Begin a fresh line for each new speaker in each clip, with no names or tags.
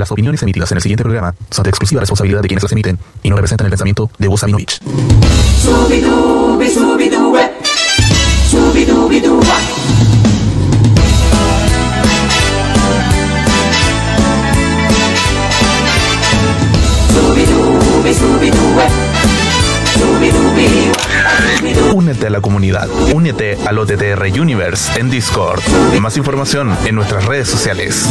Las opiniones emitidas en el siguiente programa son de exclusiva responsabilidad de quienes las emiten y no representan el pensamiento de Voz Sabinovich. Únete a la comunidad, únete al OTTR Universe en Discord. Más información en nuestras redes sociales.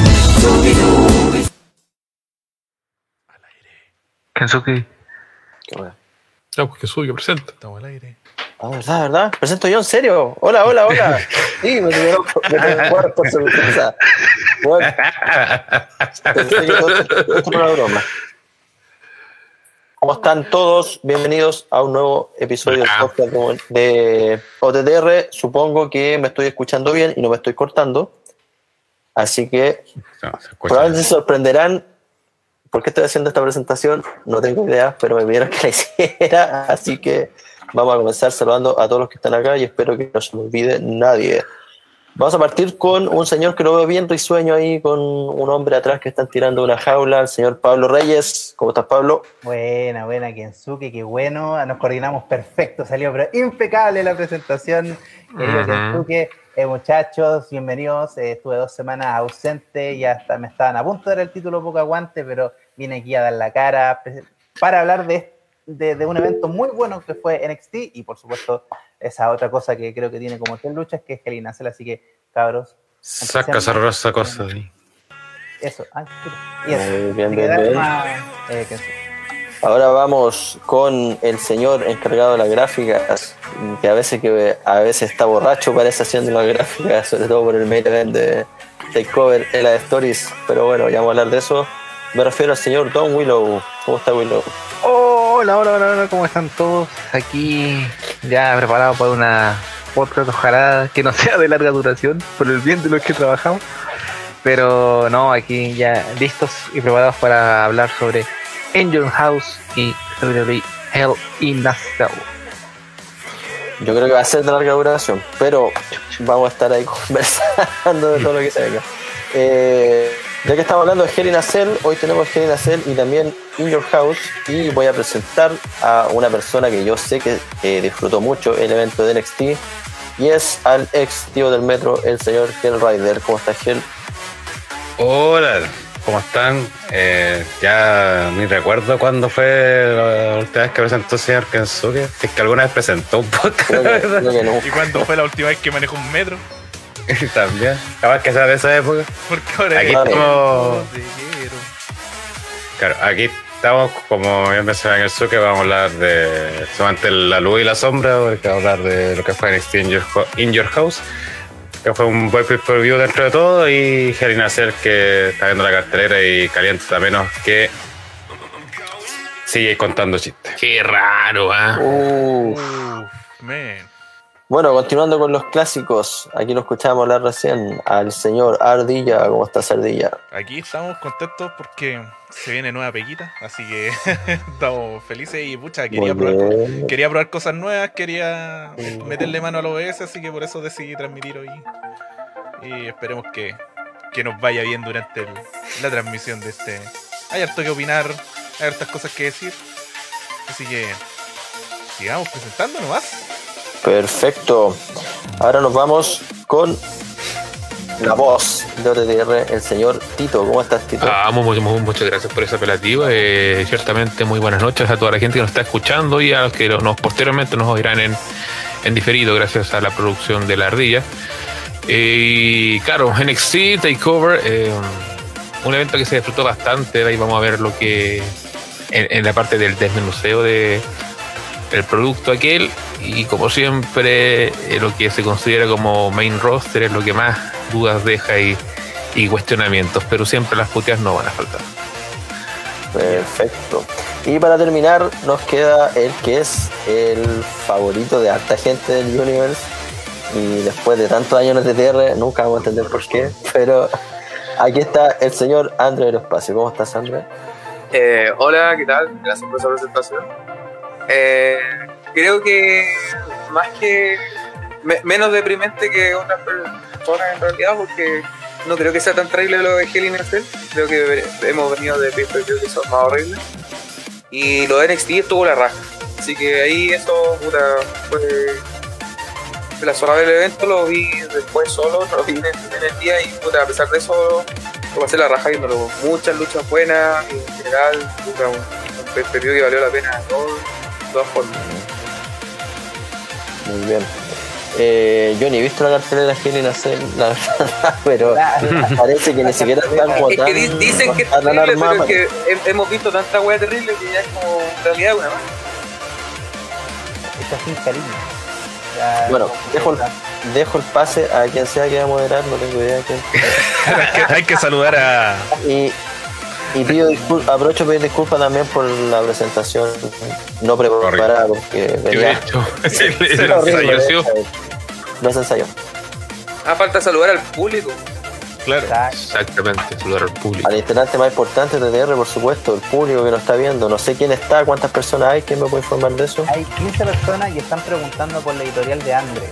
Kensuke.
Qué bueno.
No, pues Kensuke, presenta.
Estamos al aire.
Ah, ¿verdad? ¿Presento yo en serio? Hola. Sí, me tuvieron que jugar por sorpresa. Bueno, pensé que todo esto era una broma. ¿Cómo están todos? Bienvenidos a un nuevo episodio del podcast de OTTR. Supongo que me estoy escuchando bien y no me estoy cortando. Así que probablemente se sorprenderán por qué estoy haciendo esta presentación. No tengo idea, pero me pidieron que la hiciera. Así que vamos a comenzar saludando a todos los que están acá y espero que no se me olvide nadie. Vamos a partir con un señor que lo veo bien risueño ahí, con un hombre atrás que están tirando una jaula, el señor Pablo Reyes. ¿Cómo estás, Pablo?
Buena, Kensuke, qué bueno. Nos coordinamos perfecto, salió pero impecable la presentación. Querido Kensuke, muchachos, bienvenidos. Estuve 2 semanas ausente y hasta me estaban a punto de dar el título poco aguante, pero vine aquí a dar la cara para hablar de un evento muy bueno que fue NXT y por supuesto esa otra cosa que creo que tiene como 3 luchas que es Hell in a Cell, así que cabros,
saca esa cosa ahí.
Eso, y eso.
Bien. Ahora vamos con el señor encargado de las gráficas, que a veces está borracho, parece, haciendo las gráficas, sobre todo por el main event de Takeover en las stories, pero bueno, ya vamos a hablar de eso. Me refiero al señor Don Willow. ¿Cómo está, Willow?
Hola, ¿cómo están todos? Aquí ya preparado para una podcast, ojalá que no sea de larga duración, por el bien de los que trabajamos. Pero no, aquí ya listos y preparados para hablar sobre Angel House y WWE Hell in a Cell.
Yo creo que va a ser de larga duración, pero vamos a estar ahí conversando de todo lo que se venga. Ya que estamos hablando de Hell in a Cell, hoy tenemos Hell in a Cell y también In Your House, y voy a presentar a una persona que yo sé que disfrutó mucho el evento de NXT, y es al ex tío del metro, el señor Hell Rider. ¿Cómo está, Hell?
Hola, ¿cómo están? Ya ni recuerdo cuándo fue la última vez que presentó el señor Kensuke. Es que alguna vez presentó un podcast.
Creo que no.
¿Y cuándo fue la última vez que manejó un metro?
También, capaz que sea de esa época.
Porque ahora
Aquí estamos, como bien mencionaba en el Kensuke, vamos a hablar de solamente la luz y la sombra, porque vamos a hablar de lo que fue NXT In Your House, que fue un buen pay-per-view dentro de todo, y Hell in a Cell, que está viendo la cartelera y calienta menos que sigue contando chistes. Qué raro,
man.
Bueno, continuando con los clásicos, aquí lo escuchábamos hablar recién al señor Ardilla. ¿Cómo estás, Ardilla?
Aquí estamos contentos porque se viene nueva peguita, así que estamos felices y pucha, quería probar cosas nuevas, quería meterle mano al OBS, así que por eso decidí transmitir hoy y esperemos que nos vaya bien durante la transmisión de este. Hay harto que opinar, hay hartas cosas que decir, así que sigamos presentando nomás.
Perfecto. Ahora nos vamos con la voz de OTTR, el señor Tito. ¿Cómo estás, Tito?
Muchas gracias por ese apelativo. Ciertamente muy buenas noches a toda la gente que nos está escuchando y a los que posteriormente nos oirán en diferido gracias a la producción de La Ardilla. Y claro, NXT Takeover, un evento que se disfrutó bastante. Ahí vamos a ver lo que en la parte del desmenuzeo de el producto aquel, y como siempre lo que se considera como main roster es lo que más dudas deja y cuestionamientos, pero siempre las puteas no van a faltar.
Perfecto. Y para terminar nos queda el que es el favorito de harta gente del Universe, y después de tantos años en TTR nunca vamos a entender por qué, pero aquí está el señor André del Espacio. ¿Cómo estás, André?
Hola, ¿qué tal? Gracias por esa presentación. Creo que más que menos deprimente que otras personas en realidad, porque no creo que sea tan terrible lo de Hell in a Cell. Creo que hemos venido de pay-per-view que son más horribles. Y lo de NXT estuvo la raja. Así que ahí eso, puta, fue de la zona del evento. Lo vi después solo, no lo vi en el día. Y puta, a pesar de eso, lo pasé la raja viéndolo. Muchas luchas buenas. Y en general, puta, un pay-per-view que valió la pena de todas formas.
Muy bien. Yo ni he visto la cartelera Hell in a Cell, la verdad, pero parece que ni siquiera están como
Es
tan...
que dicen que es
tan
terrible, pero
alarmada.
es que hemos visto tanta wea terrible que ya es como en realidad una más.
Está sin cariño. Ya,
Bueno, dejo el pase a quien sea que va a moderar, no tengo idea de quién.
Hay que saludar a.
Y pido aprovecho para pedir disculpas también por la presentación no preparada, porque
De hecho, el
horrible,
ensayo,
no se ensayó.
Falta saludar al público.
Claro.
exactamente, saludar al público.
Al integrante más importante de TTR, por supuesto, el público que nos está viendo. No sé quién está, cuántas personas hay, ¿quién me puede informar de eso?
Hay 15 personas y están preguntando por la editorial de Andre.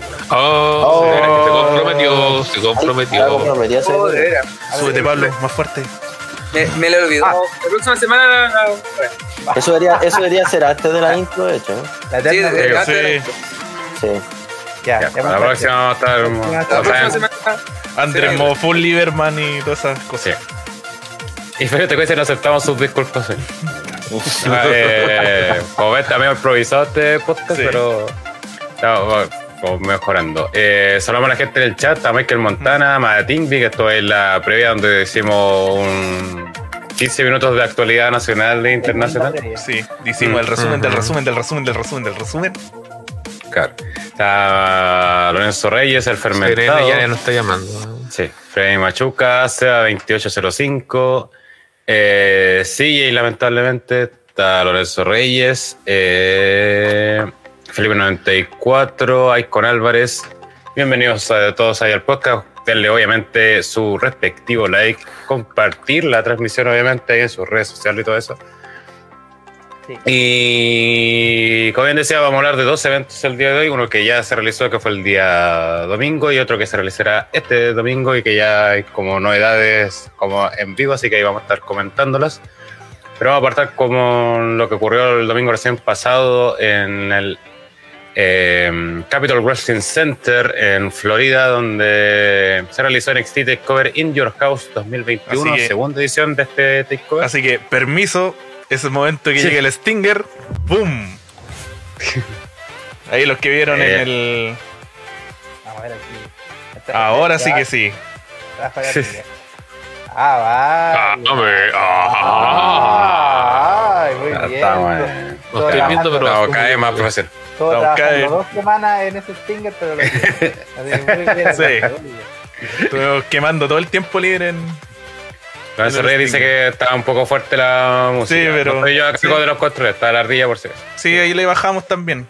Se comprometió.
Oh, de veras.
Súbete, Pablo, más fuerte.
Me lo olvidó. La próxima semana.
Eso debería ser antes de la intro, de hecho, ¿no?
La
Sí,
eterna
de-
Sí.
Sí.
Ya, para la próxima vamos a estar.
La próxima semana.
Andrés
Sí.
Moful, Lieberman y todas esas cosas.
Y fíjate que no aceptamos sus disculpas. Como ves, también he improvisado este podcast,
Sí.
pero estamos mejorando. Saludamos a la gente del chat, a Michael Montana, a Matimbi, que esto es la previa donde hicimos un 15 minutos de actualidad nacional e internacional.
Sí, hicimos el resumen del resumen del resumen del resumen del resumen.
Claro. Está Lorenzo Reyes, el fermentado.
Serena ya nos está llamando.
Sí, Freddy Machuca, Seba 2805, CJ lamentablemente, está Lorenzo Reyes, Felipe 94, Icon Álvarez. Bienvenidos a todos ahí al podcast. Denle obviamente su respectivo like, compartir la transmisión obviamente ahí en sus redes sociales y todo eso.
Sí.
Y como bien decía, vamos a hablar de dos eventos el día de hoy, uno que ya se realizó, que fue el día domingo, y otro que se realizará este domingo y que ya hay como novedades como en vivo, así que ahí vamos a estar comentándolas. Pero vamos a partir con lo que ocurrió el domingo recién pasado en el Capitol Wrestling Center en Florida, donde se realizó NXT TakeOver In Your House 2021,
Así que-
segunda edición de este TakeOver.
Así que, permiso, ese momento que
Sí.
llegue el Stinger, ¡boom! Ahí los que vieron en el.
Vamos a ver aquí.
Ahora sí que sí.
Va.
Hombre.
Ay, muy
Ya
bien.
estamos,
No estoy viendo, pero.
No, cada vez más profesional.
Todo
Estamos
trabajando
cada
2 semanas en ese Stinger, pero lo hicimos. Así que muy bien.
Sí. Estuvimos quemando todo el tiempo libre en.
Lorenzo Reyes dice que está un poco fuerte la música.
Sí, pero-
No estoy yo a cargo
sí.
de los controles, está la ardilla por si acaso.
Sí, ahí le bajamos también.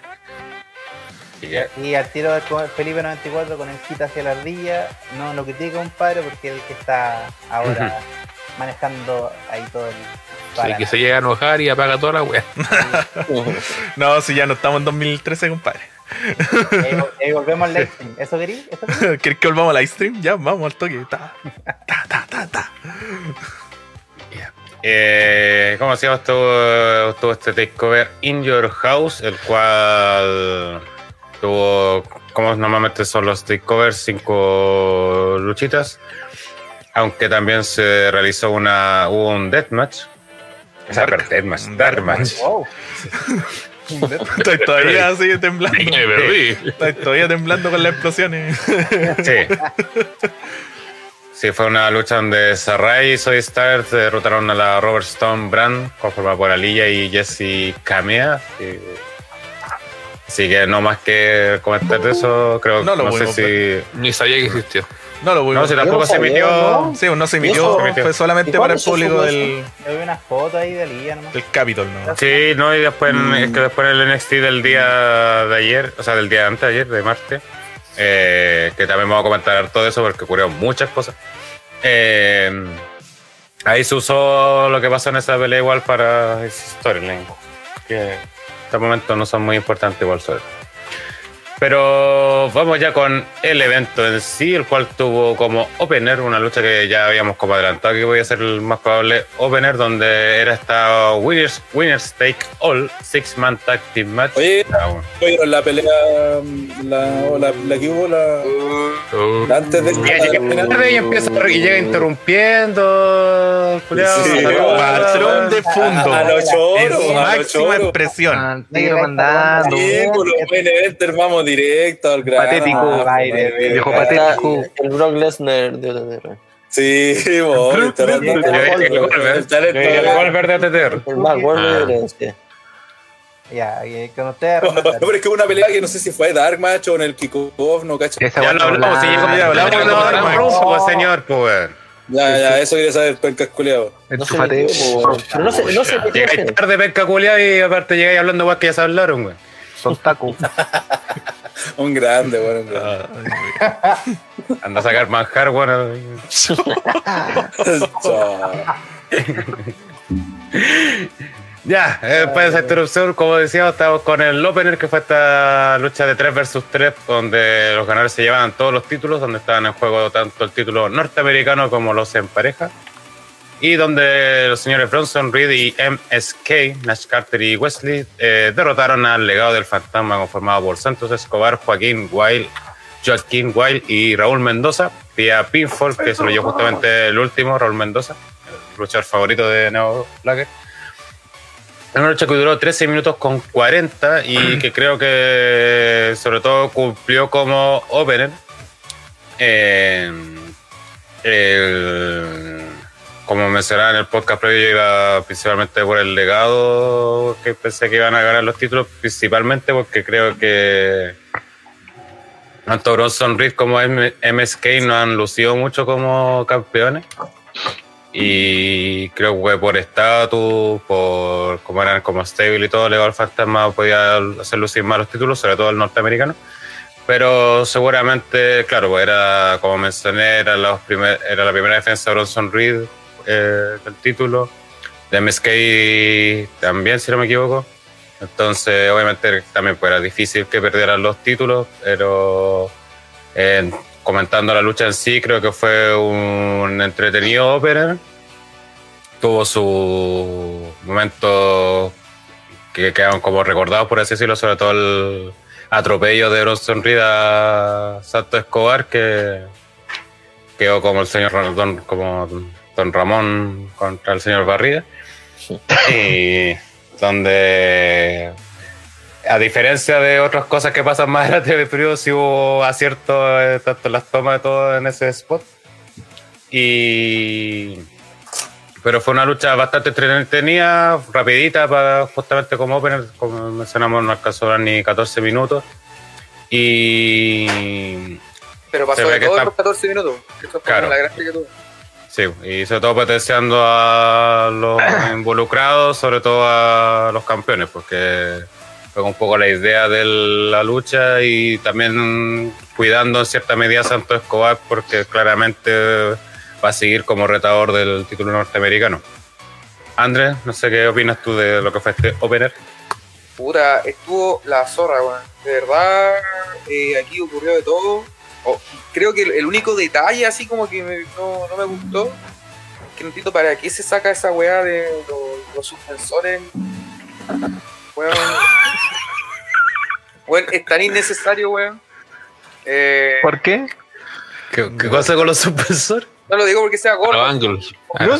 Y al tiro con Felipe 94 con el kit hacia la ardilla, no lo critica compadre porque es el que está ahora manejando ahí todo el
Sí, que se llega a enojar y apaga toda la wea.
No, si ya no estamos en 2013, compadre.
Y volvemos al live stream. ¿Eso querí?
¿Querés que volvamos al live stream? Ya, vamos al toque. Ta.
¿Cómo se llama? Estuvo este takeover In Your House, el cual tuvo, como normalmente son los takeovers, 5 luchitas. Aunque también se realizó hubo un deathmatch. O sea, deathmatch, dark match.
Wow.
Estoy todavía así temblando.
Me perdí.
Estoy todavía temblando con las explosiones.
Sí. Sí, fue una lucha donde Sarray y Zoe Stark derrotaron a la Robert Stone Brand, conformada por Aliyah y Jessie Kamea. Así que no más que comentar de eso, creo
No lo
no sé
pudimos
si.
Ni sabía que existió.
No lo voy
No, si tampoco
no
se
sabía,
emitió.
¿no?
Sí, no se
¿Y
emitió,
eso?
fue solamente
¿Y
para
cuándo
el
se
público
supo
del
Yo vi unas fotos ahí de Lía nomás.
Capitol, ¿no?
Sí, no, y después es que después el NXT del día de ayer, o sea, del día antes de ayer, de martes, que también vamos a comentar todo eso porque ocurrieron muchas cosas. Ahí se usó lo que pasó en esa pelea igual para esa storyline, que hasta el momento no son muy importantes igual sobre. Pero vamos ya con el evento en sí, el cual tuvo como opener una lucha que ya habíamos como adelantado que voy a ser el más probable opener, donde era esta Winners Take All 6-man Tag Team Match.
Oye, la pelea, la que hubo, antes de
llega tarde y empieza y llega interrumpiendo.
Patrón de fondo.
A los choros,
máxima expresión.
mandando.
Vamos directo al grano.
Patético.
Viejo patético. El Brock Lesnar de OTTR.
Sí, el
Wolver de OTTR.
El Mark Wolver de OTTR.
Ya, con ustedes.
Pero es que hubo una pelea que no sé si fue Dark Match o en el Kickoff, no cacho.
Ya lo hablamos, ya hablamos, señor, pues.
Ya, eso quería saber, penca culiao.
No sé, no sé.
Llegáis tarde, penca culiao, y aparte llegáis hablando más que ya se hablaron, güey.
Son tacos.
Un grande, bueno, un grande.
Anda a sacar manjar, bueno. Ya, después de esa interrupción, como decíamos, estamos con el opener, que fue esta lucha de 3 versus 3, donde los ganadores se llevaban todos los títulos, donde estaban en juego tanto el título norteamericano como los en pareja, y donde los señores Bronson Reed y MSK, Nash Carter y Wesley, derrotaron al legado del fantasma conformado por Santos Escobar, Joaquín Wilde y Raúl Mendoza, vía pinfall, que se lo llevó justamente el último, Raúl Mendoza, el luchador favorito de Neo Blacker. Una lucha que duró 13 minutos con 40 y que creo que sobre todo cumplió como opener. Como mencionaba en el podcast previo, yo iba principalmente por el legado, que pensé que iban a ganar los títulos, principalmente porque creo que tanto Bronson Reed como MSK no han lucido mucho como campeones. Y creo que por estatus, por como eran como stable y todo, Legado Fantasma podía hacer lucir más los títulos, sobre todo el norteamericano. Pero seguramente, claro, pues era, como mencioné, era la primera defensa de Bronson Reed del título. De MSK también, si no me equivoco. Entonces, obviamente, también pues, era difícil que perdieran los títulos, pero comentando la lucha en sí, creo que fue un entretenido opener. Tuvo su momento que quedaron como recordados, por así decirlo, sobre todo el atropello de Bronson Reed a Santos Escobar, que quedó como el señor Don Ramón contra el señor Barriga. Y donde, a diferencia de otras cosas que pasan más adelante del periodo, sí hubo acierto tanto en las tomas de todo en ese spot. Pero fue una lucha bastante entretenida, rapidita, para justamente como opener, como mencionamos, no alcanzó a durar ni 14 minutos.
Pero pasó de todos los 14 minutos. Eso fue claro. La gracia que tuvo.
Sí, y sobre todo potenciando a los involucrados, sobre todo a los campeones, porque fue un poco la idea de la lucha, y también cuidando en cierta medida a Santos Escobar, porque claramente va a seguir como retador del título norteamericano. Andrés, no sé qué opinas tú de lo que fue este opener.
Puta, estuvo la zorra, weón. De verdad, aquí ocurrió de todo. Creo que el único detalle así como que no me gustó, que no entiendo para qué se saca esa weá de los suspensores. Weón. Weón, es tan innecesario, weón.
¿Por qué?
¿Qué pasa con los suspensores?
No lo digo porque sea gordo.
Los ángulos.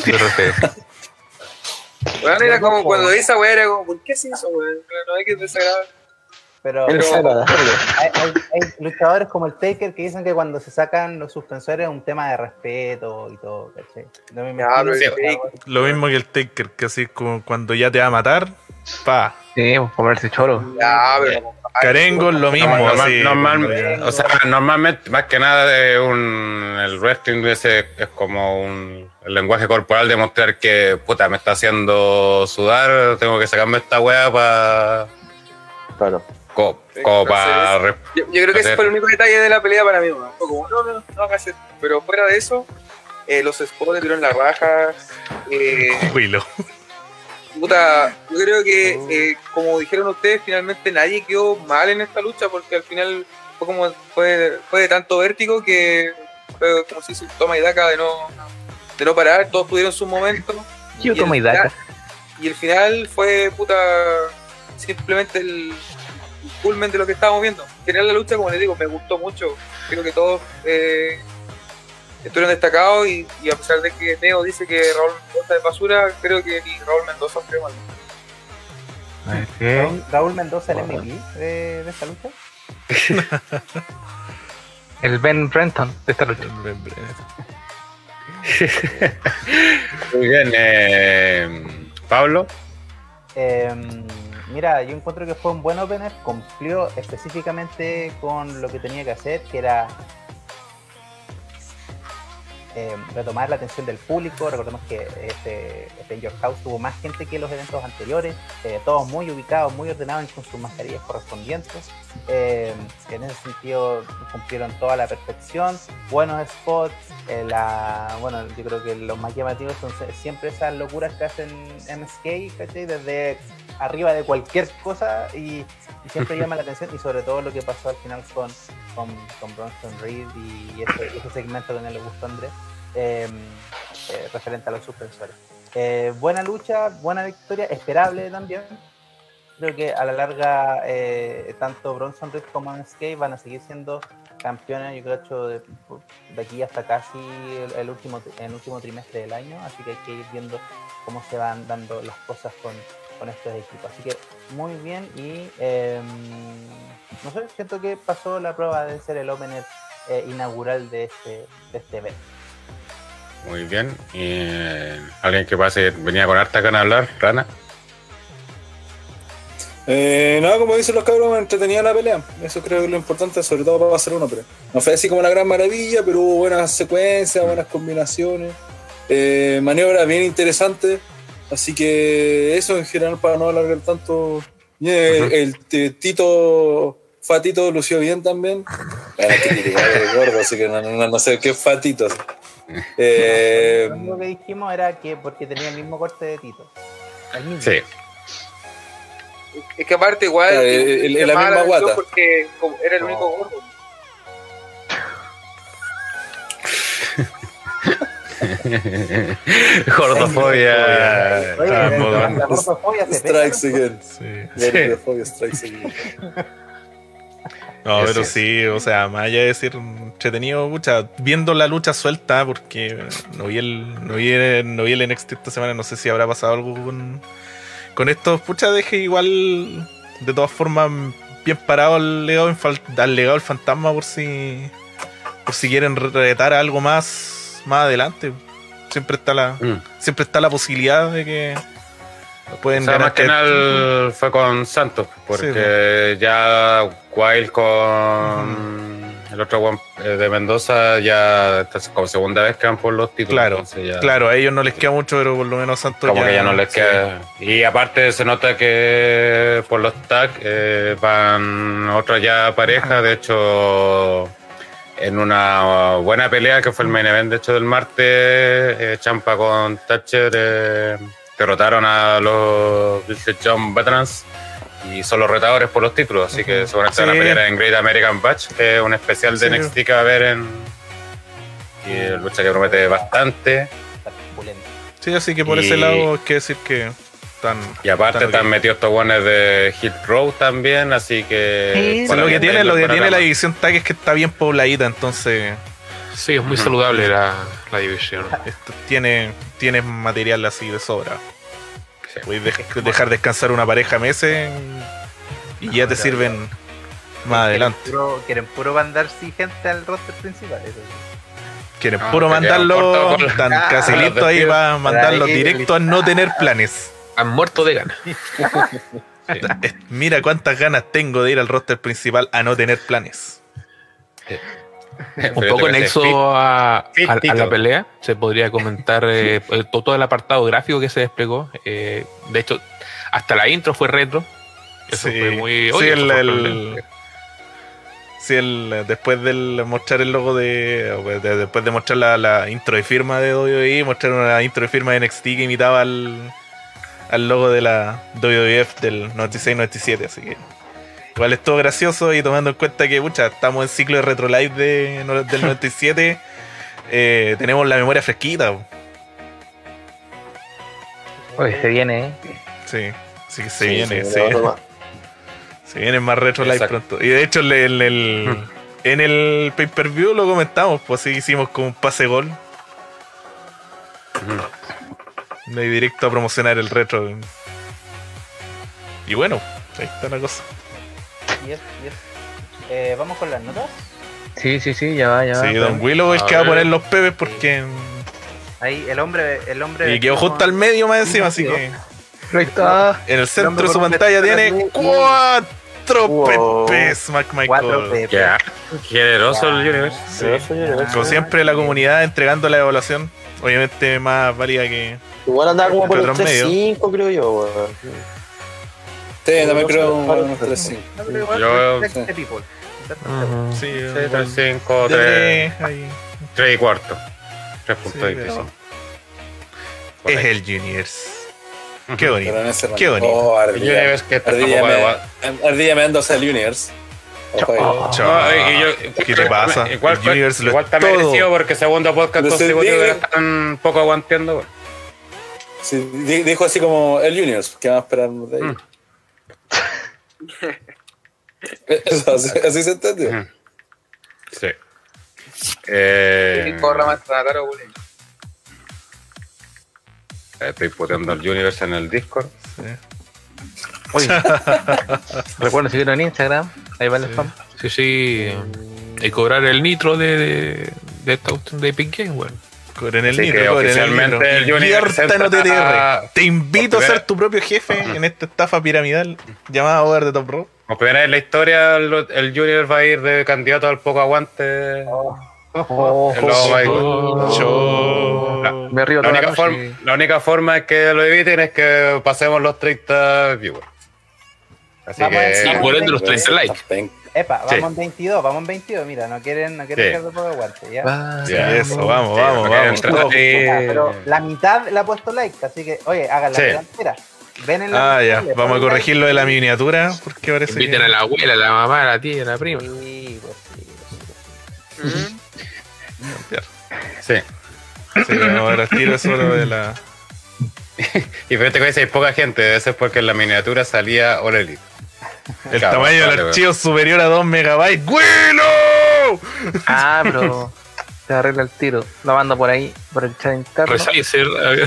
Weón, era como cuando esa weá era como, ¿por qué es eso, weón? No hay que desagradar.
Pero hay luchadores como el Taker que dicen que cuando se sacan los suspensores es un tema de respeto y todo, ¿cachai? No me
lo mismo que el Taker, que así como cuando ya te va a matar, pa.
Sí, comerse choro.
Ya, pero
Carengo es lo mismo.
Normalmente, más que nada, el wrestling ese es como el lenguaje corporal de mostrar que, puta, me está
haciendo sudar, tengo que sacarme esta weá para... Claro. Como para...
Yo creo que ese fue el único detalle de la pelea para mí, ¿no? Fue como, no hagas esto. Pero fuera de eso, los spots tuvieron la raja.
Huilo.
Puta, yo creo que, como dijeron ustedes, finalmente nadie quedó mal en esta lucha, porque al final fue de tanto vértigo que fue como si se toma y daca de no parar, todos tuvieron su momento.
Yo toma y daca.
Y el final fue, puta, simplemente el culmen de lo que estábamos viendo. En general la lucha, como les digo, me gustó mucho. Creo que todos estuvieron destacados y a pesar de que Neo dice que Raúl Mendoza es basura, creo que ni Raúl Mendoza fue mal.
Raúl Mendoza, el MVP de esta lucha.
El Ben Brenton de esta lucha.
Muy bien, Pablo.
Mira, yo encuentro que fue un buen opener, cumplió específicamente con lo que tenía que hacer, que era retomar la atención del público. Recordemos que este Your House tuvo más gente que los eventos anteriores, todos muy ubicados, muy ordenados con sus mascarillas correspondientes. En ese sentido cumplieron toda la perfección, buenos spots. Bueno, yo creo que los más llamativos son siempre esas locuras que hacen MSK, ¿cachai? Desde arriba de cualquier cosa y siempre llama la atención, y sobre todo lo que pasó al final con Bronson Reed y ese segmento que no le gustó a Andrés, referente a los suspensores. Buena lucha, buena victoria, esperable también. Creo que a la larga tanto Bronson Reed como MSK van a seguir siendo campeones, yo creo, de aquí hasta casi el último trimestre del año, así que hay que ir viendo cómo se van dando las cosas con estos equipos. Así que muy bien, y no sé, siento que pasó la prueba de ser el opener inaugural de este evento.
Muy bien. ¿Alguien que venía con harta gana de hablar? Rana.
No, como dicen los cabros, me entretenía la pelea. Eso creo que es lo importante, sobre todo para hacer uno, pero no fue así como una gran maravilla, pero hubo buenas secuencias, buenas combinaciones, maniobras bien interesantes. Así que eso en general, para no alargar tanto. El Tito Fatito lució bien también. Bueno, es gordo, así que no sé qué es Fatito.
Lo único que dijimos era que porque tenía el mismo corte de Tito. El mismo.
Sí.
Es que aparte igual
la misma guata,
porque era el único gordo.
Gordofobia.
La gordofobia se
strikes again.
Sí.
Gordofobia strikes again.
No, pero sí, o sea, más allá de decir entretenido, pucha, viendo la lucha suelta, porque no vi el NXT esta semana, no sé si habrá pasado algo con estos, pucha, deje igual, de todas formas, bien parado al legado del fantasma por si quieren retar algo más adelante. Siempre está la posibilidad de que pueden ganar.
Más que nada fue con Santos, porque sí, ya Wild con el otro de Mendoza ya como segunda vez que van por los títulos.
Claro, a ellos no les queda mucho, pero por lo menos Santos
como que ya no les queda. Y aparte se nota que por los tags van otra ya pareja, de hecho en una buena pelea que fue el main event de hecho del martes, Ciampa con Thatcher derrotaron a los Billy John Veterans y son los retadores por los títulos, así que seguramente van a pelear en Great American Bash, que es un especial de NXT que va a haber y lucha que promete bastante.
Sí, así que por ese lado hay que decir que
y aparte están metidos estos guanes de Hit Row también, así que
lo que tiene la división tag es que está bien pobladita, entonces
sí, es muy saludable la división.
Tiene material así de sobra. Sí. Puedes dejar descansar una pareja meses y ya te sirven más adelante.
Quieren puro mandar gente al roster principal. Eso sí.
Quieren puro mandarlo, están casi listos ahí para mandarlos directo a no tener planes.
Han muerto de ganas.
Mira cuántas ganas tengo de ir al roster principal a no tener planes.
Un poco nexo a la pelea, se podría comentar todo el apartado gráfico que se desplegó. De hecho, hasta la intro fue retro. Eso fue muy...
después de mostrar el logo después de mostrar la intro de firma de WWE, mostrar una intro de firma de NXT que imitaba al al logo de la WWF del 96-97, así que igual es todo gracioso y tomando en cuenta que pucha, estamos en ciclo de Retro Live del 97, tenemos la memoria fresquita.
Oye, se viene,
Sí, sí que se viene. Se viene más Retro Live pronto. Y de hecho en el pay-per-view lo comentamos, pues sí hicimos como un pase gol. De directo a promocionar el retro. Y bueno, ahí está la cosa.
Yes. ¿Vamos con las notas?
Sí, ya va.
Sí, Don Willow es que va a poner los pebes porque.
Ahí el hombre.
Y quedó justo al medio más encima, así que.
Ahí está.
En el centro de su pantalla tiene 4 pepes, McMichael.
4 pepes.
Ya. Generoso el Universe.
Sí. Como siempre, la comunidad entregando la evaluación. Obviamente más válida que.
Igual andaba como por el
otros medios.
3-5, creo yo, weón.
Sí, también creo un 3-5.
No, pero igual,
Yo-
respect the people.
Sí,
3-5,
de
3 y cuarto. 3
Sí,
puntos de
pero-
Por
es
ahí.
el Juniors. Qué bonito.
Pero en ese
Qué bonito.
Oh,
El Universe que tampoco
Ardilla me dándose el Universe. Ojo ahí.
Chao.
¿Qué
te pasa?
Igual,
El Universe lo
igual
es
está
todo.
merecido porque segundo podcast
Pero se
consecutivo
diga-
ya están poco aguanteando. Bueno.
Sí, dijo así como el Universe. ¿Qué vamos a esperar de ahí? Eso, así se entendió.
Sí.
Corra más Nataro, güey.
Estoy puteando al Universe en el Discord.
Oye, recuerden seguirnos en Instagram. Ahí va el spam.
Sí. Y cobrar el nitro de esta cuestión de Epic Games, weón.
Cobren el
Así
nitro,
que
cobren el
oficialmente
nitro.
el Universe
Invierta en
entra-
OTTR. Te invito a
por
ser
primera-
tu propio jefe en esta estafa piramidal llamada Over the Top Rope.
Como primera vez en la historia, el Junior va a ir de candidato al poco aguante. El logo va a ir-
Me río
La
toda
única,
la
forma,
noche.
la única forma es que lo eviten es que pasemos los 30 viewers. Así
Vamos a
que.
decir-
Y por ende los 30 likes.
Epa,
Sí.
vamos en 22, mira, no quieren
Sí.
quedar de poco aguante, ¿ya?
Va.
Ya.
Eso, vamos,
Sí,
vamos,
porque
vamos.
entra-
Todo.
Pero la mitad le ha puesto like, así que, oye, hagan la
Sí.
delantera. Ven en la
Ah, ya.
mitad, le
Vamos a
ponen
corregir lo de la miniatura porque parece
Inviten
que.
a la abuela, a la mamá, a la tía, a la prima.
Sí, pues sí.
Sí.
Sí, vamos a ver al tiro eso lo de la.
Y fíjate que hay poca gente, debe ser porque en la miniatura salía All Elite.
El
Claro,
tamaño
vale,
del archivo superior a 2 megabytes. ¡Willow!
Ah, pero se arregla el tiro. Lo mando por ahí, por el chat interno.
Resizer, a ver.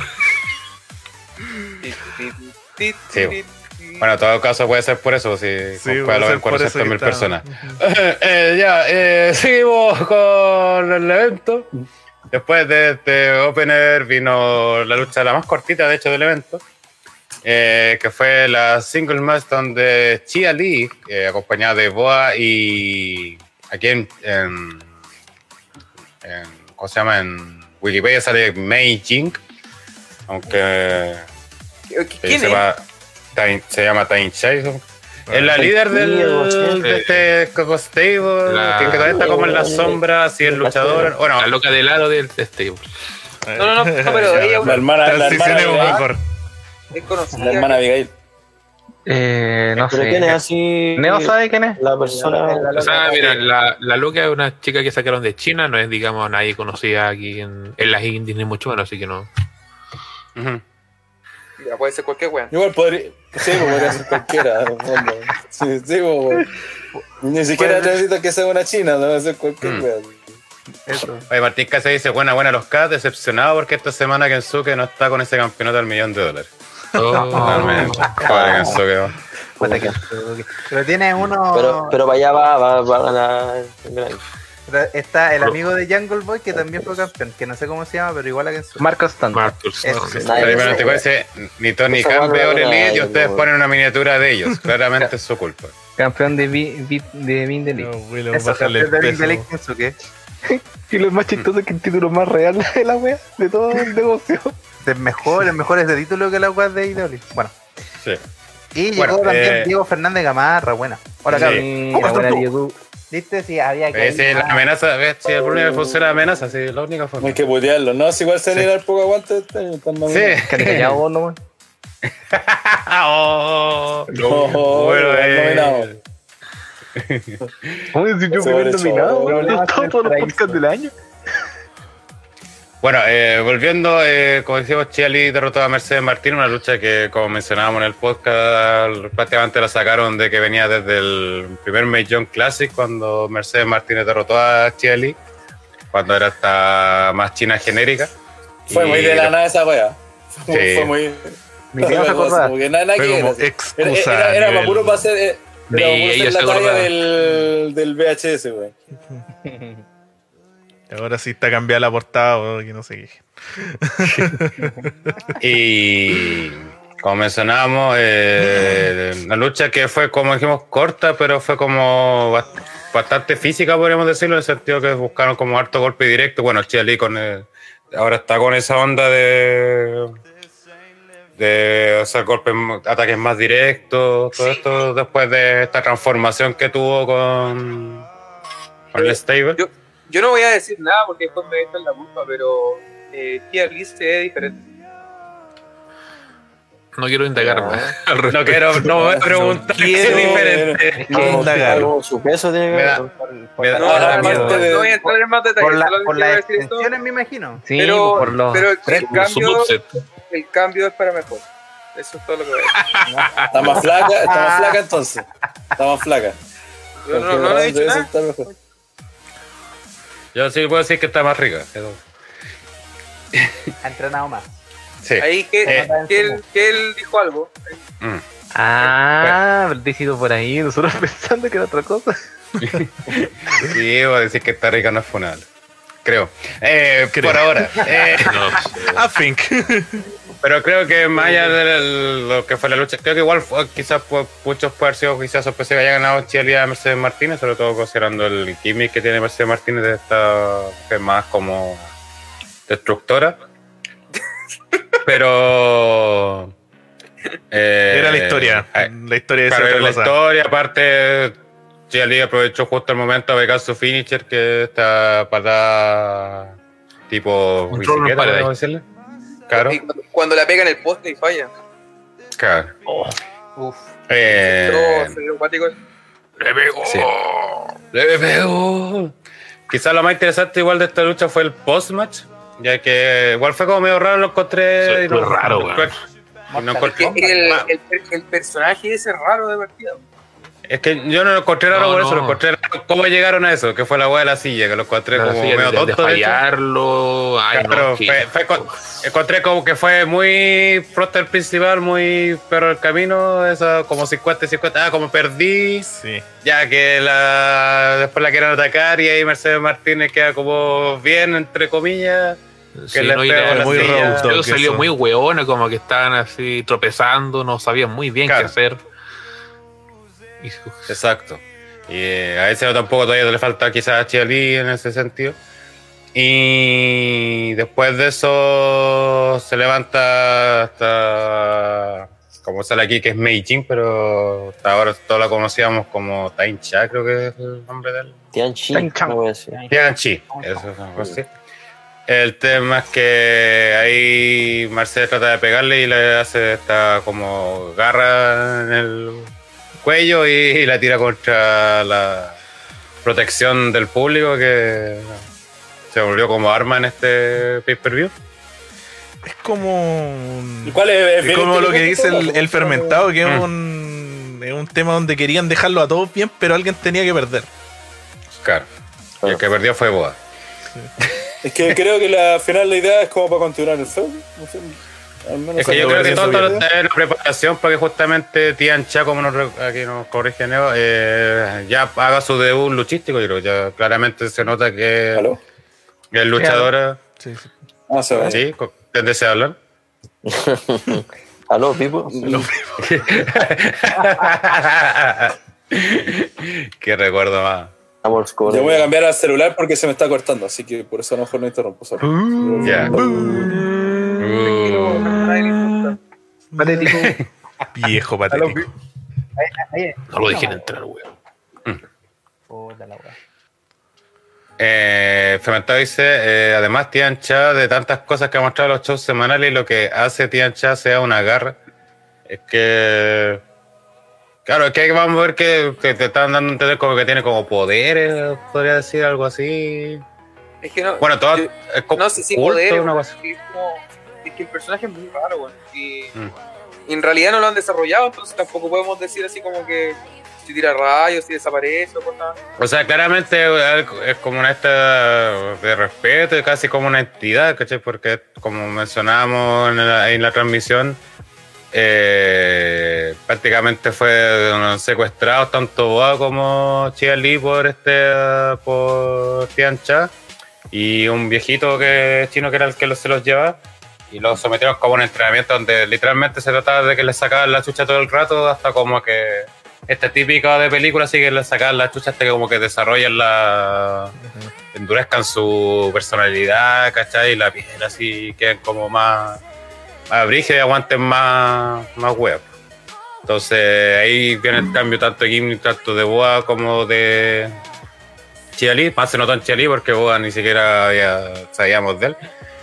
Sí. Bueno, en todo caso puede ser por eso, si
Sí,
puede
puede
haber
ser por eso
400.000
que
personas. Seguimos con el evento. Después de este opener vino la lucha la más cortita, de hecho, del evento, que fue la single match donde Chia Lee, acompañada de Boa y aquí ¿cómo se llama? En Wikipedia sale Mei Jing, aunque
¿Quién
se,
es?
se llama Tain Chai. Es la líder de este Coco Stable, que todavía está como en la sombra, así el luchador. Bueno,
La loca del aro del stable.
No, pero ella
La hermana
Transicionemos
Abigail.
mejor.
es conocida.
La hermana Abigail.
No
¿Pero quién es
sé.
así?
¿Neo sabe quién es?
La persona.
O sea, mira, la loca es una chica que sacaron de China, no es, digamos, nadie conocida aquí en las indies ni mucho menos, así que no.
ujú.
Ya, puede ser cualquier weón.
Igual podría. Sí, pues podría ser cualquiera. en el fondo. Sí, pues. Ni siquiera necesito que sea una china, debe ser cualquier wea.
Eso.
Oye, Martín Cáceres dice, buena los Cats, decepcionado porque esta semana Kensuke no está con ese campeonato del $1.000.000. Totalmente. Joder, Kensuke. ¿no?
Puta que- Pero tiene uno.
Pero para allá va a ganar.
Pero está el amigo de Jungle Boy que también fue campeón, que no sé cómo se llama, pero igual a Kensuke.
Marco Stanton.
Marcus.
Eso.
Sí.
Nadie
Pero
sabe.
te parece, ni Tony
Esa
Khan
mano
ve
no
All
era
Elite y
nadie,
ustedes
po.
ponen una miniatura de ellos. Claramente es su culpa.
Campeón de Vindeli.
No, Willow,
Eso,
bájale el
campeón de
peso.
Link Kensuke.
Y lo más chistoso es que el título más real de la wea, de todo el negocio.
Es mejor ese título que la web de IW. Bueno.
Sí.
Y
Bueno,
llegó también Diego Fernández Gamarra, buena. Hola,
Sí.
cabrón.
Mira, buena Diego.
¿Viste? Sí, había que.
Si la amenaza, ves, si el problema funciona la amenaza, sí, la única
No
forma.
hay que putearlo, ¿no? Si igual se le da el poco aguante este año, están más
Sí.
Que te callado vos, no, weón.
Oh,
No,
bueno,
nominado.
¿Cómo decir yo
Sobre
primer nominado?
eso.
Weón, estamos todos los podcasts del año.
Bueno, volviendo, como decíamos, Chiali derrotó a Mercedes Martínez, una lucha que, como mencionábamos en el podcast, prácticamente la sacaron de que venía desde el primer Mahjong Classic, cuando Mercedes Martínez derrotó a Chiali, cuando era hasta más china genérica.
Fue muy de la nada esa wea.
Sí.
Fue muy.
Ni te vas a acordar.
Como que nada
Fue
que
como
ver.
excusa.
Era más puro para hacer. Era
Ni
para
ella
hacer
se
la talla
acordaba.
del VHS, wey.
Ahora sí está cambiada la portada, que no sé qué.
Y como mencionábamos, la lucha que fue, como dijimos, corta, pero fue como bastante física, podríamos decirlo, en el sentido que buscaron como harto golpe directo. Bueno, Chiali ahora está con esa onda de hacer ataques más directos, todo esto después de esta transformación que tuvo con el stable.
Yo no voy a decir nada porque después me echan la culpa, pero Tia Lee se ve diferente.
No quiero indagar más.
No voy a preguntar qué es diferente.
Algo, su peso tiene que ver.
No voy a entrar en más detalles.
Por
solamente
las
voy a decir esto,
extensiones, me imagino.
Sí,
pero
por los.
pero
Subset.
el cambio es para mejor. Eso es todo lo que voy a decir.
Está más flaca entonces. Está más flaca.
Yo no he dicho
Debe
nada.
estar mejor.
Yo sí puedo decir que está más rica.
Ha entrenado más.
Sí.
Ahí que él dijo algo.
Mm.
Ah, pero te he sido por ahí, nosotros pensando que era otra cosa.
Sí, voy a decir que está rica no es funable. Creo. Por ahora.
I think.
Pero creo que más allá de lo que fue la lucha, creo que igual quizás muchos puede haber sido quizás sorpresa que haya ganado Chiali a Mercedes Martínez, sobre todo considerando el gimmick que tiene Mercedes Martínez de esta que es más como destructora. Pero
Era la historia. La historia de esa
claro,
otra
la
cosa.
historia, aparte Chiali aprovechó justo el momento a pegar su finisher, que esta patada tipo
Un troll
bicicleta,
paradise.
podemos decirle. Claro.
Y cuando la pega en el poste y falla.
Claro.
Uf.
Eh,
Pero acuático.
¡Le pegó!
Sí. ¡Le pegó! Quizás lo más interesante igual de esta lucha fue el post-match, ya que igual fue como medio raro, lo encontré.
Fue raro, weón.
El personaje ese es raro de partida.
Es que yo no lo encontré raro por eso,
No.
lo encontré raro cómo llegaron a eso, que fue la weá de la silla, que lo encontré como medio
de
tonto. de hecho.
fallarlo. Ay,
Claro,
no, sí.
encontré como que fue muy pronto el principal, muy pero el camino, eso como 50-50, como perdí,
Sí.
ya que después la quieren atacar y ahí Mercedes Martínez queda como bien, entre comillas.
Sí,
le
no, y
pegó
la-
la
muy
silla.
road dog.
Yo salió
eso.
muy hueona, como que estaban así tropezando, no sabían muy bien
Claro.
qué hacer. Y,
Exacto. Y a ese tampoco todavía le falta quizás a Chiali en ese sentido. Y después de eso se levanta hasta, como sale aquí, que es Meijin, pero hasta ahora todos la conocíamos como Tain Cha, creo que es el nombre de él.
Tian Chi,
Tan chan.
no voy a decir.
Tian Chi, eso es algo así. El tema es que ahí Marcel trata de pegarle y le hace esta como garra en el cuello y la tira contra la protección del público, que se volvió como arma en este pay-per-view.
Es como.
¿Y cuál es?
Es como lo que dice
inteligente,
el fermentado, que es
Mm.
un tema donde querían dejarlo a todos bien, pero alguien tenía que perder.
Claro. Y el que perdió fue Boa.
Es que creo que al final la idea es como para continuar el feudo. No sé, al menos
Es que yo
algo
creo que
de
todo
eso
esto está en preparación porque justamente Tian Cha, como aquí nos corrige Neo, ya haga su debut luchístico. Yo creo que ya claramente se nota que
¿Aló?
es luchadora.
Sí, sí.
Ah, se va.
Sí, desea hablar.
¿Aló, Pipo?
Qué recuerdo más.
Amor,
Yo voy a cambiar al celular porque se me está cortando, así que por eso a lo mejor no interrumpo. Sorry.
Ya.
Patético.
Viejo patético.
no lo dejen entrar, weón.
Puta la wea.
Fermentado dice, además Tian Cha, de tantas cosas que ha mostrado en los shows semanales, lo que hace Tian Cha sea una garra, Es que... Claro, es que vamos a ver que te están dando a entender como que tiene como poderes, podría decir algo así.
Es que no...
Bueno, todo
es
como
no sé si
culto,
poder,
una cosa.
es que el personaje es muy raro, bueno, y en realidad no lo han desarrollado, entonces tampoco podemos decir así como que si tira rayos, si desaparece o cosas.
O sea, claramente es como una esta de respeto, casi como una entidad, ¿cachai? Porque como mencionábamos en la transmisión, prácticamente fueron secuestrados tanto Boa como Chia Li por Tian Cha y un viejito chino que era el que se los llevaba, y los sometieron como a un entrenamiento donde literalmente se trataba de que les sacaban la chucha todo el rato, hasta como que típico de película, así que les sacaban la chucha hasta que como que desarrollan endurezcan su personalidad, ¿cachai? Y la piel así queden como más brígida y aguanten más hueá. Entonces ahí viene el cambio tanto de Gimli, tanto de Boa como de Chia Li. Más se notó en Chia Li porque Boa ni siquiera sabíamos de él.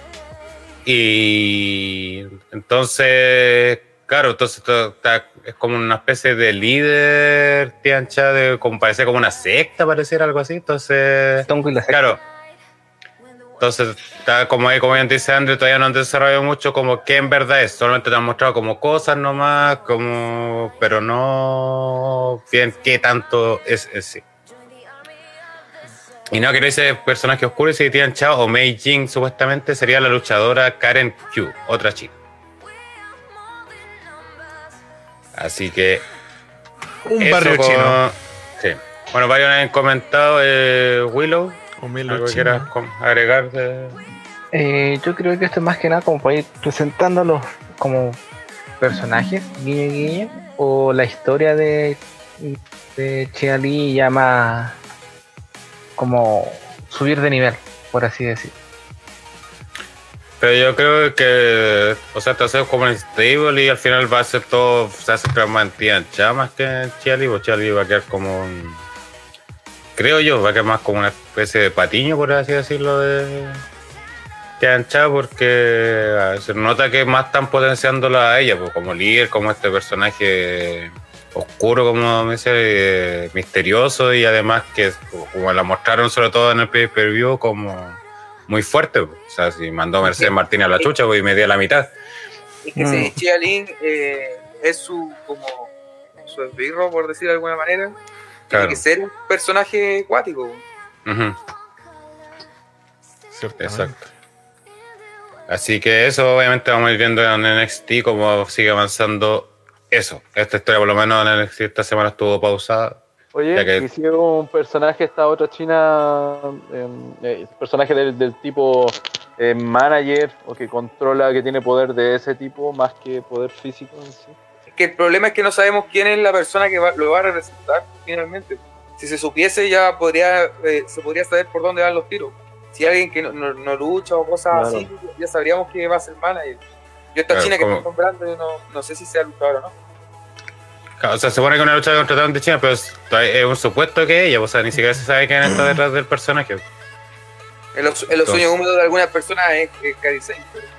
Y entonces, claro, entonces es como una especie de líder, Tian Cha, como parece como una secta, pareciera algo así. Entonces, claro. Entonces, está como ahí, como bien dice Andrew, todavía no han desarrollado mucho como qué en verdad es. Solamente te han mostrado como cosas nomás, pero no bien qué tanto es sí. Y no, que no dice personaje oscuro, y si Tian Cha o Mei Jing supuestamente sería la luchadora Karen Q, otra chica. Así que...
Un barrio chino.
Sí. Bueno, varios han comentado Willow. ¿Algo que quieras agregar?
Yo creo que esto es más que nada como para ir presentándolos como personajes, guiño guiño, o la historia de Chia Li ya más como subir de nivel, por así decir.
Pero yo creo que, o sea, te haces como un stable y al final va a ser todo, se hace más en Tian Cha más que en Chia Li, o Chia Li va a quedar como un... Creo yo, va a quedar más como una especie de patiño, por así decirlo, de Tian Cha, porque se nota que más están potenciándola a ella, pues, como líder, como este personaje oscuro, como me dice, misterioso, y además que como la mostraron sobre todo en el pay-per-view como muy fuerte, pues. O sea, si mandó a Mercedes Martínez a la chucha, pues, y me dio la mitad.
Es que si Chia Li es su esbirro, por decir de alguna manera. Tiene que ser un personaje acuático.
Exacto. Así que eso obviamente vamos a ir viendo en NXT cómo sigue avanzando eso. Esta historia por lo menos en NXT esta semana estuvo pausada.
Oye, y si un personaje, esta otra china, personaje del tipo manager, o que controla, que tiene poder de ese tipo, más que poder físico en sí.
Que el problema es que no sabemos quién es la persona que lo va a representar finalmente. Si se supiese ya se podría saber por dónde van los tiros. Si alguien que no lucha o cosas así, ya sabríamos que va a ser manager. Yo esta China que estoy comprando, no sé si sea luchadora o no.
Claro, o sea, se supone que una lucha contra de China, pero es un supuesto que ella, o sea, ni siquiera se sabe quién está detrás del personaje.
En los sueños húmedos de algunas personas es Kairi Sane.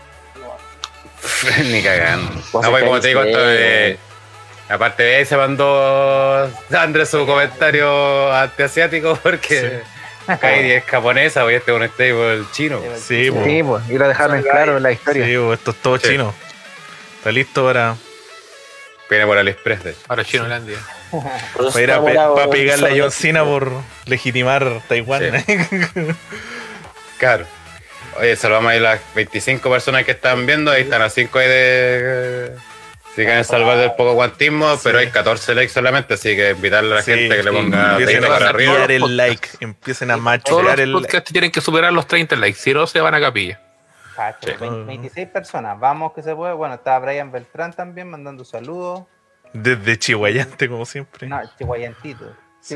Ni cagando. No, pues como te digo, aparte de ahí se mandó Andrés su comentario antiasiático porque Kairi es japonesa, pues este es un stable chino.
Sí,
pues, y lo dejaron en claro en la historia.
Sí, esto es todo chino. Está listo para...
Viene por AliExpress, de hecho.
Para Chinolandia.
Para ir a pegarle a John Cena por legitimar Taiwán.
Sí. Claro. Oye, salvamos ahí las 25 personas que están viendo. Ahí están las 5 ahí de... Si quieren salvar del poco guantismo, pero hay 14 likes solamente, así que invitarle a la gente que le ponga
empiecen
para arriba.
El like, empiecen a machucar
todos
el
los podcasts tienen que superar los 30 likes, si no se van a capilla.
Sí. 26 personas, vamos que se puede. Bueno, está Brian Beltrán también mandando saludos.
Desde Chihuayante, como siempre.
No, Chihuayantito.
Sí.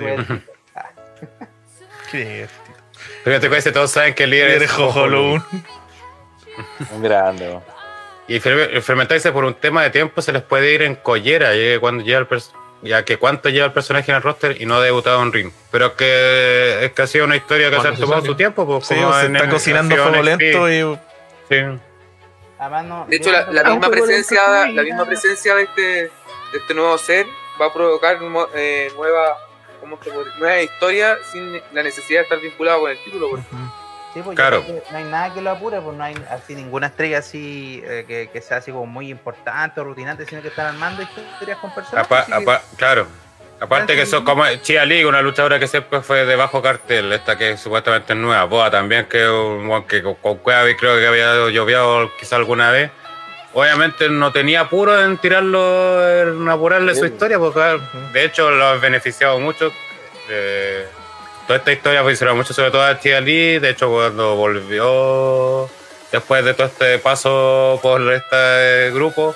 Qué divertido.
Fíjate que todos saben que el líder es
Jojolun.
Un grande.
Y fermentarse por un tema de tiempo se les puede ir en collera, cuando llega ya que cuánto lleva el personaje en el roster y no ha debutado en ring. Pero es que ha sido una historia que se ha tomado su tiempo. Pues,
sí, se está cocinando fuego lento y...
Sí.
Además, no,
De hecho, la misma presencia de este nuevo ser va a provocar nueva historia sin la necesidad de estar vinculado con el título.
Sí, pues
Claro.
No hay nada que lo apure, pues no hay así ninguna estrella así que sea así como muy importante o rutinante, sino que están armando historias con personas.
Claro. Aparte que eso como Chia Lee, una luchadora que siempre fue de bajo cartel, esta que supuestamente es nueva, Boa también, que con Cueva creo que había llovido quizá alguna vez. Obviamente no tenía apuro en en apurarle su historia, porque de hecho lo ha beneficiado mucho. Toda esta historia funcionó mucho, sobre todo a Chia Lee. De hecho, cuando volvió después de todo este paso por este grupo,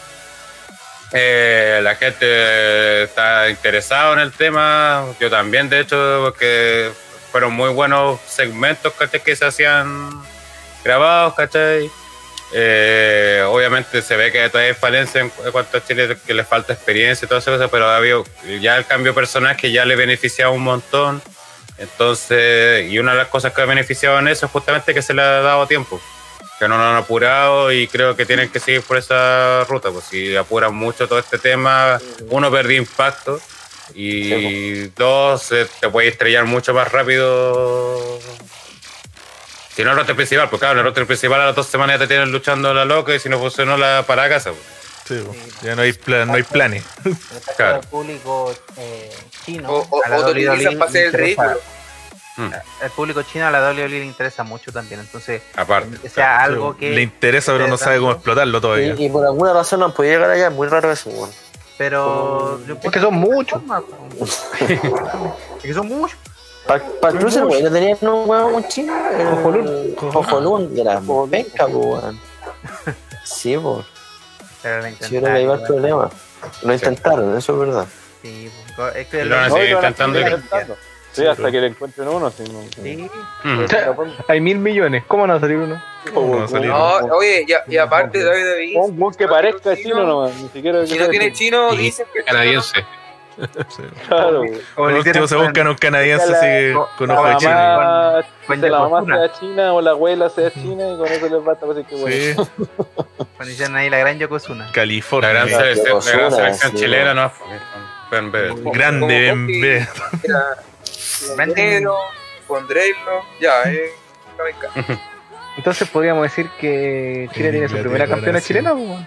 la gente está interesada en el tema. Yo también, de hecho, porque fueron muy buenos segmentos, ¿cachai? Que se hacían grabados, ¿cachai? Obviamente se ve que todavía hay falencia en cuanto a Chile, que le falta experiencia y todas esas cosas, pero ya el cambio de personaje ya le beneficiaba un montón. Entonces, y una de las cosas que ha beneficiado en eso es justamente que se le ha dado tiempo, que no lo han apurado, y creo que tienen que seguir por esa ruta. Pues si apuran mucho todo este tema, uno, perdió impacto, y dos, te puede estrellar mucho más rápido. Si no el roster principal, pues claro, el roster principal a las 2 semanas ya te tienen luchando la loca, y si no funcionó la para casa, pues.
Sí, ya no hay planes.
Claro. El público chino
o te utilizan para hacer el ridículo.
El público chino a la WWE le interesa mucho también, entonces
aparte,
que sea algo que
le interesa, pero no sabe cómo explotarlo todavía.
Y por alguna razón no han podido llegar allá, es muy raro eso, bueno.
Pero
es que son muchos.
Es que son muchos.
Para el crucer, güey, tenían un huevo con chino. Jojolún, de la penca, weón. Sí, pues. Sí, creo que ahí va el problema. Lo intentaron, eso es verdad.
Sí, es que
lo van a seguir intentando.
Sí, hasta que le encuentren uno.
Sí.
Hay 1.000 millones. ¿Cómo no va a salir uno?
Oye, y aparte de
un buen que parezca chino nomás. Ni siquiera
si no tiene chino, dicen que
canadiense.
Claro.
Por último se buscan un canadiense así con ojo de chino.
La mamá sea china o la abuela sea china, y con eso les basta, pues que bueno.
Cuando hicieron ahí la gran Yokozuna.
California.
La gran selección chilena, ¿no? Grande
BMB.
Negro, con Dreylo, ya,
Entonces podríamos decir que Chile tiene su primera campeona chilena, pues.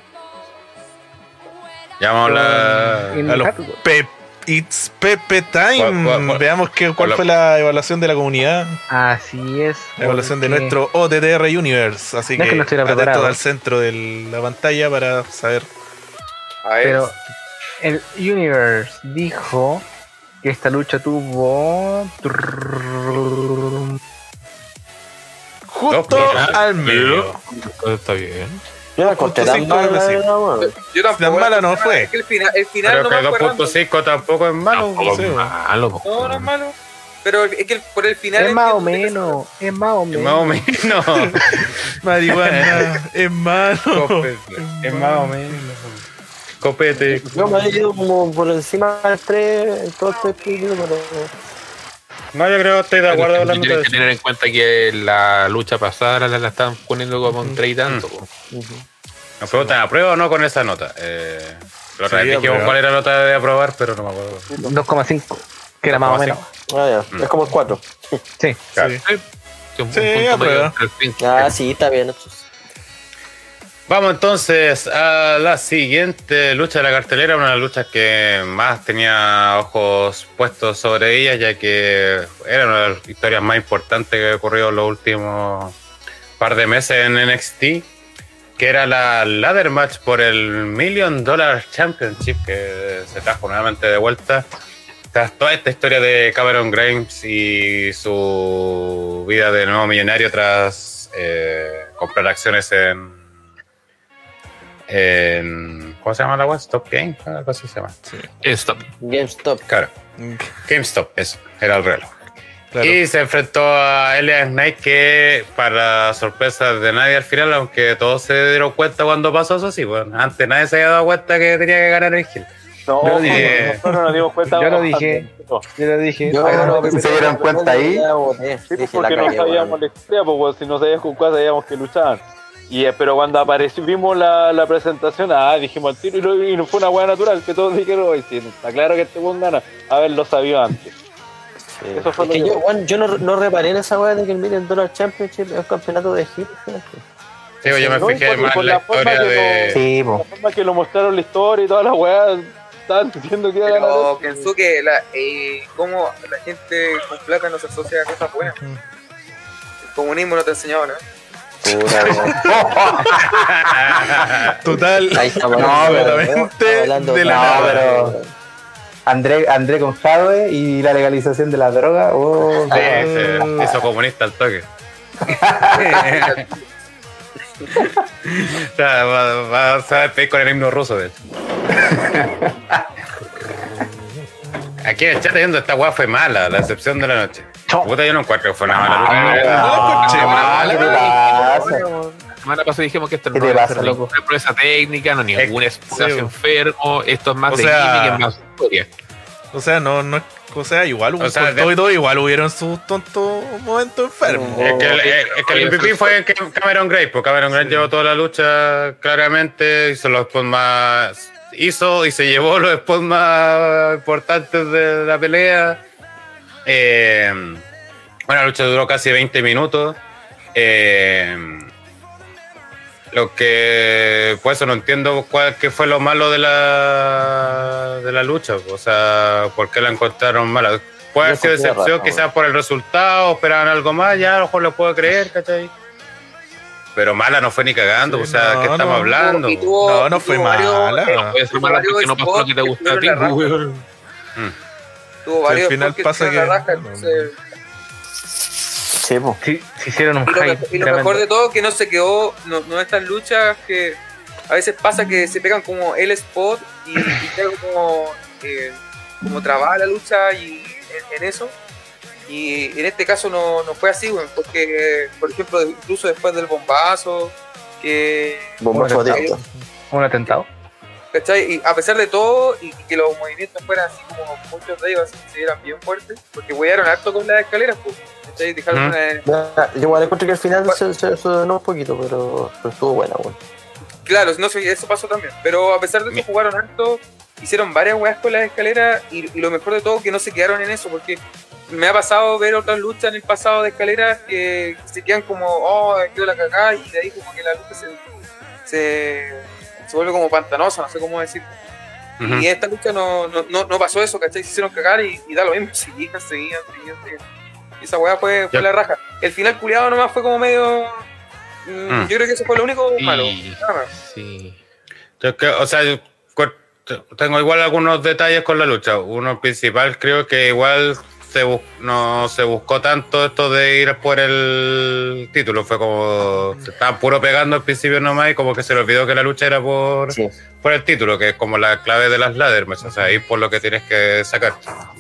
Ya vamos a
los It's Pepe Time. Veamos cuál fue la evaluación de la comunidad.
Así es.
La evaluación de nuestro OTTR Universe. Así que atento al centro de la pantalla para saber.
Pero el Universe dijo que esta lucha tuvo
justo al medio.
Está bien.
Yo la corté tan mala,
yo tampoco.
Tan mala no fue.
El final
pero
no
que 2.5 tampoco es malo.
No es malo. Pero es que por el final
es más o menos. Es más o menos.
Marihuana, es malo.
Es más o menos. Copete.
Yo me he ido como por encima del 3 en todo este estudio, pero.
No, yo creo que estoy de acuerdo con la nota.
Tienes que tener en cuenta que la lucha pasada la están poniendo como un 3 y tanto.
Nos preguntan, ¿aprueba o no con esa nota? La otra vez dijimos cuál era la nota de aprobar, pero no me acuerdo.
2,5, que era más o menos.
Es como el 4.
Sí.
Claro.
Sí, aprueba.
Sí, está bien.
Vamos entonces a la siguiente lucha de la cartelera, una de las luchas que más tenía ojos puestos sobre ella, ya que era una de las historias más importantes que ha ocurrido en los últimos par de meses en NXT, que era la ladder match por el $1 Million Championship, que se trajo nuevamente de vuelta tras toda esta historia de Cameron Grimes y su vida de nuevo millonario tras comprar acciones en ¿cómo se llama la web? Stop Game, algo así se llama.
Sí. Stop.
GameStop.
Claro. GameStop, eso, era el reloj. Claro. Y se enfrentó a LA Knight, que para sorpresa de nadie al final, aunque todos se dieron cuenta cuando pasó eso, sí, bueno, antes nadie se había dado cuenta que tenía que ganar el Hill.
No, nosotros nos dimos cuenta.
Yo lo dije.
¿Se dieron cuenta ahí?
Sí, porque no sabíamos la historia, porque si no sabíamos con cuál sabíamos que luchaban. Pero cuando vimos la presentación, dijimos al tiro y no fue una hueá natural, que todos dijeron, hoy sí, está claro que este buen gana, haberlo sabido antes.
Sí. Eso fue yo no reparé en esa hueá de que el Million Dollar Championship es un campeonato de heel.
Sí, yo me fijé más en la historia de...
La forma que lo mostraron la historia y toda la hueá, estaban diciendo que iba a ganar.
Pero pensó que cómo la gente con plata no se asocia a cosas buenas. El comunismo no te enseñaba nada.
Total. Ahí estamos completamente de la nada.
Pero André con Jadwe y la legalización de la droga.
Eso comunista al toque. O sea, va a despedir con el himno ruso, de hecho. Aquí en el chat viendo esta weá fue mala, la excepción de la noche. Puta, yo no encuentro que fue una mala.
La semana pasada dijimos que esto no es ninguna prueba técnica, no ningún espacio enfermo, esto es más de gimmick, es más historia.
O sea, o sea, igual igual hubieron sus tontos momentos enfermos.
Es que el MVP fue Cameron Grimes, porque Cameron Grimes llevó toda la lucha claramente, hizo los spots más... Hizo y se llevó los spots más importantes de la pelea. Bueno, la lucha duró casi 20 minutos. Lo que, pues eso no entiendo qué fue lo malo de la lucha. O sea, ¿por qué la encontraron mala? Puede haber sido decepción, quizás por el resultado, esperaban algo más, ya a lo mejor lo puedo creer, ¿cachai? Pero mala no fue ni cagando, o sea, ¿qué estamos hablando?
No fue mala.
Puede ser mala porque no pasó lo que te gusta a ti, güey.
Tuvo varios
al final pasa que...
Sí, se hicieron un hype.
Y lo mejor de todo que no se quedó, no estas luchas que a veces pasa que se pegan como el spot y queda como trabada la lucha y en eso. Y en este caso no fue así, güey, porque, por ejemplo, incluso después del bombazo,
un atentado.
¿Cachai? Y a pesar de todo, y que los movimientos fueran así como muchos de ellos se vieran bien fuertes, porque huearon harto con las escaleras, pues. ¿Cachai? Dejaron
yo igual encuentro que al final se donó un poquito, pero estuvo buena, güey.
Claro, no sé, eso pasó también. Pero a pesar de eso jugaron harto, hicieron varias weas con las escaleras, y lo mejor de todo que no se quedaron en eso, porque me ha pasado ver otras luchas en el pasado de escaleras que se quedan como, quedó la cagada, y de ahí como que la lucha se vuelve como pantanosa, no sé cómo decir. Y en esta lucha no pasó eso, ¿cachai? Se hicieron cagar y da lo mismo, seguían. Y esa weá fue la raja. El final culiado nomás fue como medio... Yo creo que eso fue lo único malo.
Sí.
O sea, yo tengo igual algunos detalles con la lucha. Uno principal, creo que igual no se buscó tanto esto de ir por el título. Fue como se estaba puro pegando al principio nomás y como que se le olvidó que la lucha era por el título, que es como la clave de las ladder match. O sea, ahí por lo que tienes que sacar.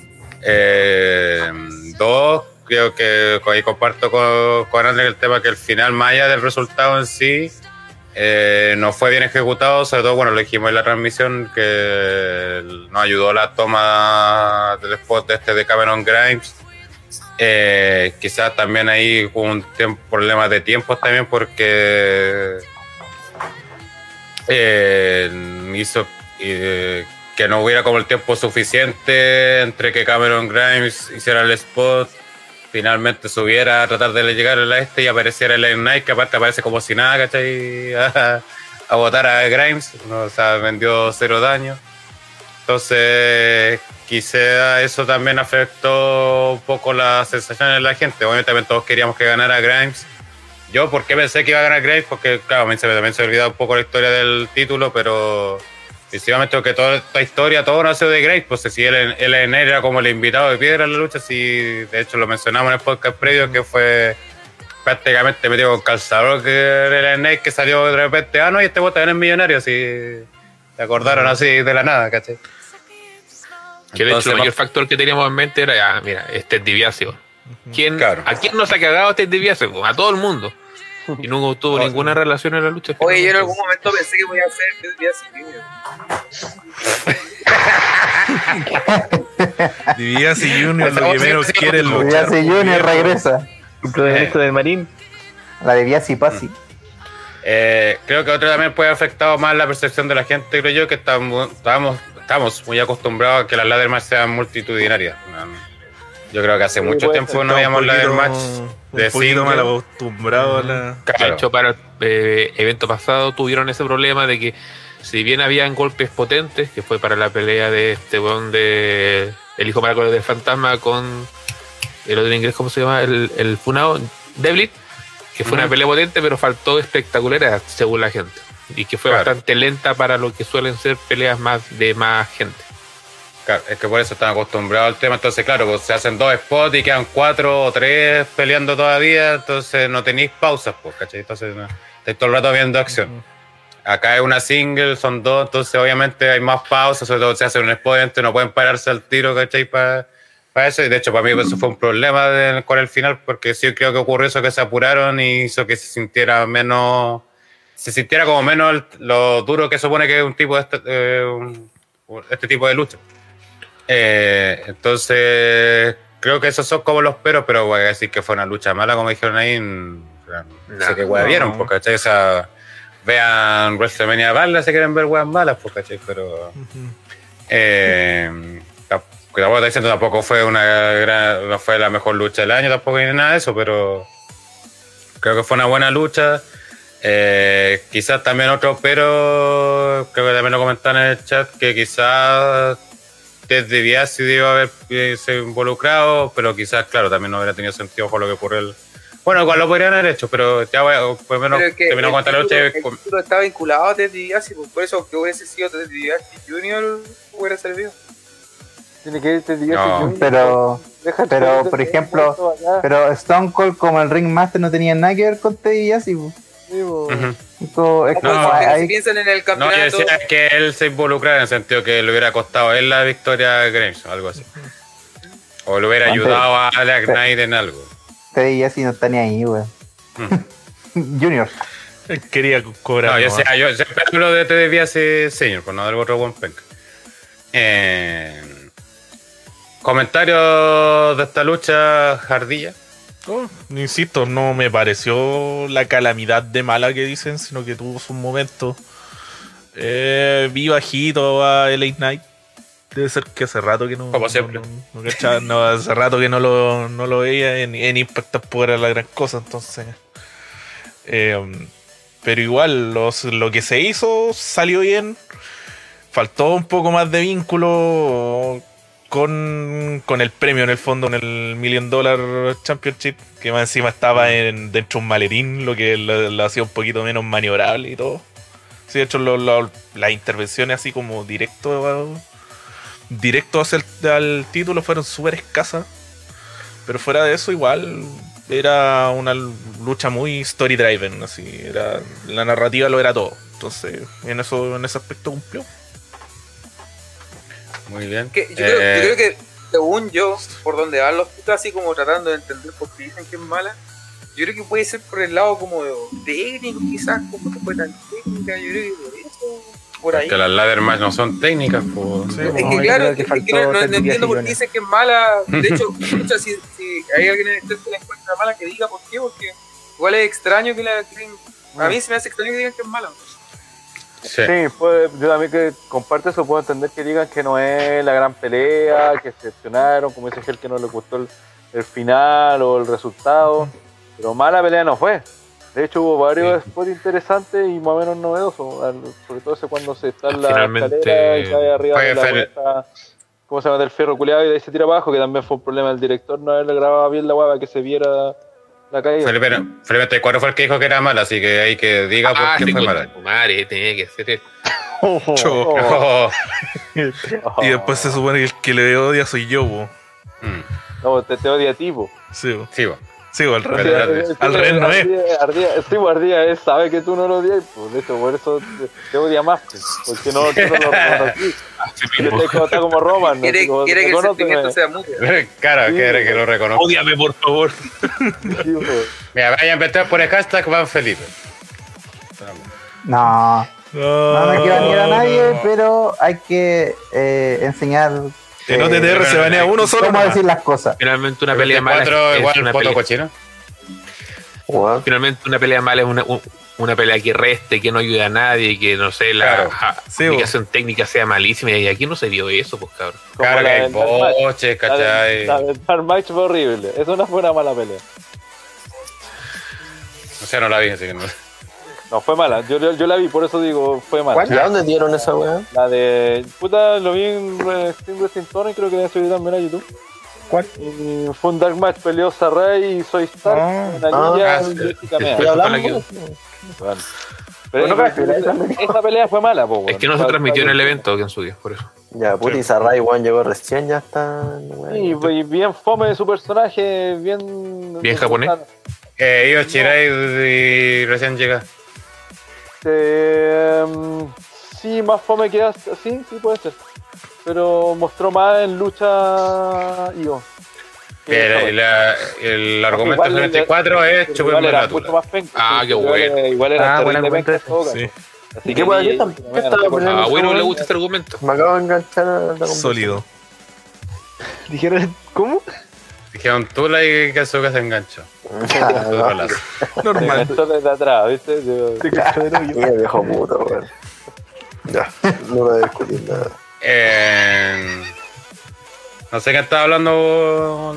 Dos, creo que ahí comparto con André el tema que el final, más allá del resultado en sí, no fue bien ejecutado. Sobre todo, bueno, lo dijimos en la transmisión, que nos ayudó la toma del spot de Cameron Grimes. Quizás también ahí hubo un problema de tiempos también, porque hizo que no hubiera como el tiempo suficiente entre que Cameron Grimes hiciera el spot, finalmente subiera a tratar de llegar a la y apareciera el Knight, que aparte aparece como si nada, ¿cachai? A botar a Grimes, o sea, vendió 0 daño. Entonces, quizá eso también afectó un poco las sensaciones de la gente. Obviamente también todos queríamos que ganara Grimes. Yo, ¿por qué pensé que iba a ganar Grimes? Porque, claro, también se ha olvidado un poco la historia del título, pero principalmente porque toda esta historia, todo nació de Grimes. Pues si él era como el invitado de piedra en la lucha, sí, de hecho lo mencionamos en el podcast previo, que fue prácticamente metido con calzador, que era el Nate, que salió de repente, no, y este bot también es millonario, así se acordaron así de la nada, ¿cachai?
Que de hecho el mayor factor que teníamos en mente era, mira, este DiBiase. ¿A quién nos ha cagado este DiBiase? A todo el mundo. Y no tuvo ninguna relación en la lucha.
Oye, yo en algún momento pensé que voy a hacer
DiBiase Junior, lo que menos quiere luchar.
DiBiase, Junior regresa.
El protagonista del Marín.
La de Biasi Pasi.
Creo que otro también puede haber afectado más la percepción de la gente, creo yo, que estamos muy acostumbrados a que las ladder match sean multitudinarias. Yo creo que hace mucho tiempo no veíamos ladder match de
un poquito mal acostumbrados a la...
Claro. De hecho, para el evento pasado tuvieron ese problema de que si bien habían golpes potentes, que fue para la pelea de este weón de el hijo maraco del fantasma con el otro inglés, ¿cómo se llama? El funado, Devlin, que fue una pelea potente, pero faltó espectacularidad según la gente. Y que fue bastante lenta para lo que suelen ser peleas de más gente.
Claro, es que por eso están acostumbrados al tema. Entonces, claro, pues se hacen 2 spots y quedan 4 o 3 peleando todavía. Entonces no tenéis pausas, pues, ¿cachai? Entonces estáis todo el rato viendo acción. Acá es una single, son 2, entonces obviamente hay más pausas. Sobre todo si hacen un spot, entonces no pueden pararse al tiro, ¿cachai? Para eso. Y de hecho, para mí eso fue un problema con el final, porque sí creo que ocurrió eso, que se apuraron y hizo que se sintiera menos... Se sintiera como menos lo duro que supone que es un tipo de este tipo de lucha. Entonces creo que esos son como los pero voy a decir que fue una lucha mala, como dijeron ahí. No sé qué weas vieron, porque ¿cachai? O sea, vean WrestleMania Bala si quieren ver weas malas, pues, ¿cachai? Pero tampoco está diciendo, tampoco fue no fue la mejor lucha del año, tampoco ni nada de eso, pero creo que fue una buena lucha. Quizás también otro, pero creo que también lo comentaron en el chat, que quizás Ted DiBiase debió haberse involucrado, pero quizás, claro, también no hubiera tenido sentido por lo que ocurrió. Bueno, igual lo podrían haber hecho, pero ya por lo menos terminó con esta lucha.
El título estaba vinculado a Ted DiBiase, por eso que hubiese sido Ted DiBiase Jr. hubiera servido.
Tiene que ir Ted DiBiase Jr.
Pero por ejemplo, pero Stone Cold como el Ringmaster no tenía nada que ver con Ted DiBiase.
Si piensan en el campeonato.
No, yo decía que él se involucrara en el sentido que le hubiera costado a él la victoria a Grimes o algo así. O le hubiera ayudado a Alex Knight en algo.
Ted DiBiase no está ni ahí, güey. Junior.
Quería cobrar.
No, yo siempre hablo de Ted DiBiase Senior, por no dar otro buen penca. Comentarios de esta lucha, Jardilla.
Insisto, no me pareció la calamidad de mala que dicen, sino que tuvo su momento. Vi bajito a LA Knight. Debe ser que hace rato que no.
Como siempre.
No, hace rato que no lo veía en Impact, tampoco era la gran cosa, entonces. Pero igual, lo que se hizo salió bien. Faltó un poco más de vínculo con el premio en el fondo, en el $1 Million Championship, que más encima estaba dentro de un maletín, lo que lo hacía un poquito menos maniobrable y todo. Sí, de hecho las intervenciones así como directo hacia el título fueron súper escasas, pero fuera de eso igual era una lucha muy story driven, así era, la narrativa lo era todo, entonces en ese aspecto cumplió.
Muy bien.
Yo creo que, según yo, por donde van los putos, así como tratando de entender por qué dicen que es mala, yo creo que puede ser por el lado como técnico, quizás, como que fue tan técnica, yo creo que por eso, por ahí.
Que las ladder match no son técnicas, pues.
Sí, es que claro, no entiendo por qué dicen que es mala. De hecho, si hay alguien en el chat que la encuentra mala, que diga por qué, porque igual es extraño que la creen. A mí se me hace extraño que digan que es mala.
Sí, pues yo también que comparte eso, puedo entender que digan que no es la gran pelea, que se decepcionaron, como dice Gel, que no le gustó el final o el resultado, pero mala pelea no fue. De hecho hubo varios spots interesantes y más o menos novedosos, sobre todo ese cuando se está en la escalera y cae arriba de la vuelta, ¿cómo se llama? Del fierro culeado y de ahí se tira abajo, que también fue un problema del director no haberle grabado bien la hueá que se viera la caída.
Felipe 34 fue el que dijo que era mala, así que hay que diga por qué fue mala.
Madre, tenía que ser
Y después se supone que el que le odia soy yo, bo.
No, te odia a ti, bo.
Sí, bo.
Sí,
al revés no es.
Ardía él sabe que tú no lo odias, pues de hecho, por eso te odia más, pues, porque no lo reconocí. Está como Roman,
quiere que el sentimiento sea mutuo.
Claro, quiere que lo reconozca.
Ódiame, por favor.
Mira, vayan a inventar por el hashtag Van Felipe.
No quiero ni a nadie, pero hay que enseñar.
En OTTR se banea uno solo.
¿Cómo decir las cosas?
Finalmente una pelea mala
igual una pelea cochino.
Finalmente una pelea mala es una pelea que reste, que no ayude a nadie, que no sé, la aplicación técnica sea malísima, y aquí no se vio eso, pues cabrón.
Carga y boche, ¿cachai?
La del Dark Match fue horrible. Eso no fue una mala pelea.
O sea, no la vi, así que no.
No, fue mala. Yo la vi, por eso digo, fue mala.
¿Y a dónde dieron esa weá?
La de... Puta, lo vi en Steam Wrestling Tournament, creo que la subí también a YouTube.
¿Cuál?
Y fue un Dark Match, peleó Sarray y Soy Stark. Una niña y Jessica Mea. Bueno. Pero esa pelea fue mala, po,
es que no se transmitió en el evento que en su día, por eso.
Ya, puta, y Sarray, weón, llegó recién, ya está.
Y bien fome de su personaje, bien
japonés.
Io Shirai y recién llega.
Sí, más fome que hasta. Sí, puede ser. Pero mostró más en lucha Io.
El argumento 74 es chupar la tula.
Qué bueno.
Igual era
buena cuenta.
Sí.
Así que bueno, yo también
a Bueno le gusta este argumento.
me acabo de enganchar a la conversación.
Sólido.
Dijeron, ¿cómo?
Dijeron Tula y Kazuka se enganchó.
Normal. Esto desde atrás, ¿viste?
Mira, viejo puto, weón. Ya, no voy a discutir nada.
No sé qué estaba hablando.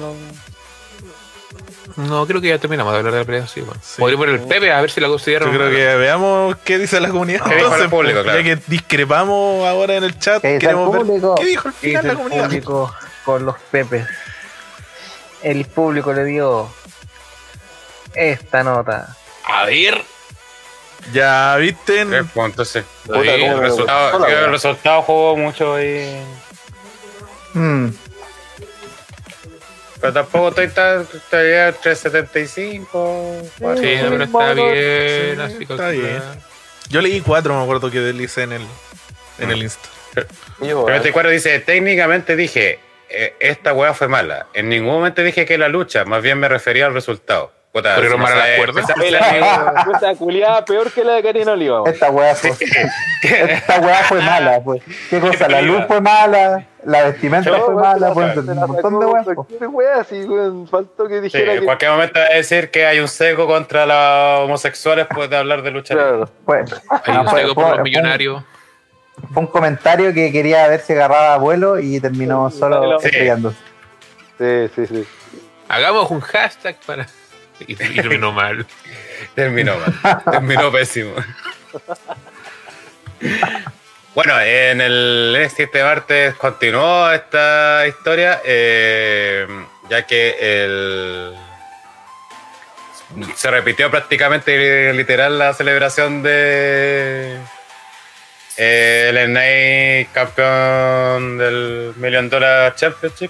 No, creo que ya terminamos de hablar de la pelea, sí, bueno. Podríamos poner el Pepe a ver si la consideran.
Yo creo que veamos qué dice la comunidad.
¿Qué dijo el público, claro?
Ya que discrepamos ahora en el chat,
¿Qué dice
queremos
el público?
ver qué dijo al final la
El
comunidad.
público con los Pepes. El público le dio esta nota.
A ver.
Ya, ¿viste?
3 puntos, sí.
Puta, ¿cómo
el resultado jugó mucho ahí. Pero tampoco estoy todavía 3.75.
Sí, pero está bien, así
está bien. Yo leí 4, me acuerdo que deslicé en el Insta.
34 dice, técnicamente dije, esta weá fue mala. En ningún momento dije que la lucha, más bien me refería al resultado. Puta,
pero
si
no las cuerdas.
Esta culiada peor que la de Karina Oliva.
Esta weá fue mala, pues. ¿Qué cosa? La luz fue mala, la vestimenta fue mala, pues un montón de weas.
¿Qué wea? Sí, weón, faltó que dijera
en cualquier momento va a decir que hay un sesgo contra los homosexuales después de hablar de lucha.
Claro.
Hay un sesgo por los millonarios.
Fue un comentario que quería ver si agarraba vuelo y terminó solo estrellándose.
Sí.
Hagamos un hashtag para... Y terminó mal.
Terminó pésimo. Bueno, en el NXT martes continuó esta historia, ya que se repitió prácticamente literal la celebración de LNA campeón del $1 Million Championship.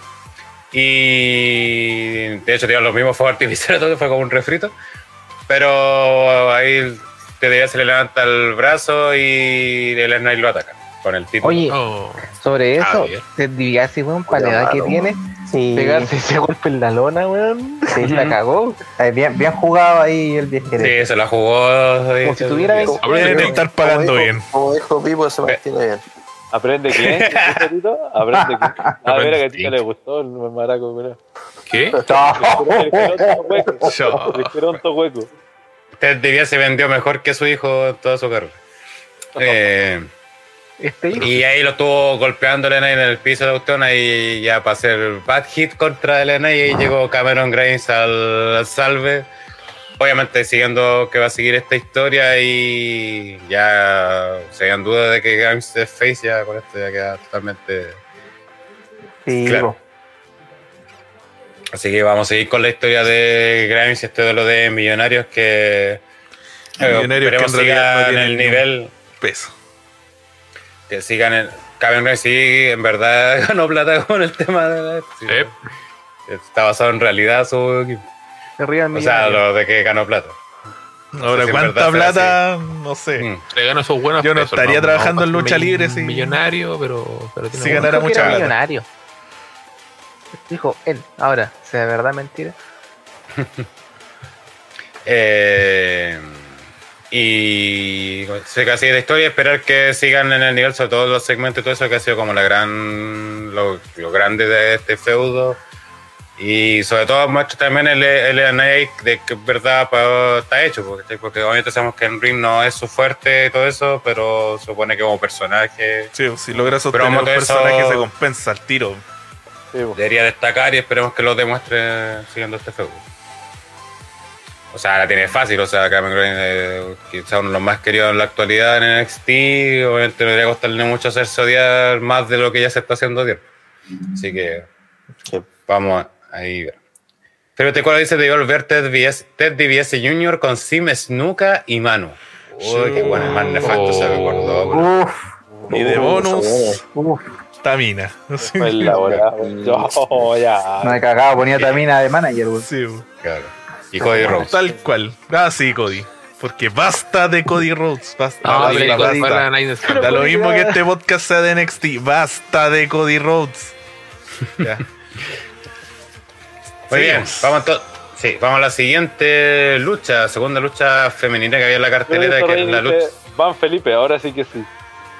Y de hecho tiraron los mismos fuegos artificiales, todo fue como un refrito. Pero ahí TDA se le levanta el brazo y el Knight lo ataca con el título.
Oye, sobre eso, te dirías, weón, para la edad que tiene, pegarse ese golpe en la lona, weón, la cagó.
Bien jugado ahí el viejero.
Sí, se la jugó.
Como si tuviera
Deben estar pagando bien.
Como dijo Pipo, se mantiene bien.
¿Aprende quién? ¿Aprende quién? A ver, a que a ti le gustó el maraco, mira.
¿Qué?
El geronto hueco.
Ted DiBiase se vendió mejor que su hijo en toda su carrera. Y ahí lo estuvo golpeando Elena en el piso de Autóna y ya para hacer bad hit contra Elena, y ahí llegó Cameron Grimes al salve. Obviamente siguiendo que va a seguir esta historia, y ya se hayan dudas de que Grimes es face, ya con esto ya queda totalmente claro. Así que vamos a seguir con la historia de Grimes y esto de lo de Millonarios, que
Millonarios que en realidad no tienen
el nivel
peso.
Que sigan en Cameron Grimes, sí, en verdad ganó plata con el tema de la está basado en realidad su equipo. O sea, lo de que ganó plata.
Ahora, si ¿cuánta plata? No sé.
Le ganó esos buenos
Yo no
pesos,
estaría trabajando en lucha libre si...
Millonario, pero tiene
si ganara mucha plata.
Millonario. Dijo él. Ahora, ¿sea de verdad mentira?
Y se que así de historia, esperar que sigan en el nivel, sobre todo los segmentos y todo eso, que ha sido como lo grande de este feudo. Y sobre todo muestra también el análisis de que en verdad está hecho, porque obviamente sabemos que en ring no es su fuerte y todo eso, pero supone que como personaje...
Sí, si logra sostener un personaje se compensa al tiro.
Sí, debería destacar y esperemos que lo demuestre siguiendo este feudo. O sea, la tiene fácil, o sea, Cameron Grimes quizás uno de los más queridos en la actualidad en NXT, obviamente no debería costarle mucho hacerse odiar más de lo que ya se está haciendo odiar. Así que vamos ahí. Pero te acuerdas, dice, de volver Ted DiBiase Jr. con Sim, Snuka y Manu. Uy, qué bueno, el más nefasto se recordó.
Y de bonus, Tamina.
Fue la hora. Ya.
No me cagaba, ponía Tamina de manager, güey.
Sí,
claro. Y Cody Rhodes.
Tal cual. Sí, Cody. Porque basta de Cody Rhodes. Basta.
Da
lo mismo que este podcast sea de NXT. Basta de Cody Rhodes. Ya.
Muy bien, vamos a la siguiente lucha, segunda lucha femenina que había en la cartelera, que es la lucha.
Van Felipe, ahora sí que sí.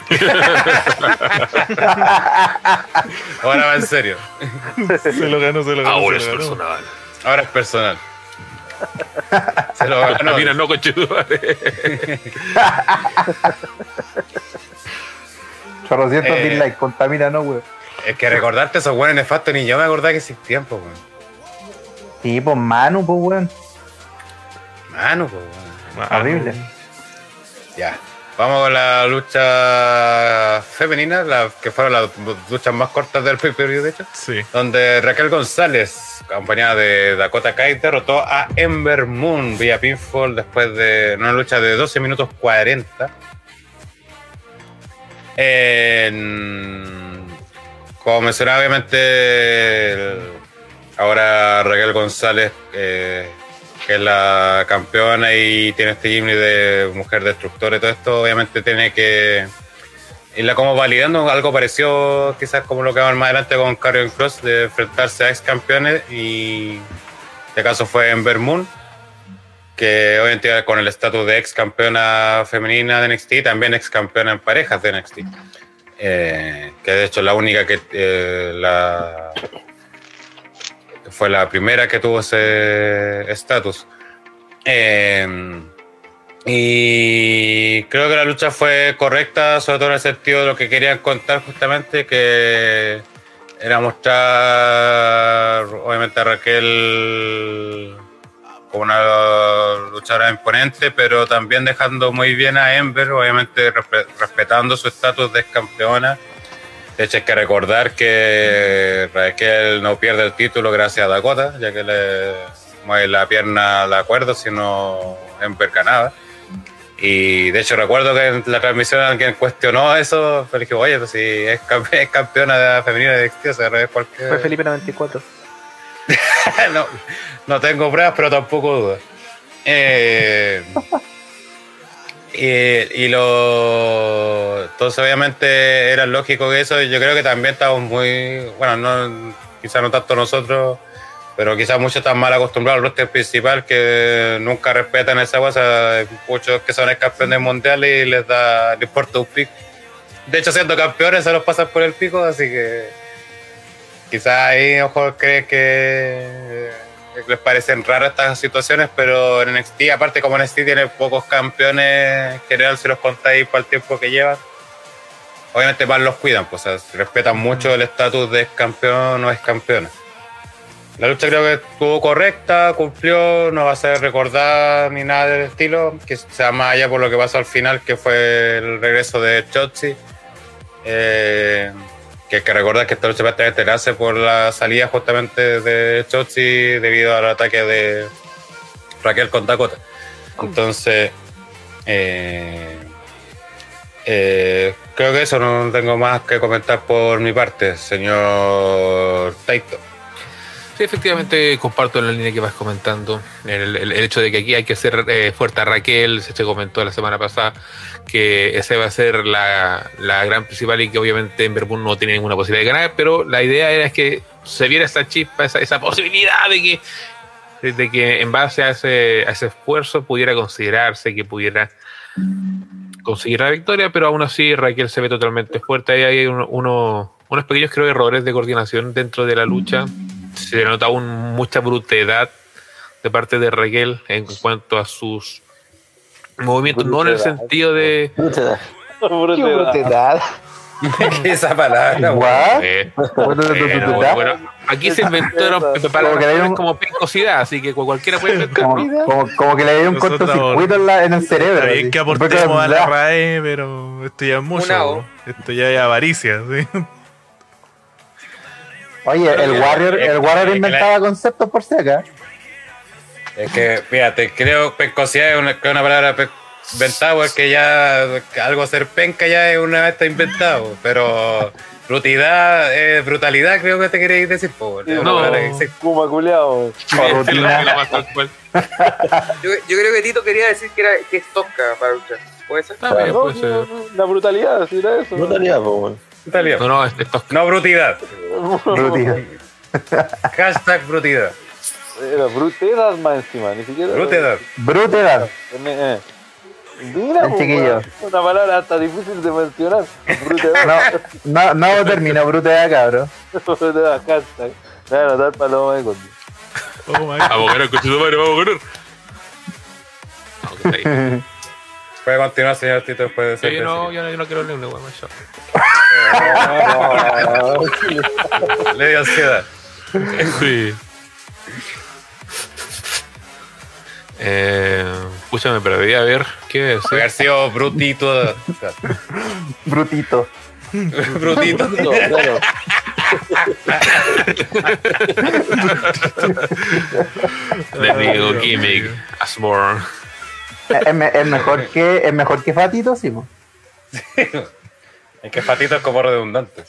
Ahora va en serio.
Se lo ganó.
Ahora es personal.
Ahora es personal. Se lo ganó.
Mira, no, conchetumare.
Chorrocientos dislikes, contamina, no, güey.
Es que recordarte esos buenos nefastos, ni yo me acordaba que existían, pues, weón.
Sí, pues Manu, pues, weón.
Manu, pues, weón.
Horrible.
Ya. Vamos con la lucha femenina, que fueron las luchas más cortas del pay-per-view, de hecho.
Sí.
Donde Raquel González, acompañada de Dakota Kai, derrotó a Ember Moon vía pinfall después de una lucha de 12 minutos 40. Como mencionaba, obviamente, ahora Raquel González, que es la campeona y tiene este gimmick de mujer destructora y todo esto, obviamente tiene que irla como validando algo parecido quizás como lo que vamos más adelante con Karrion Kross, de enfrentarse a ex campeones, y este caso fue Ember Moon, que obviamente con el estatus de ex campeona femenina de NXT, también ex campeona en parejas de NXT, que de hecho es la única que fue la primera que tuvo ese estatus. Y creo que la lucha fue correcta, sobre todo en el sentido de lo que querían contar, justamente, que era mostrar obviamente a Raquel como una luchadora imponente, pero también dejando muy bien a Ember, obviamente respetando su estatus de ex campeona. De hecho, hay que recordar que Raquel no pierde el título gracias a Dakota, ya que le mueve la pierna al acuerdo, sino Ember ganaba. Y de hecho recuerdo que en la transmisión alguien cuestionó eso, pero dije, oye, pues si es campeona femenina de NXT, o sea, es cualquier...
Fue Felipe 94.
no tengo pruebas, pero tampoco dudas. Entonces obviamente era lógico que eso, yo creo que también estamos muy, bueno, quizás no tanto nosotros, pero quizás muchos están mal acostumbrados al roster principal, que nunca respetan esa cosa. Muchos que son ex campeones mundiales y les importa un pico. De hecho, siendo campeones se los pasan por el pico, así que quizás ahí a lo mejor creen que les parecen raras estas situaciones, pero en NXT, aparte como NXT tiene pocos campeones, en general si los contáis para el tiempo que llevan, obviamente más los cuidan, pues, o sea, respetan mucho el estatus de ex campeón o ex campeona. La lucha creo que estuvo correcta, cumplió, no va a ser recordada ni nada del estilo, que sea más allá por lo que pasó al final, que fue el regreso de Shotzi. Que hay que recordar que esta lucha prácticamente nace por la salida justamente de Shotzi debido al ataque de Raquel con Dakota. Entonces, creo que eso, no tengo más que comentar por mi parte, señor Taito.
Sí, efectivamente comparto la línea que vas comentando. El hecho de que aquí hay que ser fuerte a Raquel, se comentó la semana pasada que esa va a ser la gran principal y que obviamente Ember Moon no tiene ninguna posibilidad de ganar, pero la idea era que se viera esa chispa, esa posibilidad de que en base a ese esfuerzo pudiera considerarse que pudiera conseguir la victoria, pero aún así Raquel se ve totalmente fuerte. Ahí hay unos pequeños, creo, errores de coordinación dentro de la lucha. Se nota aún mucha brutalidad de parte de Raquel en cuanto a sus movimientos, no en el sentido de...
brutalidad.
¿Qué es esa palabra?
Bueno, aquí se inventaron palabras como pencosidad, así que cualquiera puede inventar.
Como que le dio un cortocircuito en el cerebro.
Está bien que aportemos a la RAE, pero esto ya es mucho. Esto ya es avaricia, ¿sí?
Oye, el Warrior inventaba conceptos por si acá.
Es que, fíjate, creo que pencosidad es una palabra inventada porque ya algo ser penca ya es una vez está inventado, pero brutalidad creo que te queréis decir, po,
no, Kuma culeado.
Yo creo que Tito quería decir que es tosca para luchar. ¿Puede ser?
Puede ser. La brutalidad, si era eso.
Brutalidad, po, bueno.
Brutalidad.
No, es tosca.
No, brutidad. Hashtag brutidad.
Era brutedad más encima, ni siquiera.
Brutedad.
Mira,
chiquillo.
Una palabra hasta difícil de mencionar.
No termino brutedad, cabrón.
Brutedad, hashtag. Claro, tal paloma de conmigo.
Vamos a ganar, cochito madre, vamos a ganar.
Puede continuar, señor Tito, después de ser.
Yo no quiero leer una hueá más.
Le dio ansiedad.
Sí. Pucha, me perdí a ver qué es.
Puede haber sido brutito.
Brutito.
Brutito.
Claro.
The new gimmick as more.
Es mejor que Fatito, sí, po.
Es que Fatito es como redundante.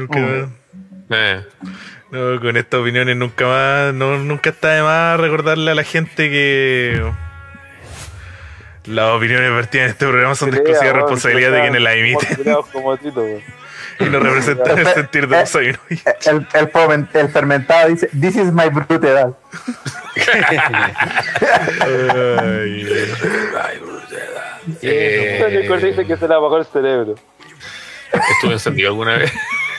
No, con estas opiniones nunca está de más recordarle a la gente que las opiniones vertidas en este programa son de exclusiva responsabilidad de quienes las emiten y no representan el sentir de los oyentes.
El fermentado dice: "This is my brutedad".
El corte dice que se le apagó el cerebro.
¿Estuve encendido alguna vez?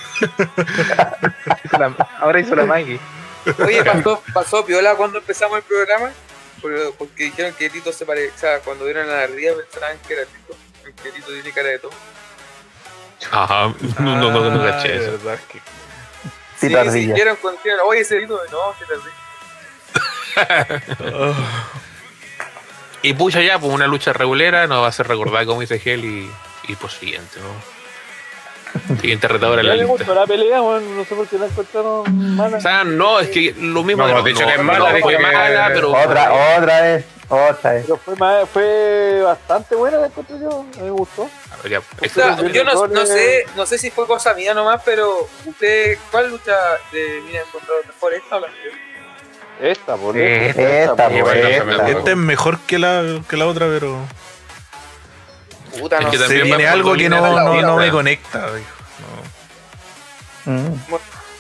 Ahora hizo la Maggie.
Oye, pasó piola cuando empezamos el programa, porque dijeron que Tito se parecía, o sea, cuando vieron la ardilla pensaban que era Tito, que Tito tiene cara de todo.
Ajá, no caché eso.
Sí, dijeron cuando dijeron, oye, ese Tito, no, que te
Y pucha ya, pues una lucha regulera nos va a hacer recordar, como dice Gel, y por siguiente, ¿no? Siguiente retadora en la lista.
La pelea, bueno, no sé por qué la encontraron mala.
O sea, no, es que lo mismo.
No, hemos dicho que es mala,
pero
otra vez.
Pero fue bastante buena la encontré yo, a mí me gustó.
A ver, ya,
o sea, yo no sé si fue cosa mía nomás, pero usted, ¿cuál lucha de mira encontrado mejor, esta o la anterior?
Esta es mejor que la otra, pero
puta, no
se viene algo que no me conecta, no.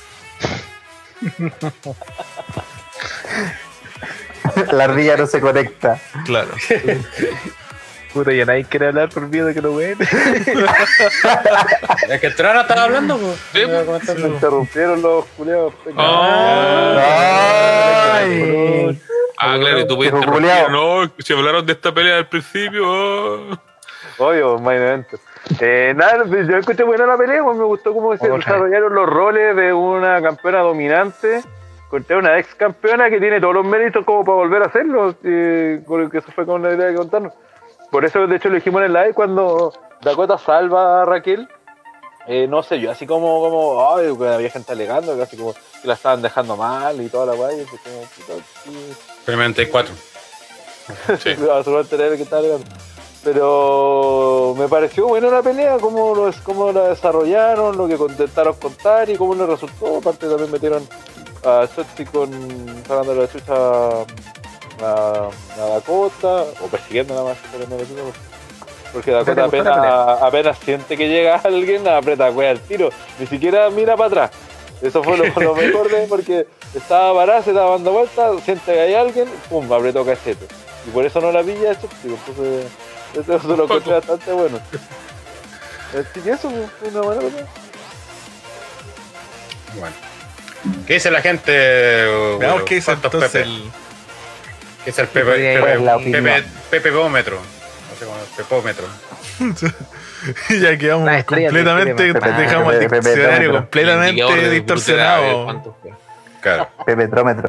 La ardilla no se conecta.
Claro.
Puta, ya nadie quiere hablar por miedo de que lo ven.
Es que Trana estaba hablando, pues.
Sí,
me interrumpieron los culiados.
Claro, y tú puedes interrumpir. No, si hablaron de esta pelea al principio.
Obvio, main event. Nada, yo escuché buena la pelea, pues me gustó cómo se desarrollaron los roles de una campeona dominante contra una ex campeona que tiene todos los méritos como para volver a hacerlo, porque eso fue con la idea de contarnos. Por eso, de hecho, lo dijimos en el live cuando Dakota salva a Raquel. No sé, yo así como ay, había gente alegando, casi como que la estaban dejando mal y toda la guay.
Primeramente hay 4.
Sí.
A su tener que estaba alegando. Pero me pareció buena la pelea, cómo la desarrollaron, lo que intentaron contar y cómo les resultó. Aparte también metieron a Shotzi sacando la chucha a Dakota, o persiguiendo nada más, porque Dakota apenas siente que llega alguien, aprieta wea al tiro, ni siquiera mira para atrás. Eso fue lo mejor porque estaba parada, se estaba dando vueltas, siente que hay alguien, pum, apretó cachete. Y por eso no la pilla eso, entonces eso se lo encontré bastante bueno. Así que eso fue una buena pelea.
Bueno. ¿Qué dice la gente?
Veamos qué dice entonces
¿Qué dice el Pepepómetro? No sé cómo es, Pepómetro.
Ya quedamos completamente, dejamos el diccionario completamente distorsionado.
Claro.
Pepetrómetro.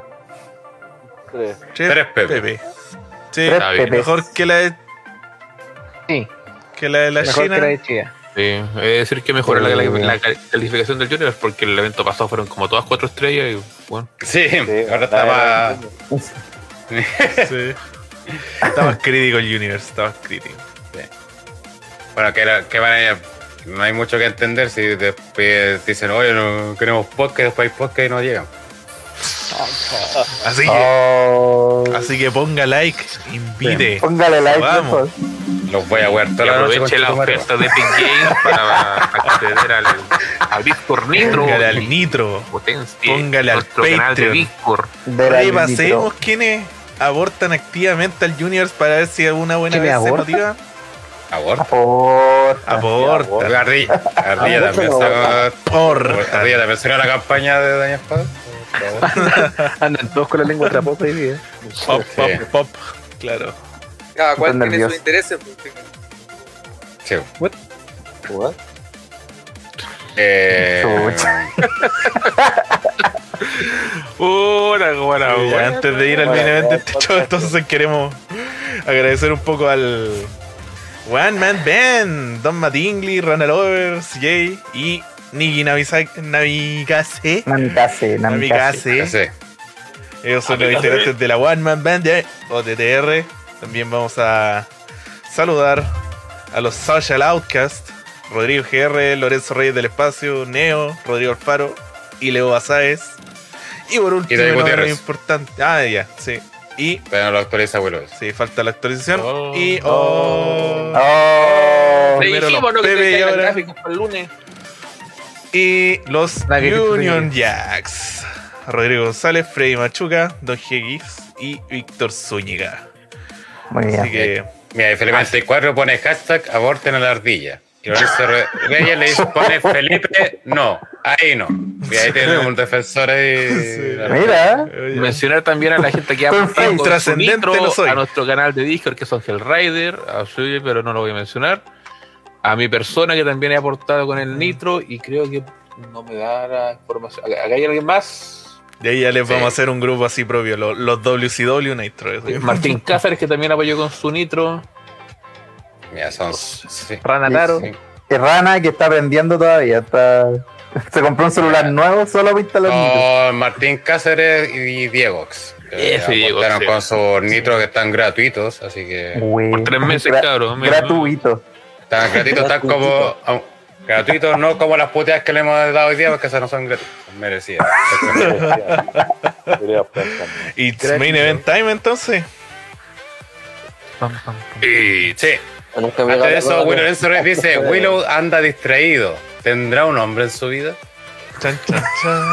3 Pepe.
Sí, mejor que la de...
Sí.
Que la de la
Mejor
China.
que la de China.
Sí, es decir que mejora la calificación del Junior porque el evento pasado fueron como todas 4 estrellas y bueno.
Sí, ahora está más...
Sí. Está más crítico el Universe, está más crítico.
Sí. Bueno, que van a... No hay mucho que entender si después dicen, oye, no queremos podcast, después hay podcast y no llegan.
Así que ponga like, invite.
Póngale like,
vamos.
Los voy a ver toda la noche.
Aproveche la oferta de Epic Games para acceder al Discord Nitro.
Póngale al Nitro.
Potencie
Póngale al
nuestro canal de
Patreon.
Discord.
Repasemos quiénes abortan activamente al Universe para ver si alguna buena vez se motiva.
Aborta.
Ardilla
también también será la campaña de Daña Espada.
Andan todos con la lengua traposa hoy día.
Pop, claro.
Cada cual tiene sus intereses.
Sí.
What?
Antes de ir al main event de este show, entonces queremos agradecer un poco al One Man Band, Don Mattingly, Rana Lovers, CJ y Niki Namikaze. Ellos son los integrantes de la One Man Band de OTTR. También vamos a saludar a los Social Outcast, Rodrigo GR, Lorenzo Reyes del Espacio, Neo, Rodrigo Alfaro y Leo Basáez. Y por último, no menos importante. Ya, sí. Y
pero no lo actualiza, abuelo.
Sí, falta la actualización. Primero los Pepe y ahora
el lunes.
y los Union Jacks. Rodrigo González, Freddy Machuca, Don G. y Víctor Zúñiga.
Muy bien.
Así que
mira, Felipe 94 pone hashtag aborten a la ardilla. Y Lorenzo Reyes le dice, pone Felipe, no, ahí no. Y ahí tenemos un defensor ahí.
Sí. Mira.
Mencionar también a la gente que ha aportado con su nitro a nuestro canal de Discord, que son Hellrider, a Suyo, pero no lo voy a mencionar. A mi persona que también he aportado con el nitro y creo que no me da la información. ¿Acá hay alguien más?
De ahí ya les vamos a hacer un grupo así propio, los WCW Nitro.
Martín Cáceres, que también apoyó con su nitro.
Mira, son
Rana Taro.
Rana que está aprendiendo todavía. Se compró un celular nuevo solo para instalar nitro.
Martín Cáceres y Diegox. Aportaron con sus nitros que están gratuitos, así que...
Por 3 meses, cabrón.
Gratuito.
Están gratuitos, están como... Gratuitos, no como las puteadas que le hemos dado hoy día, porque esas no son gratuitas, son merecidas.
It's main event time entonces.
Y sí. Antes de eso, Lorenzo Reyes dice: Willow anda distraído. ¿Tendrá un hombre en su vida?
Chan, chan, chan.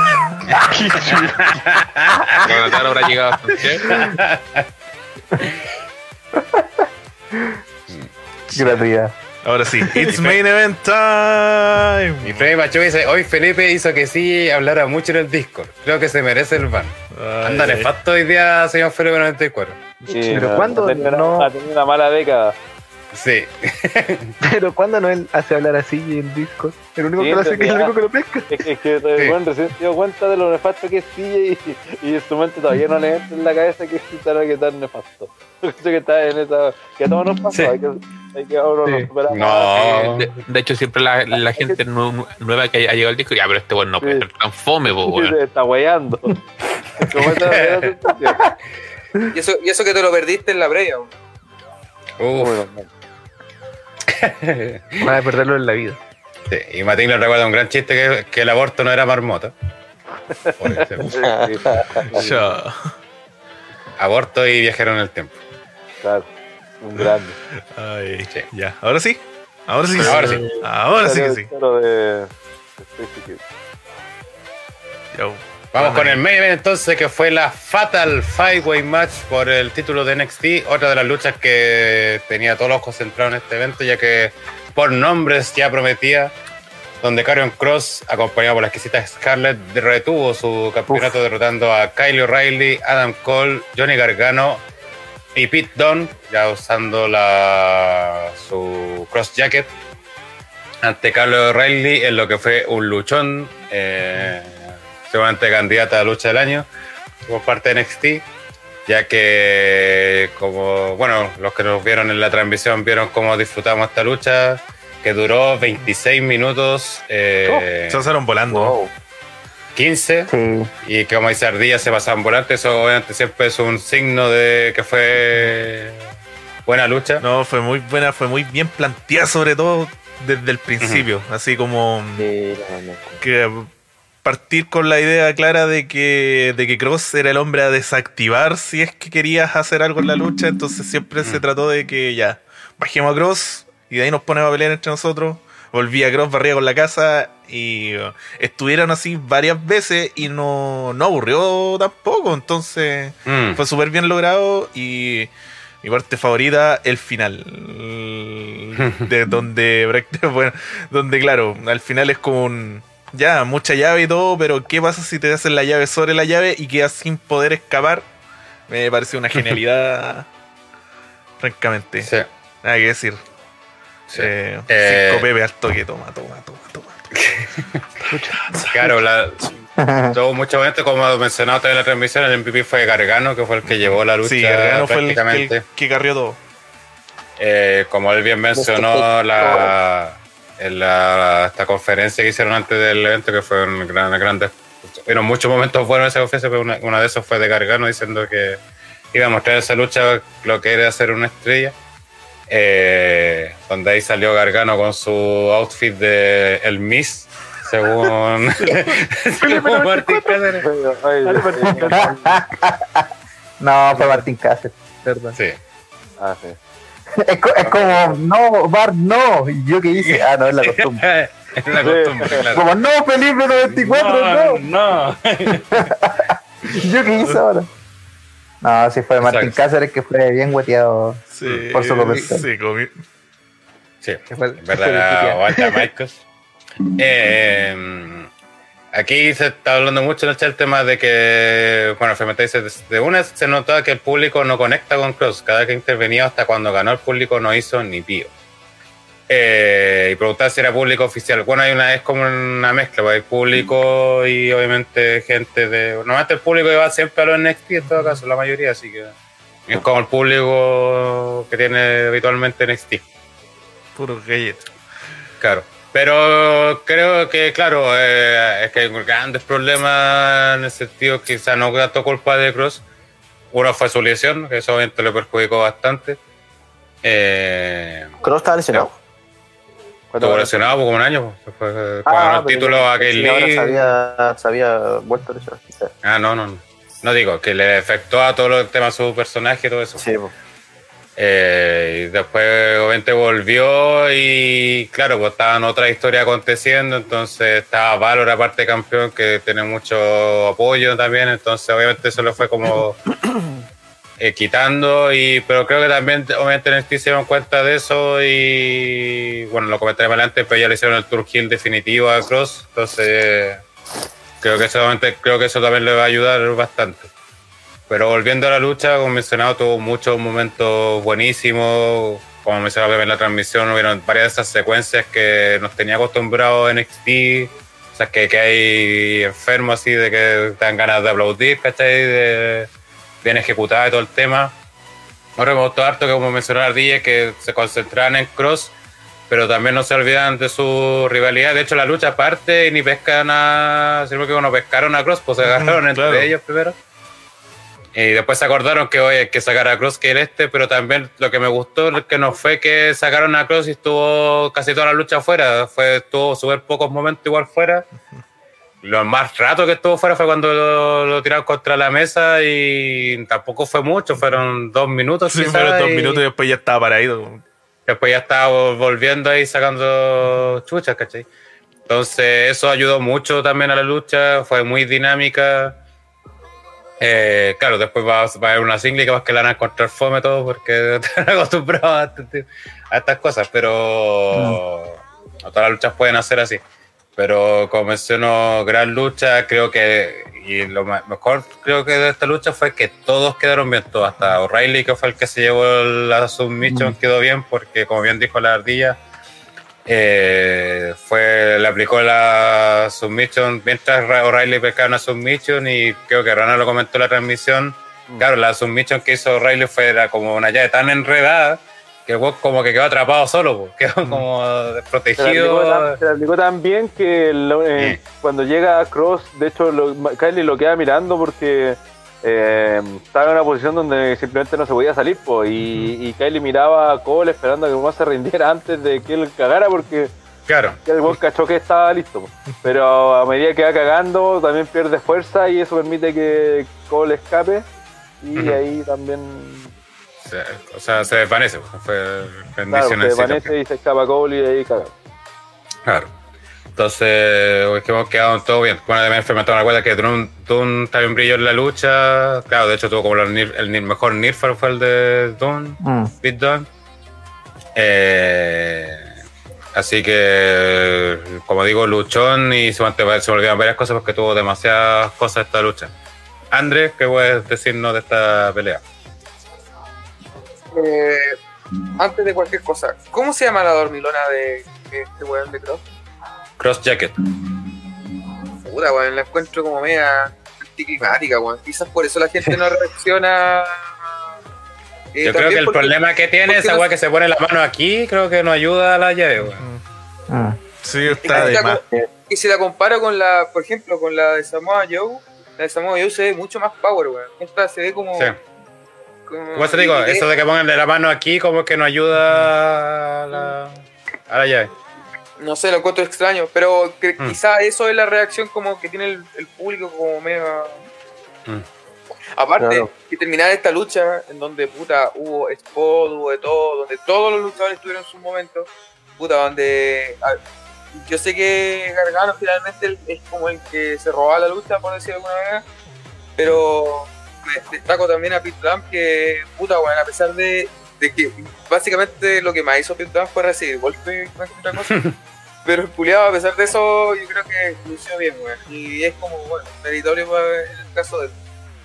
Bueno, habrá llegado a
Gracias.
Ahora sí, it's main event time.
Y Freddy Macho dice: hoy Felipe hizo que sí hablara mucho en el Discord. Creo que se merece el ban. Anda nefasto hoy día, señor Felipe 94.
Sí,
pero ¿cuándo
ha tenido una mala década.
Sí.
Pero ¿cuándo no él hace hablar así en Discord? El único que lo hace que es el único que lo pesca.
Es que bueno, recién se dio cuenta de lo nefasto que es CJ y en su mente todavía no le entra en la cabeza que es tan nefasto. Que está en esa. Que a todos nos pasó, hay que ahora superar.
No.
De hecho, siempre la gente nueva que ha llegado al disco, ya, pero este bueno no puede ser tan fome,
weón. Está weyando.
Y eso que te lo perdiste en la previa.
Vas a perderlo en la vida.
Sí, y Matín le recuerda un gran chiste que el aborto no era marmota. Aborto y viajero en el tiempo.
Claro, un grande.
Ay,
sí.
Ya, ahora sí. Ahora sí.
Ahora sí
que sí.
Vamos con el main event entonces, que fue la Fatal 5-Way Match por el título de NXT. Otra de las luchas que tenía todos los ojos centrados en este evento, ya que por nombres ya prometía. donde Karrion Kross, acompañado por la exquisita Scarlett, retuvo su campeonato derrotando a Kyle O'Reilly, Adam Cole, Johnny Gargano y Pete Dunne, ya usando su cross jacket ante Kyle O'Reilly en lo que fue un luchón, seguramente candidata a lucha del año por parte de NXT, ya que como, bueno, los que nos vieron en la transmisión vieron cómo disfrutamos esta lucha, que duró 26 minutos.
Se pasaron volando.
Wow.
15, sí. Y que como dice Ardilla, se pasaban volantes. Eso obviamente siempre es un signo de que fue buena lucha.
No, fue muy buena, fue muy bien planteada, sobre todo desde el principio. Así como que partir con la idea clara de que Kross era el hombre a desactivar si es que querías hacer algo en la lucha. Entonces siempre se trató de que ya, bajemos a Kross y de ahí nos ponemos a pelear entre nosotros. Volvía Kross, barría con la casa y estuvieron así varias veces y no aburrió tampoco. Entonces fue súper bien logrado. Y mi parte favorita, el final, de donde claro, al final es como ya, mucha llave y todo, pero ¿qué pasa si te hacen la llave sobre la llave y quedas sin poder escapar? Me parece una genialidad, francamente. Sí. Nada que decir. Sí. 5 pepe al toque, toma.
Claro, tuvo muchos momentos, como mencionado también en la transmisión, el MVP fue Gargano, que fue el que llevó la lucha.
Sí, Gargano fue el que carrió todo.
Como él bien mencionó en esta conferencia que hicieron antes del evento, que fue un grande. Hubieron muchos momentos buenos en esa conferencia, pero uno de esos fue de Gargano diciendo que iba a mostrar esa lucha lo que era ser una estrella. Donde ahí salió Gargano con su outfit de El Miss, según Martín Cáceres.
No, fue Martín Cáceres, ¿verdad?
Sí.
Sí. Es como, no, Bart, no. ¿Y yo qué hice? No, es la costumbre.
Es la costumbre, claro.
Como, no, Felipe 94, no. ¿Yo qué hice ahora? No, sí fue Martín Cáceres, que fue bien hueteado por su comentario.
Sí, verdad, aguanta Marcos. Aquí se está hablando mucho en el chat el tema de que, bueno, Femeta dice, de una se notaba que el público no conecta con Kross. Cada que intervenía hasta cuando ganó el público no hizo ni pío. Y preguntar si era público oficial. Bueno, es como una mezcla, hay público y obviamente gente de... Normalmente el público que va siempre a los NXT en todo caso, la mayoría, así que es como el público que tiene habitualmente NXT.
Puro galletas.
Claro. Pero creo que, claro, es que hay grandes problemas en el sentido que quizás no tanto culpa de Kross. Uno fue su lesión, que eso obviamente le perjudicó bastante.
Kross estaba lesionado.
Estuvo lesionado por como un año. Cuando ganó el título a Kyle Lee.
Se había vuelto a lesionar.
No digo, que le afectó a todo el tema de su personaje y todo eso.
Sí,
y después obviamente volvió y claro, pues estaban otras historias aconteciendo, entonces estaba Valor aparte campeón que tiene mucho apoyo también, entonces obviamente eso lo fue como quitando, pero creo que también obviamente en NXT se dieron cuenta de eso y bueno, lo comentaré más adelante, pero ya le hicieron el Tour Heel definitivo a Kross, entonces creo que eso también le va a ayudar bastante. Pero volviendo a la lucha, como mencionado, tuvo muchos momentos buenísimos. Como mencionaba en la transmisión, hubieron varias de esas secuencias que nos tenía acostumbrados en NXT. O sea, que hay enfermos así de que te dan ganas de aplaudir, ¿cachai? Bien ejecutado y todo el tema. Ahora me gustó harto que, como mencionó Ardilla, que se concentraban en Kross, pero también no se olvidan de su rivalidad. De hecho, la lucha aparte y ni pescan sino que pescaron a Kross, pues se agarraron entre ellos primero. Y después se acordaron que hoy hay que sacar a Kross que el pero también lo que me gustó es que no fue que sacaron a Kross y estuvo casi toda la lucha afuera, estuvo súper pocos momentos igual fuera. Lo más rato que estuvo fuera fue cuando lo tiraron contra la mesa y tampoco fue mucho, fueron 2 minutos.
Sí, fueron 2 minutos y después ya estaba paradito.
Después ya estaba volviendo ahí sacando chuchas, ¿cachai? Entonces eso ayudó mucho también a la lucha, fue muy dinámica. Claro, después va a haber una single que vas que la van a encontrar fome todo porque están acostumbrados a estas cosas, pero no todas las luchas pueden hacer así. Pero como menciono, gran lucha, creo que, y lo mejor creo que de esta lucha fue que todos quedaron bien, todos, hasta O'Reilly, que fue el que se llevó la submission, quedó bien, porque como bien dijo la ardilla, le aplicó la submission mientras O'Reilly pescaba una submission, y creo que Rana lo comentó en la transmisión. Claro, la submission que hizo O'Reilly era como una llave tan enredada que el weón como que quedó atrapado solo, quedó como desprotegido.
Se le aplicó tan bien que cuando llega Cross, de hecho Kylie lo queda mirando porque estaba en una posición donde simplemente no se podía salir, y Kylie miraba a Cole esperando a que Momoa se rindiera antes de que él cagara, porque
claro,
el weón cachó que estaba listo, pero a medida que va cagando también pierde fuerza y eso permite que Cole escape, y ahí también
se desvanece, fue
claro, se desvanece y se escapa Cole y ahí caga.
Claro. Entonces, es que hemos quedado todo bien. Bueno, también me tomó la cuenta que Dunn también brilló en la lucha. Claro, de hecho tuvo como el mejor Nirfar fue el de Dunn, Pete Dunne. Así que, como digo, luchón, y se me olvidaron varias cosas porque tuvo demasiadas cosas esta lucha. Andrés, ¿qué puedes decirnos de esta pelea?
Antes de cualquier cosa, ¿cómo se llama la dormilona de este weón de Cross?
Cross Jacket.
Puta, weón, la encuentro como media anticlimática, weón. Quizás por eso la gente no reacciona.
Yo creo que el problema que tiene esa weá que se pone la mano aquí, creo que no ayuda a la llave, weón.
Sí, está de más.
Y si la comparo con la, por ejemplo, con la de Samoa Joe, la de Samoa Joe se ve mucho más power, weón. Esta se ve como...
Sí. Como te digo, eso de que pongan la mano aquí como que no ayuda a la llave.
No sé, lo encuentro extraño, pero quizá eso es la reacción como que tiene el público como mega... Aparte, claro, que terminar esta lucha en donde, puta, hubo spot, hubo de todo, donde todos los luchadores tuvieron sus momentos, puta, donde... yo sé que Gargano finalmente es como el que se robaba la lucha, por decirlo de alguna manera, pero... destaco también a Pete Dunne, que, puta, bueno, a pesar de que básicamente lo que más hizo Pete Dunne fue recibir golpes, otra cosa, pero el culiado, a pesar de eso, yo creo que lució bien, weón, y es como, bueno, meritorio en el caso de él.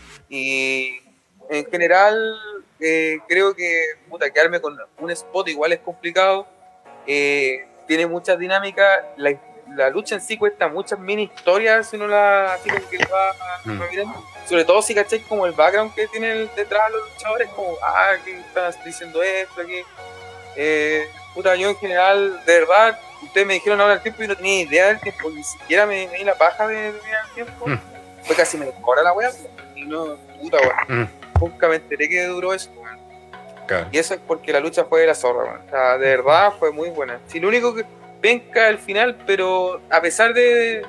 Y en general, creo que, puta, quedarme con un spot igual es complicado, tiene muchas dinámicas, la lucha en sí cuesta muchas mini historias si uno la así como que va mirando. Sobre todo si cacháis como el background que tienen detrás los luchadores, como, que están diciendo esto aquí. Puta, yo en general, de verdad, ustedes me dijeron ahora el tiempo y no tenía idea del tiempo, ni siquiera me di la paja de mirar el tiempo. Fue casi me mejora la wea, y no, puta wea. Nunca me enteré que duró eso, weón. Claro. Y eso es porque la lucha fue de la zorra, weón. O sea, de verdad fue muy buena. Si lo único que penca al final, pero a pesar de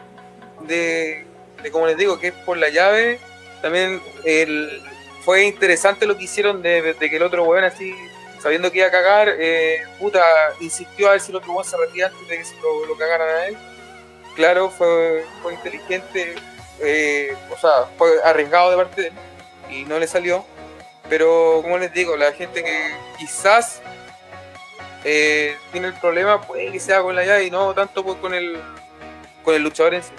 como les digo, que es por la llave, también fue interesante lo que hicieron de que el otro weón así, sabiendo que iba a cagar, puta, insistió a ver si el otro weón se retira antes de que se lo cagaran a él. Claro, fue inteligente, o sea, fue arriesgado de parte de él y no le salió, pero como les digo, la gente que quizás tiene el problema puede que sea con la llave y no tanto pues con el luchador en sí.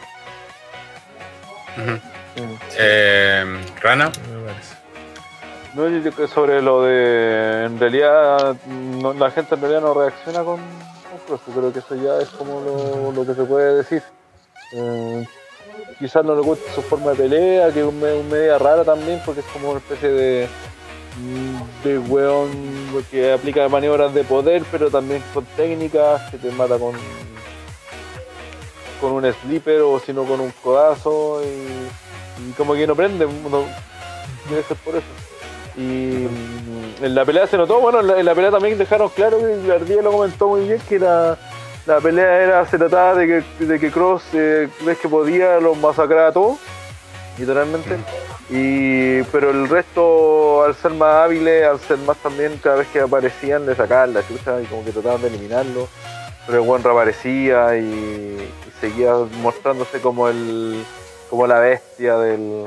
Rana.
No, yo creo que sobre lo de, en realidad no, la gente en realidad no reacciona con Cross. Yo creo que eso ya es como lo que se puede decir. Quizás no le gusta su forma de pelea, que es media rara también, porque es como una especie de weón que aplica maniobras de poder, pero también con técnicas, que te mata con un sleeper o si no con un codazo, y como que no prende, debe ser por eso. Y en la pelea se notó, bueno, en la pelea también dejaron claro, que Gardía lo comentó muy bien, que la pelea se trataba de que Cross, ves que podía, los masacraba a todos, literalmente. Pero el resto, al ser más hábiles, al ser más también, cada vez que aparecían le sacaban la chucha y como que trataban de eliminarlo, pero el buen reaparecía y seguía mostrándose como la bestia del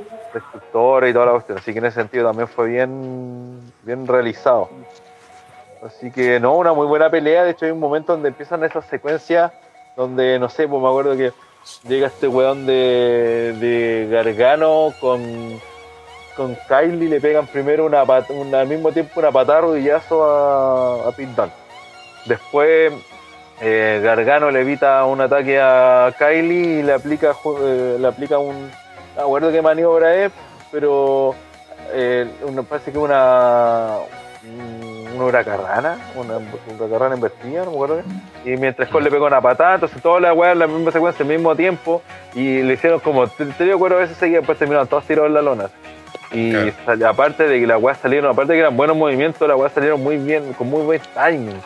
destructor y toda la cuestión, así que en ese sentido también fue bien realizado. Así que no, una muy buena pelea. De hecho hay un momento donde empiezan esas secuencias donde, no sé, pues me acuerdo que llega este weón de Gargano con Kylie, le pegan primero al mismo tiempo una patada rodillazo a Pete Dunne. Después Gargano le evita un ataque a Kylie y le aplica un... No acuerdo qué maniobra es, pero parece que una huracarrana, una huracarrana invertida, no me acuerdo qué. Y mientras Cole le pega una patada, entonces todas las weas en la misma secuencia al mismo tiempo, y le hicieron como 3 o 4 veces seguidas, después terminaron todos tirados en la lona. Y claro, aparte de que las weas salieron, aparte de que eran buenos movimientos, las weas salieron muy bien, con muy buen timing.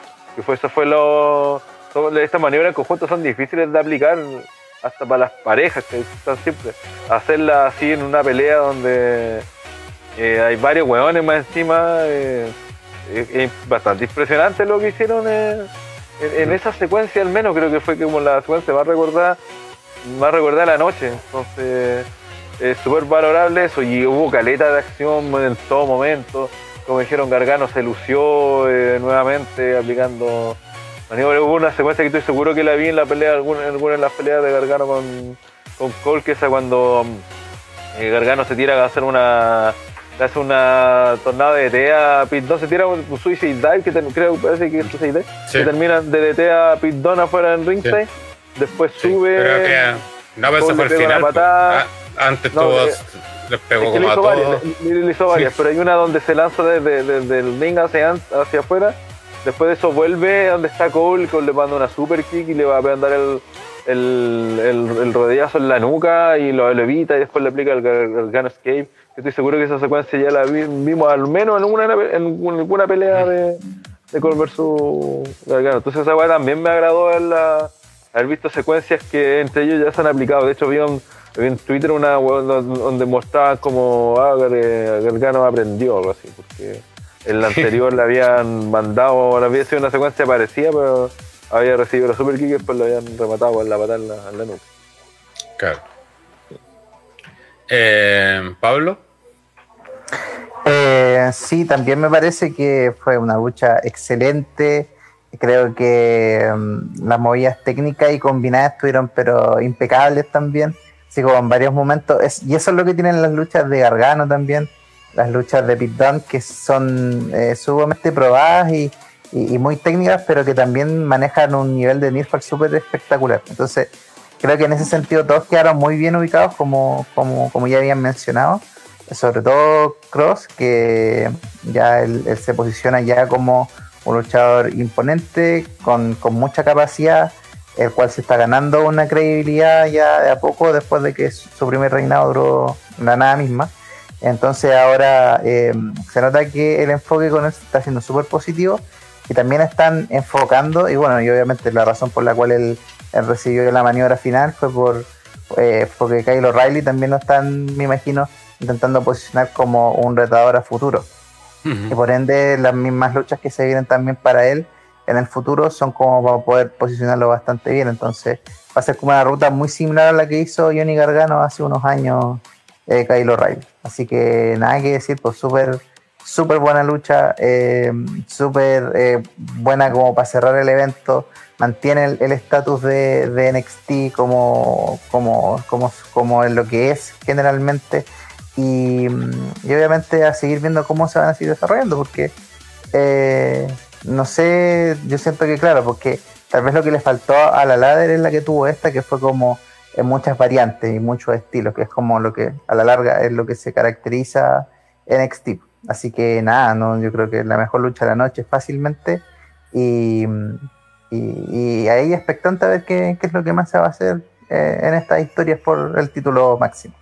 Estas maniobras en conjunto son difíciles de aplicar hasta para las parejas, que están siempre. Hacerlas así en una pelea donde hay varios hueones más encima, es bastante impresionante lo que hicieron en esa secuencia, al menos creo que fue como la secuencia más recordada de la noche. Entonces es súper valorable eso, y hubo caleta de acción en todo momento. Como dijeron, Gargano se lució nuevamente aplicando maniobras. Hubo una secuencia que estoy seguro que la vi en la pelea, alguna de las peleas de Gargano con Cole, que es cuando Gargano se tira a hacer le hace una tornada de DT a Pete Dunne, se tira un suicide dive, parece que es suicide dive, que termina de DT a Pete Dunne afuera en ringside, después sube...
Pero que no, pero eso fue el final. Antes todos les pegó como a todos.
Le hizo varias, pero hay una donde se lanza desde el ring hacia afuera. Después de eso vuelve donde está Cole le manda una super kick y le va a mandar el rodillazo en la nuca y lo evita, y después le aplica el Gargano Escape. Estoy seguro que esa secuencia ya la vimos al menos en alguna pelea de Cole versus Gargano. Entonces esa weá también me agradó haber visto secuencias que entre ellos ya se han aplicado. De hecho vi en Twitter una weá donde mostraban como Gargano aprendió algo así, porque en la anterior le habían había sido una secuencia parecida, pero había recibido la super kick y después lo habían rematado con la patada en la nuca.
Claro. ¿Pablo?
Sí, también me parece que fue una lucha excelente. Creo que las movidas técnicas y combinadas estuvieron pero impecables también, así como en varios momentos, y eso es lo que tienen las luchas de Gargano también, las luchas de Pete Dunne, que son sumamente probadas y muy técnicas, pero que también manejan un nivel de nearfall súper espectacular. Entonces creo que en ese sentido todos quedaron muy bien ubicados, como ya habían mencionado, sobre todo Cross, que ya él se posiciona ya como un luchador imponente, con mucha capacidad, el cual se está ganando una credibilidad ya de a poco, después de que su primer reinado duró la nada misma. Entonces ahora se nota que el enfoque con él está siendo súper positivo, y también están enfocando, y bueno, y obviamente la razón por la cual él recibió la maniobra final fue porque Kyle O'Reilly también lo están, me imagino, intentando posicionar como un retador a futuro. Y por ende las mismas luchas que se vienen también para él en el futuro son como para poder posicionarlo bastante bien. Entonces va a ser como una ruta muy similar a la que hizo Johnny Gargano hace unos años, Kyle O'Reilly. Así que nada que decir, pues súper buena lucha, súper buena como para cerrar el evento. Mantiene el estatus de NXT como es lo que es generalmente. Y obviamente a seguir viendo cómo se van a seguir desarrollando, porque no sé, yo siento que claro, porque tal vez lo que le faltó a la ladder es la que tuvo esta, que fue como en muchas variantes y muchos estilos, que es como lo que a la larga es lo que se caracteriza NXT. Así que nada, no, yo creo que es la mejor lucha de la noche fácilmente, y ahí expectante a ver qué es lo que más se va a hacer en estas historias por el título máximo.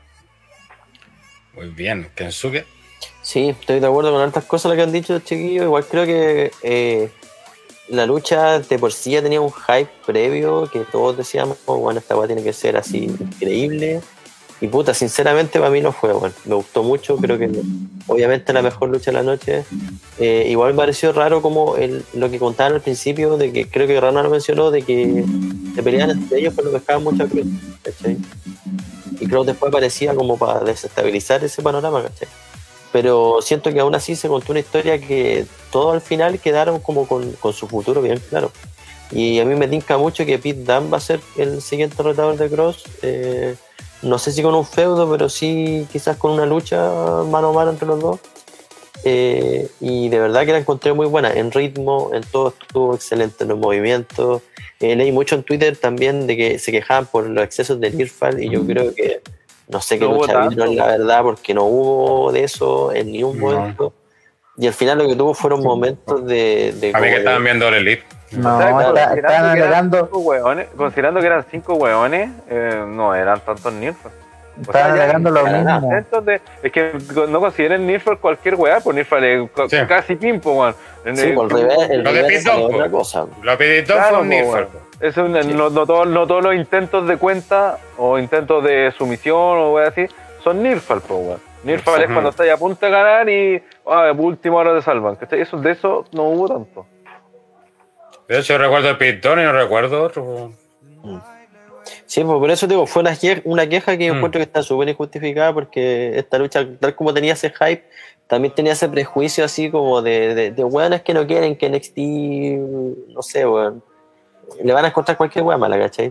Muy bien, Kensuke.
Sí, estoy de acuerdo con hartas cosas que han dicho, chiquillos. Igual creo que la lucha de por sí ya tenía un hype previo, que todos decíamos, bueno, esta weá tiene que ser así increíble. Y puta, sinceramente para mí no fue, bueno. Me gustó mucho, creo que obviamente la mejor lucha de la noche. Igual me pareció raro como lo que contaban al principio, de que creo que Rana lo mencionó, de que se peleaban entre ellos pero pescaban mucha cruz, ¿cachai? Y creo que después aparecía como para desestabilizar ese panorama, ¿cachai? pero siento que aún así se contó una historia que todos al final quedaron como con su futuro bien claro. Y a mí me tinca mucho que Pete Dunne va a ser el siguiente retador de Cross. No sé si con un feudo, pero sí quizás con una lucha mano a mano entre los dos. Y de verdad que la encontré muy buena. En ritmo, en todo estuvo excelente, en los movimientos. Leí mucho en Twitter también de que se quejaban por los excesos de Nirfal y yo creo que no sé qué lucha vieron, la verdad, porque no hubo de eso en ningún momento. Y al final lo que tuvo fueron momentos de
a mí que estaban viendo el Elite.
No, estaban alegando.
Considerando que eran 5 hueones, no eran tantos Nirfal.
Estaban alegando lo mismo.
Entonces, es que no consideren Nirfal cualquier weá, pues Nirfal es casi pimpo, weón.
Sí, por el
lo de
revés
Pitón,
otra cosa.
Lo de Pitón fue un Nirfal.
No todos los intentos de cuenta o intentos de sumisión o weá así son Nirfal, pues weón. Nirfal es cuando estás a punto de ganar y última hora te salvan. ¿Cachai? De eso no hubo tanto.
De hecho, yo recuerdo el Pitón y no recuerdo otro.
Sí, pues por eso digo, fue una queja que yo encuentro que está súper injustificada porque esta lucha, tal como tenía ese hype, también tenía ese prejuicio así como de weones que no quieren que NXT, no sé, weón, le van a encontrar cualquier weá mala, ¿cachai?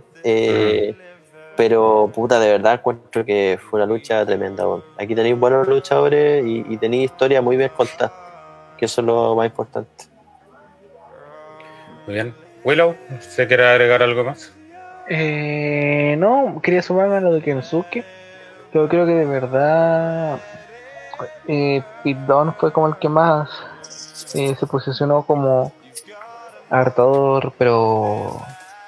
Pero puta, de verdad encuentro que fue una lucha tremenda, weón. Aquí tenéis buenos luchadores y tenéis historia muy bien contada, que eso es lo más importante.
Muy bien. Willow, ¿se quiere agregar algo más?
No, quería sumarme a lo de Kensuke, pero creo que de verdad Pete Dunne fue como el que más se posicionó como hartador, pero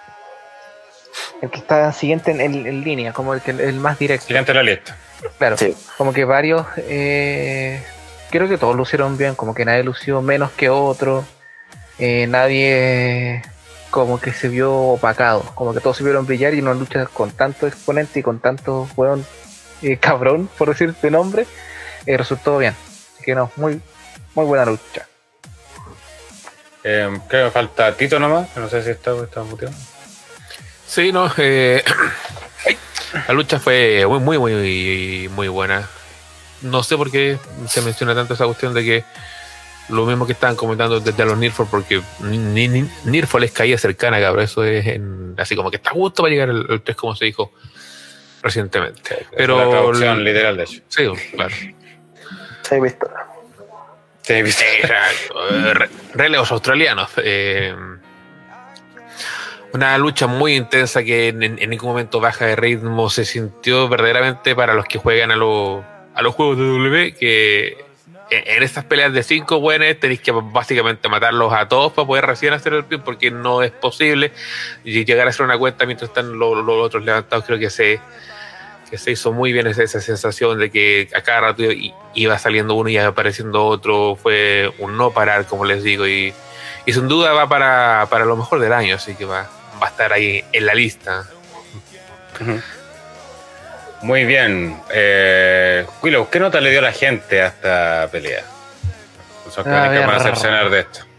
el que está siguiente en línea, como el más directo.
Siguiente en la lista.
Claro,
sí.
Como que varios, creo que todos lucieron bien, como que nadie lució menos que otro, nadie como que se vio opacado, como que todos se vieron brillar y una lucha con tanto exponente y con tanto weón cabrón, por decir este nombre, resultó bien. Así que no, muy buena lucha.
Creo que falta Tito nomás, que no sé si está muteado.
Sí, no, la lucha fue muy buena. No sé por qué se menciona tanto esa cuestión de que lo mismo que estaban comentando desde los Nirfal, porque Nirfal es caída cercana, cabrón. Eso es así como que está justo para llegar el 3, como se dijo recientemente. Pero
la traducción literal de hecho.
Sí, claro.
Sí, visto.
Relevos australianos. Una lucha muy intensa que en ningún momento baja de ritmo. Se sintió verdaderamente para los que juegan a los juegos de W que en estas peleas de 5 buenos tenéis que básicamente matarlos a todos para poder recién hacer el pin, porque no es posible llegar a hacer una cuenta mientras están los otros levantados. Creo que se hizo muy bien esa sensación de que a cada rato iba saliendo uno y iba apareciendo otro. Fue un no parar, como les digo, y sin duda va para lo mejor del año, así que va a estar ahí en la lista.
Muy bien. Willow, ¿qué nota le dio la gente a esta pelea? Son crónicas van a decepcionar de esto.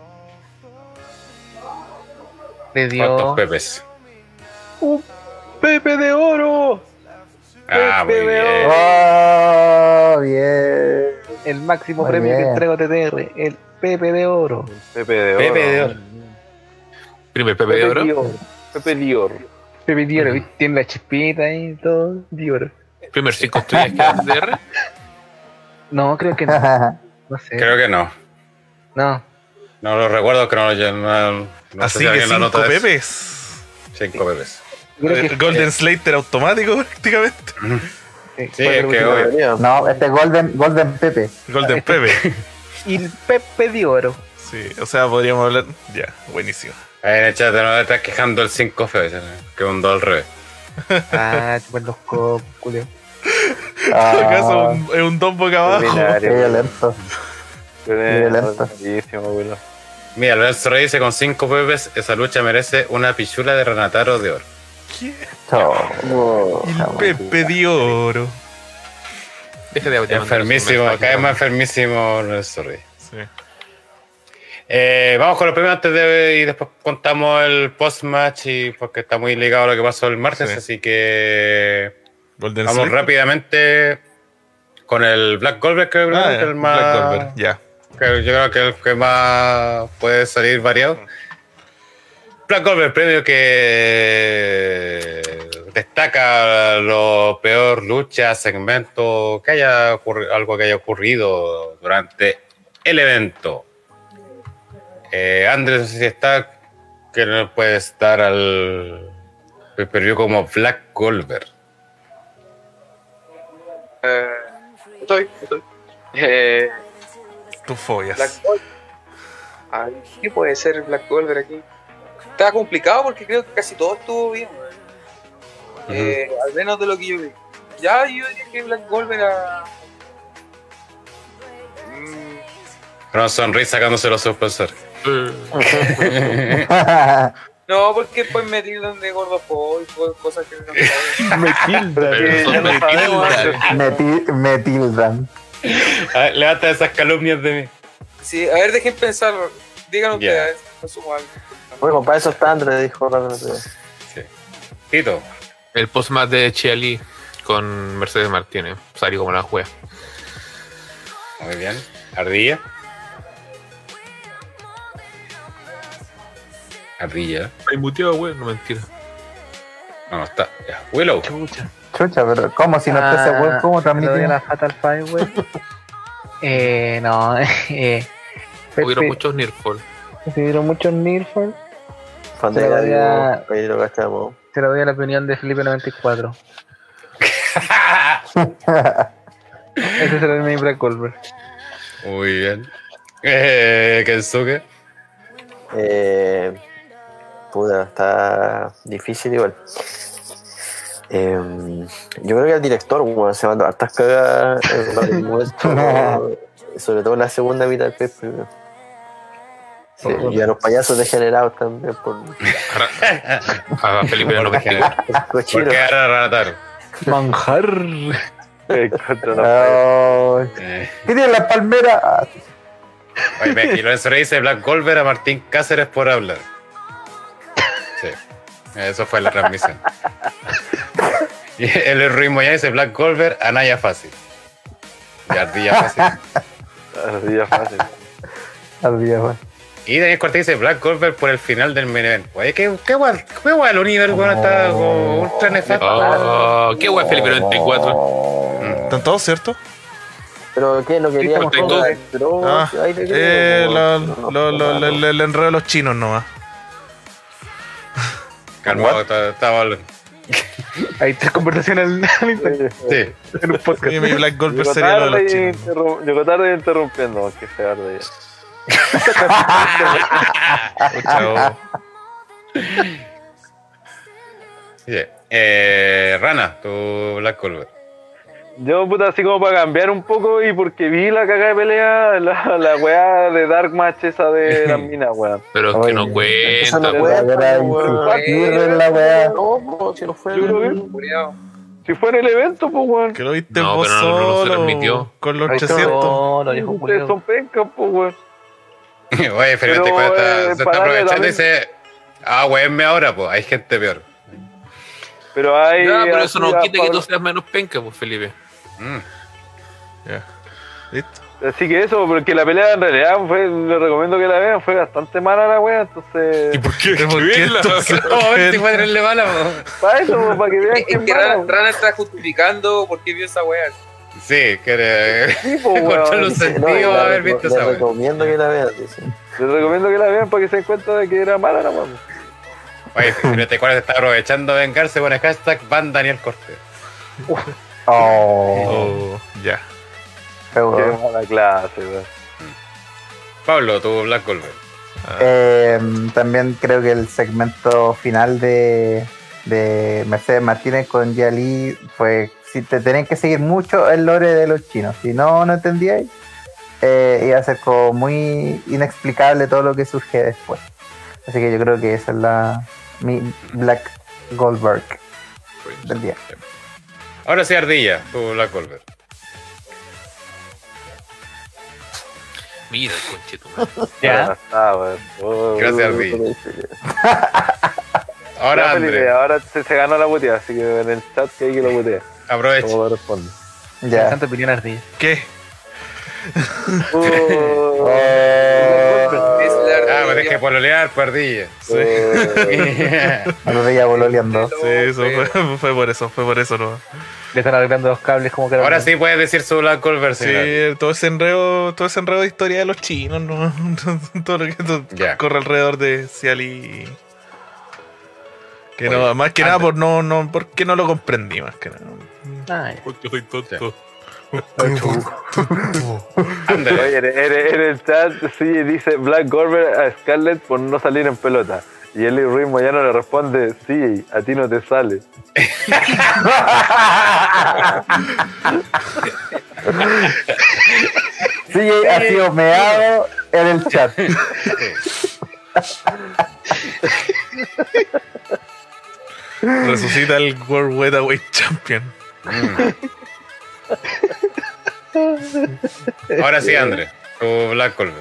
Le dio
¿Cuántos pepes?
¡Un Pepe de oro!
Muy bien.
¡Oh, bien!
el máximo
Muy
premio
bien.
que entrega TTR, el Pepe de Oro.
Pepe de oro.
Pepe de oro.
Primer Pepe de Oro.
Pepe de oro.
Pepe de Oro, ¿viste? Tiene la chispita ahí y todo, de oro.
Primer 5 estrellas que da TTR.
No, creo que no. No sé.
Creo que no.
No.
No lo recuerdo, que no
Así
sé si
que
alguien la
5
nota de eso.
pepes.
5 pepes.
Creo que
Golden Slater automático prácticamente.
Sí, es que obvio.
No, este Golden Pepe.
Golden Pepe.
Y el Pepe de Oro.
Sí, o sea, podríamos hablar. Ya, buenísimo.
Ahí en el chat no estás quejando el 5 feo, que un 2 al revés.
Ah, chupan los cocos, culio.
En todo caso, es un don boca abajo.
Qué violento. Violento.
Mira, Lorenzo Rey dice: con 5 pepes, esa lucha merece una pichula de Renataro de oro.
El Pepe de Oro.
Deja de
Enfermísimo, cada vez más enfermísimo Lorenzo Rey.
Sí.
Vamos con los premios antes y después contamos el post-match, porque está muy ligado a lo que pasó el martes,
Sí.
así que
Golden
vamos
Slater.
rápidamente Con el Black Goldberg, creo que es el más.
Black Goldberg, ya.
Yo creo que el que más puede salir variado. Black Goldberg, premio que destaca lo peor lucha, segmento, que haya algo que haya ocurrido durante el evento. Andrés, no sé si está, que no puedes dar al pay-per-view como Black Goldberg.
Estoy.
Tus follas.
Black Goldberg. Ay, ¿qué puede ser Black Goldberg aquí? Estaba complicado porque creo que casi todo estuvo bien. Al menos de lo que yo vi. Ya yo diría que Black Goldberg a...
Con una sonrisa sacándose los suspensores.
No, porque después me tildan de gordo y cosas que no
Me tildan.
A ver, levanta esas calumnias de mí.
Sí, a ver, dejen pensar. Díganos ustedes, asumo algo.
Bueno, para eso está Andrés, dijo rápidamente.
Sí. Tito.
El post-match de Chiali con Mercedes Martínez. Salió como una juega.
Muy bien. Ardilla.
Hay muteado, güey. No, mentira.
No, está. Ya. Willow.
Chucha, pero ¿cómo? Si no está ese weón, ¿cómo transmite?
La Fatal Five, güey. No,
Hubieron muchos Nearfall.
Hubieron muchos Nearfall.
Se lo doy a la opinión de Felipe 94. Ese será el main Black Goldberg.
Muy bien. Kensuke.
Puta, está difícil igual. Yo creo que el director, bueno, se mandó hartas cagadas sobre todo en la segunda mitad del pez. Sí, y a los payasos degenerados también por
a Felipe no me genera.
Porque era Ranataro.
Manjar.
¿Qué tiene la palmera?
Oye, y Lorenzo le dice Black Goldberg a Martín Cáceres por hablar. Sí, eso fue la transmisión. Y el Ruiz Moya dice Black Goldberg a Naya Fácil. Y Ardilla Fácil.
Ardilla Fácil.
Y Daniel Cortés dice Black Goldberg por el final del main event. Oye, qué guay el universo, bueno, está como ultra nefasto.
Qué guay Felipe 94.
¿Están todos, cierto?
Pero ¿qué? ¿No queríamos todo?
El enredo de los chinos nomás.
Calmado, estaba hablando.
Hay tres conversaciones
sí.
En un podcast.
Y mi Black Goldberg sería lo de los chinos.
Llegó tarde interrumpiendo, que se arde ya.
Chao. Rana, tu Black Goldberg.
Yo, puta, así como para cambiar un poco y porque vi la cagada de pelea, la weá de Dark Match esa de las minas, weá.
Pero es que no cuenta,
la weá. No, si no fue
si fue en el evento, pues, weón.
Que lo viste
No,
vos
pero
solo
no se transmitió.
con los
Ahí
800.
No, lo dijo
Ustedes son pencas, pues, weón.
Oye, Felipe, se está aprovechando y dice, weénme ahora, pues, hay gente peor.
Pero hay...
Ya, pero eso no quita que tú seas menos penca, pues, Felipe.
Ya. ¿Listo?
Así que eso, porque la pelea en realidad les recomiendo que la vean, fue bastante mala la wea, entonces...
¿Y por qué?
¿Cómo ves si fue tenerle mala,
para eso, para que vean
Es que Rana está justificando por qué vio esa wea.
Sí, que
pues,
encontrar un sentido a haber visto esa
wea. Les recomiendo que la vean, dice.
Les recomiendo que la vean para que se den cuenta de que era mala la wea.
Oye, Felipe se está aprovechando de vengarse con el hashtag Van Daniel Cortés.
Ya.
Qué mala clase, weón.
Pablo, tu Black Goldberg.
También creo que el segmento final de Mercedes Martínez con Jia Lee fue, si te tenían que seguir mucho el lore de los chinos, si no entendíais, iba a ser como muy inexplicable todo lo que surge después. Así que yo creo que esa es mi Black Goldberg del día.
Ahora sí, Ardilla, tu Black Goldberg.
Mira el conchito.
Ya.
Gracias, Ardilla. Ahora,
Felipe, ahora se ganó la puteada, así que en el chat que hay que lo putea.
Aprovecha.
Ya. Tanta opinión ardilla.
¿Qué?
Pues es que pololear, pardilla.
Sí. Ardilla pololeando.
Sí, eso fue por eso, ¿no?
Le están arreglando los cables como que...
Ahora sí puedes decir su Black Culver.
Sí, todo ese enredo de historia de los chinos, ¿no? Todo lo que corre alrededor de Ciali. Que no, más que nada porque no lo comprendí, más que nada.
Porque soy tonto.
Oye, en el chat sí dice Black Gorber a Scarlett por no salir en pelota. Y Eli Ruiz Moyano le responde, sí, a ti no te sale.
Sí, ha sido meado en el chat.
Resucita el World Welterweight Champion.
Ahora sí, André, tu Black Culver.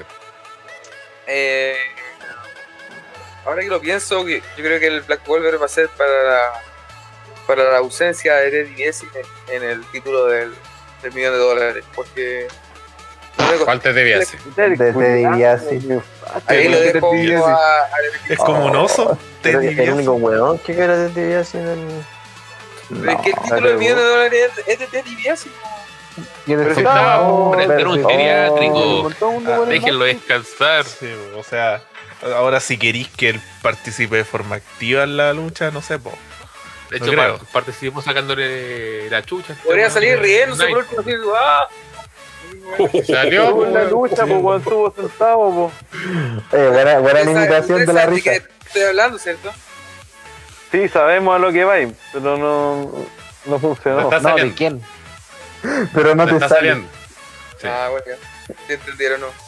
Ahora que lo pienso, yo creo que el Black Culver va a ser para la ausencia de Teddy DiBiase en el título del $1.000.000, porque...
¿Cuál Teddy DiBiase?
Teddy DiBiase.
Ahí lo dejo
es como un oso.
El único weón que era Teddy DiBiase en el...
Pero es que el título del $1.000.000 es de Teddy DiBiase.
Pero si estaba frente a un geriátrico, déjenlo descansar.
Sí, o sea, ahora si queréis que él participe de forma activa en la lucha, no sé, po.
De hecho, participamos sacándole la chucha.
Podría salir riéndose por último, así, ¡ah!
Salió
por la lucha, pues cuando estuvo sentado,
pues. Buena limitación de la risa.
Estoy hablando, ¿cierto?
Sí, sabemos a lo que va, pero no funcionó.
¿No
¿de quién? Pero no te
está
sale.
saliendo. Sí.
Bueno, ¿te entendieron o no?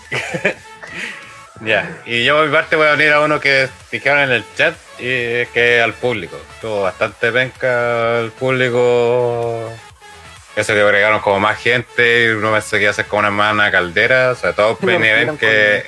Ya, y yo por mi parte voy a unir a uno que dijeron en el chat, y que al público. Estuvo bastante penca el público. Eso que agregaron como más gente, y uno pensó que iba a ser como una hermana caldera, sobre todo ven que...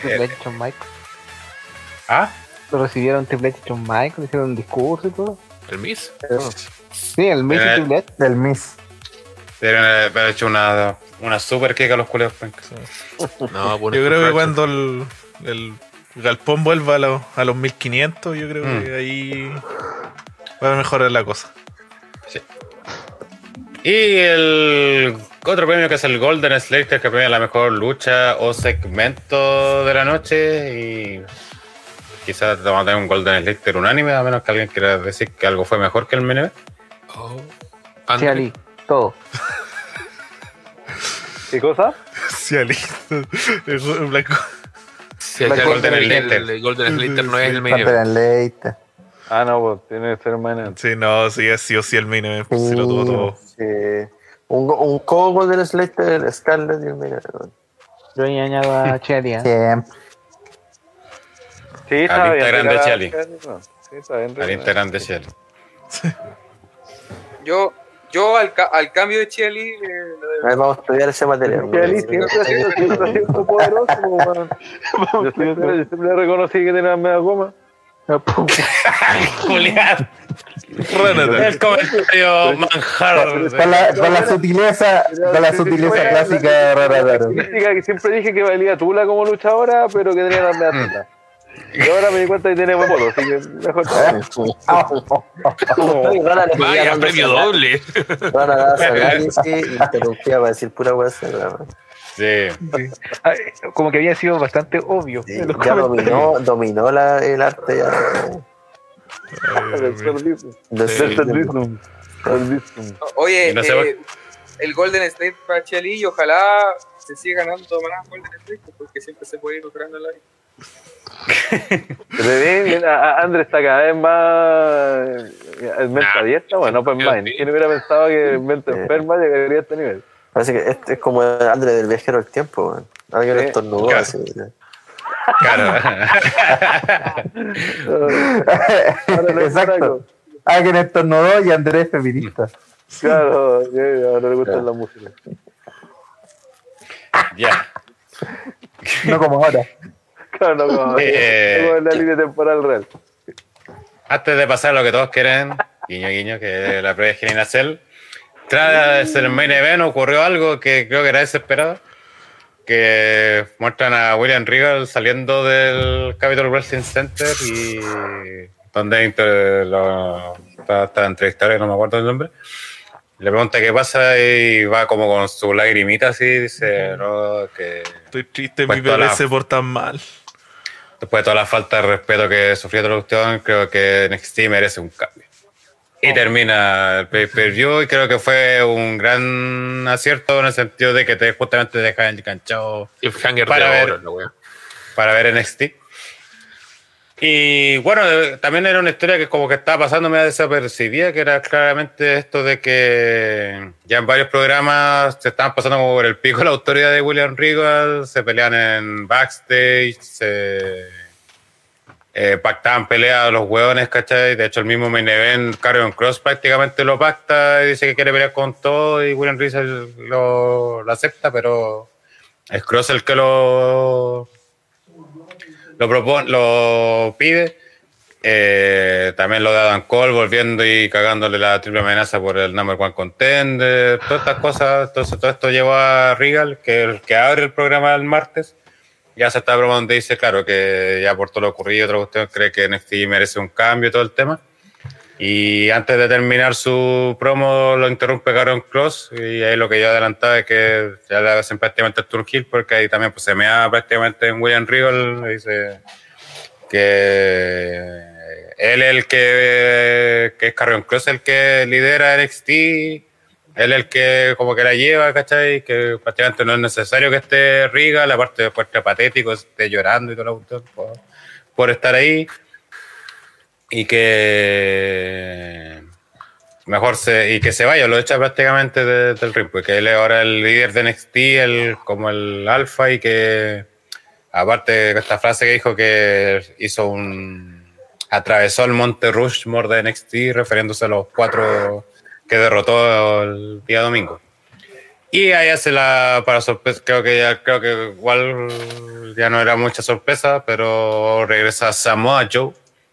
¿Ah?
Lo recibieron Triple H John Michael, le hicieron un discurso y todo.
¿El Miss?
Sí, el Miss y Triple H.
El Miss.
Deben haber hecho una super kick a los culeros pencas.
No,
yo creo que cuando el galpón vuelva a los 1500, yo creo que ahí va a mejorar la cosa.
Sí. Y el otro premio que es el Golden Slater, que premia la mejor lucha o segmento de la noche. Y quizás vamos a tener un Golden Slater unánime, a menos que alguien quiera decir que algo fue mejor que el main event.
Ciali, todo.
¿Qué cosa?
Ciali. El blanco.
El Golden Slater no es el main event.
Ah, no, pues tiene que ser el main event.
Sí, no, sí o sí el main event, pues, sí lo tuvo todo.
Sí. Un co-Golden Slater, el Scarlett y el main event.
Yo añado a Ciali.
Siempre.
Sí, está bien.
Instagram de Ciali.
Sí, está bien.
Al Instagram de Ciali.
Yo al cambio de Ciali
vamos a estudiar ese material.
Ciali siempre ha sido poderoso. Yo siempre reconocí que tenía media goma.
Julián. El comentario manjar.
Con la sutileza clásica de Rara.
Que siempre dije que valía tula como luchadora, pero que tenía las medias tetas. Y ahora me di cuenta que tenía buen polo, así que mejor.
Vaya, premio doble.
Van a dar análisis y interrumpía para decir pura hueá.
Sí.
Como que había sido bastante obvio.
Sí, ya dominó el arte ya.
Oye, el Golden State para Ciali, y ojalá se siga ganando más Golden State, porque siempre se puede ir mejorando en la vida.
Andrés está cada vez más en mente abierta, bueno, open mind. ¿Quién hubiera pensado que en mente enferma llegaría a este nivel?
Parece que este es como el Andrés del viajero del tiempo, man. Alguien estornudó
claro.
Así.
Claro.
Exacto. Alguien estornudó y Andrés es feminista.
Claro, ahora le gusta la música.
Ya.
No como ahora.
Claro, no como en la línea temporal real.
Antes de pasar a lo que todos quieren, guiño guiño, que es la previa de Hell in a Cell, tras el main event ocurrió algo que creo que era desesperado, que muestran a William Regal saliendo del Capitol Wrestling Center y donde está entrevistado, no me acuerdo el nombre. Le pregunta qué pasa y va como con su lagrimita así, dice, no, que...
Estoy triste, mi bebé se porta mal.
Después de toda la falta de respeto que sufrió la producción, creo que NXT merece un cambio. Y termina el pay-per-view y creo que fue un gran acierto en el sentido de que justamente te dejan enganchado para ver NXT. Y bueno, también era una historia que como que estaba pasando medio desapercibida, que era claramente esto de que ya en varios programas se estaban pasando como por el pico la autoridad de William Regal, se pelean en backstage, pactaban peleas a los hueones, ¿cachai? De hecho el mismo main event, Karrion Kross prácticamente lo pacta y dice que quiere pelear con todo y William Regal lo acepta, pero es Kross el que lo propone, lo pide. También lo de Adam Cole volviendo y cagándole la triple amenaza por el number one contender, todas estas cosas. Entonces todo esto llevó a Regal, que el que abre el programa el martes, ya se está broma donde dice, claro, que ya por todo lo ocurrido, otra cuestión, cree que NXT merece un cambio y todo el tema. Y antes de terminar su promo lo interrumpe Karrion Kross y ahí lo que yo adelantaba es que ya le hacen prácticamente el turn heel, porque ahí también pues, se mea prácticamente en William Regal, dice que él es el que es Karrion Kross el que lidera NXT, él es el que como que la lleva, ¿cachai? Que prácticamente no es necesario que esté Regal, aparte de fuerte patético, esté llorando y todo lo por estar ahí. Y que mejor que se vaya, lo echa prácticamente del ring, porque él es ahora el líder de NXT, como el alfa, y que aparte de esta frase que dijo que atravesó el Monte Rushmore de NXT, refiriéndose a los 4 que derrotó el día domingo. Y ahí hace para sorpresa, creo que igual ya no era mucha sorpresa, pero regresa Samoa Joe.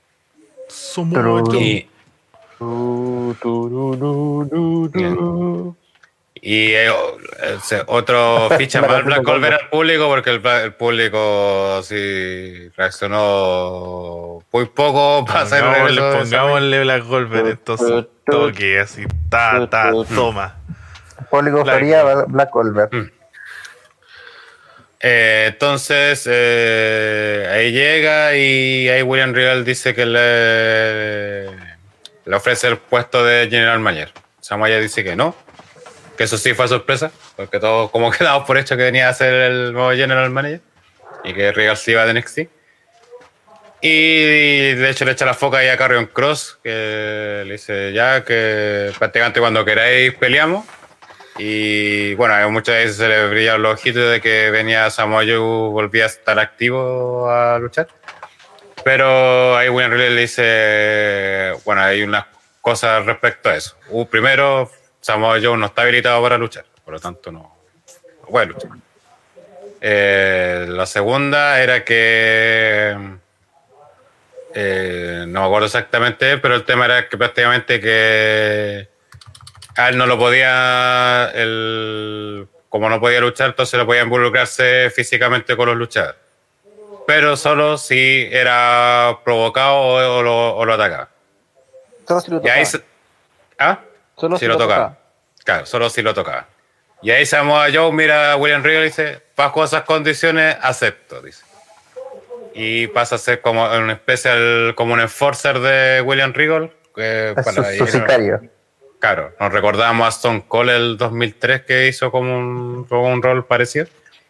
Y otro ficha más Black Goldberg al público, porque el público sí reaccionó muy poco para hacer
pongámosle Black Goldberg, entonces toque así, toma.
El público quería Black Goldberg.
Entonces ahí llega y ahí William Regal dice que le ofrece el puesto de General Manager. Samoa dice que no, que eso sí fue sorpresa, porque todos como quedamos por hecho que venía a ser el nuevo General Manager y que Regal se iba de NXT. Y de hecho le echa la foca ahí a Karrion Kross, que le dice ya que prácticamente cuando queráis peleamos. Y bueno, muchas veces se le brillaron los ojitos de que venía Samoa Joe, volvía a estar activo a luchar. Pero ahí William Regal le dice, bueno, hay unas cosas respecto a eso. Primero, Samoa Joe no está habilitado para luchar, por lo tanto no puede luchar. La segunda era que no me acuerdo exactamente, pero el tema era que prácticamente que a él no lo podía, como no podía luchar, entonces no podía involucrarse físicamente con los luchadores. Pero solo si era provocado o lo atacaba.
Solo si lo tocaba.
Solo si lo tocaba. Claro, solo si lo tocaba. Y ahí Samoa Joe mira a William Regal y dice, bajo esas condiciones acepto, dice. Y pasa a ser como una especie, como un enforcer de William Regal.
Su sicario.
Claro, nos recordamos a Stone Cold el 2003 que hizo como un rol parecido.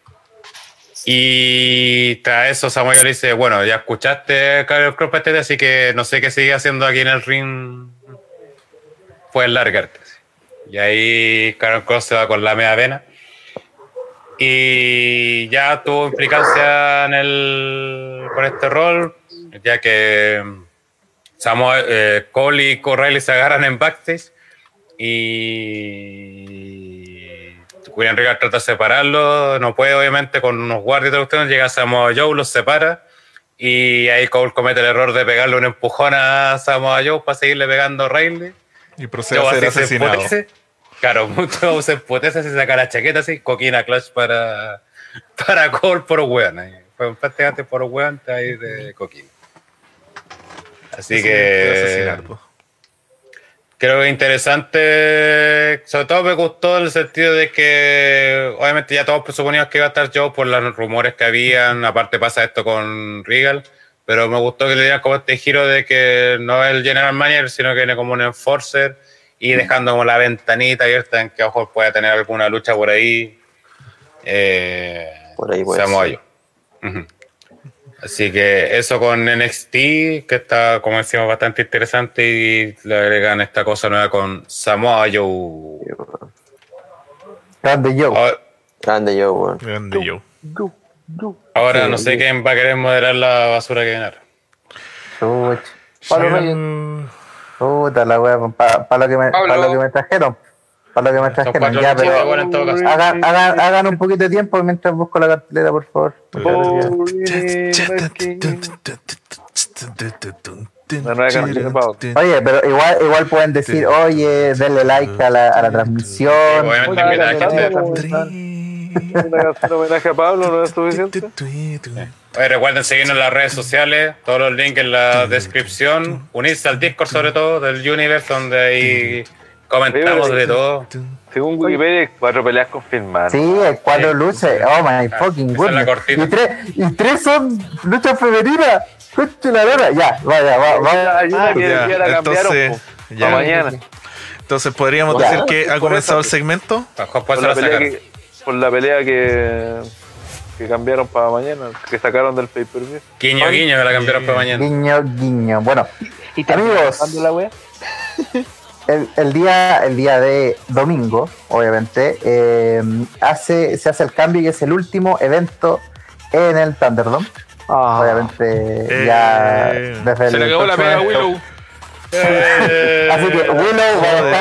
Y tras eso Samoa le dice, bueno, ya escuchaste Karrion Kross, así que no sé qué sigue haciendo aquí en el ring, puedes largarte. Y ahí Karrion Kross se va con la media vena. Y ya tuvo implicancia con este rol, ya que Cole y O'Reilly se agarran en backstage. Y William Regal trata de separarlo, no puede obviamente con unos guardias de cuestiones, llega Samoa Joe, los separa y ahí Cole comete el error de pegarle un empujón a Samoa Joe para seguirle pegando a O'Reilly
y procede a ser asesinado.
Claro, mucho se emputece, se saca la chaqueta así, Coquina Clash para Cole por weón. Fue prácticamente por weón ahí de Coquina. Así que creo que interesante, sobre todo me gustó en el sentido de que obviamente ya todos presuponíamos que iba a estar Joe por los rumores que habían, aparte pasa esto con Regal, pero me gustó que le dieran como este giro de que no es el general manager, sino que viene como un enforcer y dejando como la ventanita abierta en que a lo mejor pueda tener alguna lucha por ahí.
Por ahí puede
Samoa
ser.
Joe. Así que eso con NXT, que está, como decíamos, bastante interesante, y le agregan esta cosa nueva con Samoa Joe.
Grande Joe.
Grande Joe, weón.
Grande Joe.
Ahora no sé quién va a querer moderar la basura que viene.
Puta la wea, para lo que me trajeron. Para lo que me trajeron. Ya, pero hagan un poquito de tiempo mientras busco la cartelera, por favor. Oye, pero igual pueden decir, oye, denle like a la transmisión.
Homenaje a Pablo, ¿no es suficiente?
Oye, recuerden seguirnos en las redes sociales, todos los links en la descripción, unirse al Discord sobre todo del Universe, donde ahí comentamos de todo.
Según Wikipedia, hay 4 peleas confirmadas.
Sí, hay 4 luchas. Oh my fucking goodness. Y 3 son luchas femeninas. Coche la lora. Ya, vaya.
Hay una que ya la cambiaron para mañana.
Entonces podríamos decir que ha comenzado el segmento.
Por la pelea que cambiaron para mañana, que sacaron del pay-per-view.
Guiño, que la cambiaron para mañana.
Guiño. Bueno,
¿Y
amigos,
la wea?
el día de domingo, obviamente, se hace el cambio y es el último evento en el Thunderdome. Obviamente, ya desde
se le acabó la pega a Willow.
Así que Willow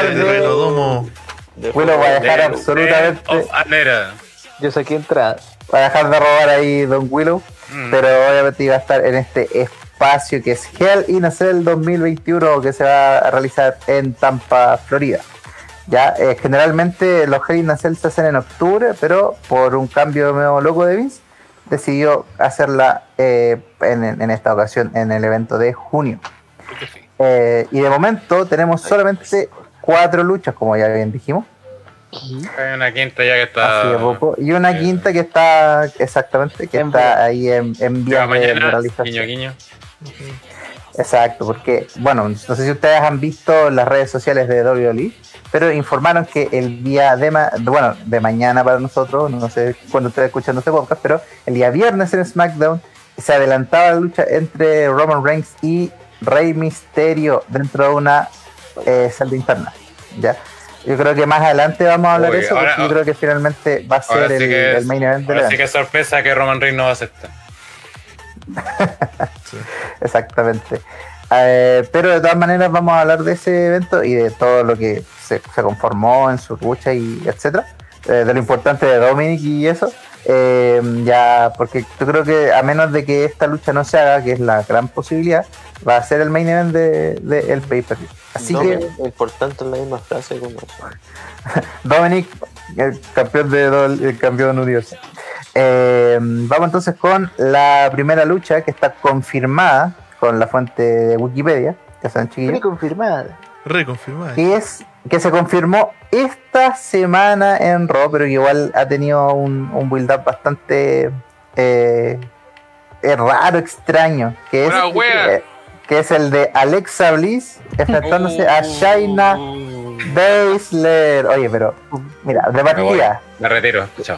va a dejar absolutamente.
Yo saqué entrada.
Va a dejar de robar ahí Don Willow, pero obviamente iba a estar en este espacio que es Hell in a Cell 2021, que se va a realizar en Tampa, Florida. Ya, generalmente los Hell in a Cell se hacen en octubre, pero por un cambio medio loco de Vince, decidió hacerla en esta ocasión en el evento de junio. Y de momento tenemos solamente 4 luchas, como ya bien dijimos.
Hay una quinta ya que está.
Así de poco. Y una quinta que está exactamente, que está ahí en vías de realización.
Guiño.
Exacto, porque, bueno, no sé si ustedes han visto las redes sociales de WWE, pero informaron que el día de mañana para nosotros, no sé cuándo ustedes escuchando este podcast, pero el día viernes en SmackDown se adelantaba la lucha entre Roman Reigns y Rey Mysterio dentro de una celda interna, ¿ya? Yo creo que más adelante vamos a hablar de eso, porque yo creo que finalmente va a ser el main event del evento.
Así que sorpresa que Roman Reigns no va a aceptar.
Sí. Exactamente. Pero de todas maneras vamos a hablar de ese evento y de todo lo que se conformó en su lucha y etcétera, de lo importante de Dominic y eso, ya, porque yo creo que a menos de que esta lucha no se haga, que es la gran posibilidad, va a ser el main event de el pay-per-view. Así que
lo importante es la misma frase como eso.
Dominic, el campeón universal. Vamos entonces con la primera lucha que está confirmada con la fuente de Wikipedia, que son chiquillos.
Reconfirmada.
Que se confirmó esta semana en Raw, pero que igual ha tenido un build-up bastante raro, extraño, que es el de Alexa Bliss enfrentándose a Shayna Baszler. Oye, pero mira, de partida
me retiro, chao.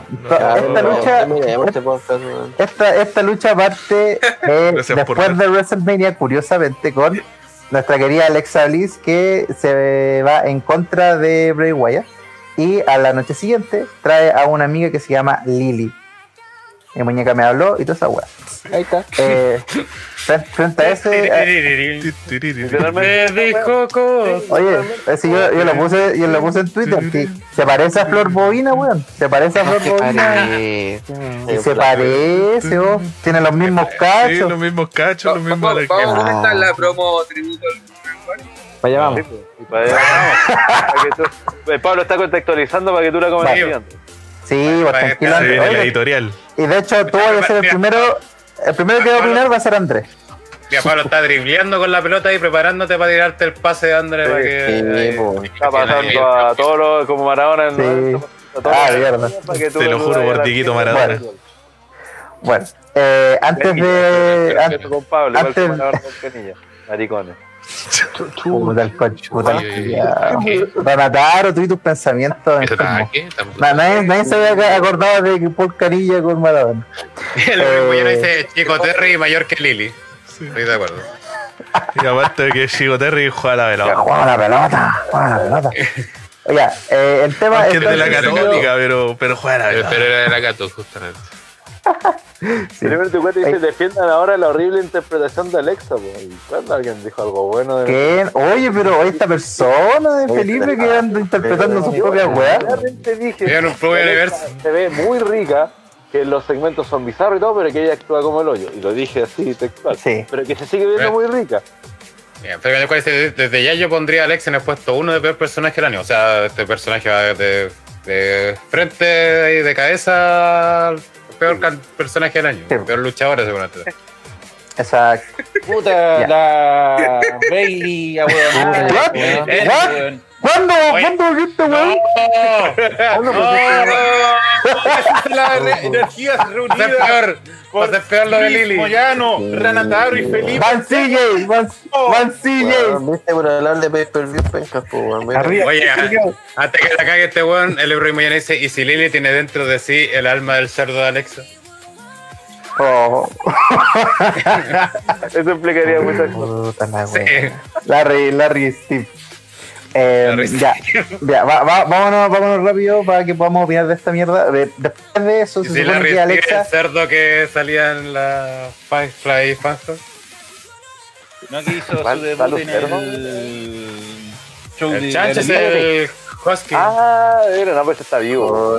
Esta lucha parte después de WrestleMania, curiosamente, con nuestra querida Alexa Bliss, que se va en contra de Bray Wyatt, y a la noche siguiente trae a una amiga que se llama Lily. Mi muñeca me habló y toda esa weá.
Ahí está.
Frente a ese.
Me dijo cosas.
Oye, si yo lo puse en Twitter. Sí, se parece a Flor Bobina, weón. Se parece a Flor Bobina. Se parece, oh. Tiene los mismos cachos.
Sí, los mismos cachos, los mismos.
Vamos a comentar la promo tributo al
Para allá vamos.
Y para allá vamos. Pablo está contextualizando para que tú la comentes.
Sí, pues tranquilo.
La editorial.
Y de hecho, tú vas a ser el primero. El primero que va a opinar va a ser Andrés.
Mira, Pablo está dribleando con la pelota y preparándote para tirarte el pase de Andrés. Para que,
está pasando a todos los como Maradona en el
mierda.
Te lo juro por Dieguito Maradona.
Bueno, antes de.
Con Pablo, igual que Maradona con Penilla. Maricones.
Puta el coche, puta Donataro, tú y tus pensamientos. Nadie se había acordado de que Paul Canilla con Maradona.
El mismo ya dice Chico Terry mayor que Lili. Sí. Estoy de acuerdo.
Y aparte de que Chico Terry juega la pelota.
Juega la pelota. Oiga, el tema
es de la Católica, pero juega la pelota.
Pero era de la Cato, justamente.
Sí. Primero tu cuenta dice, defiendan ahora la horrible interpretación de Alexa, pues. ¿Cuándo alguien dijo algo bueno de
¿qué? Oye, pero esta persona de Felipe que anda interpretando sus propias weas.
Realmente dije se ve muy rica, que los segmentos son bizarros y todo, pero que ella actúa como el hoyo. Y lo dije así textual. Sí. Pero que se sigue viendo muy rica.
Bien, pero desde ya yo pondría a Alexa en el puesto 1 de peor personaje del año. O sea, este personaje va de frente y de cabeza al peor personaje del año. Sí. Peor luchadora, seguramente.
Exacto.
Puta, la Bailey,
¿Cuándo viste, weón?
La energía reunida.
Va a ser peor lo de Lili.
Moyano, Ranataro y Felipe.
Van CJ.
Viste por hablar de pay-per-view, pencas,
Oye, antes que la cague este weón, el Ebro y Moyano dice, ¿y si Lili tiene dentro de sí el alma del cerdo de Alexa?
Oh.
Eso explicaría muchas cosas.
Sí.
Larry Steve. Vámonos rápido para que podamos opinar de esta mierda. Después de eso, se supone que Alexa.
El cerdo que salía en la Firefly Fantasy.
¿No que hizo su debut en el show de
Chancho es el Husky?
Ah, no, pues está vivo.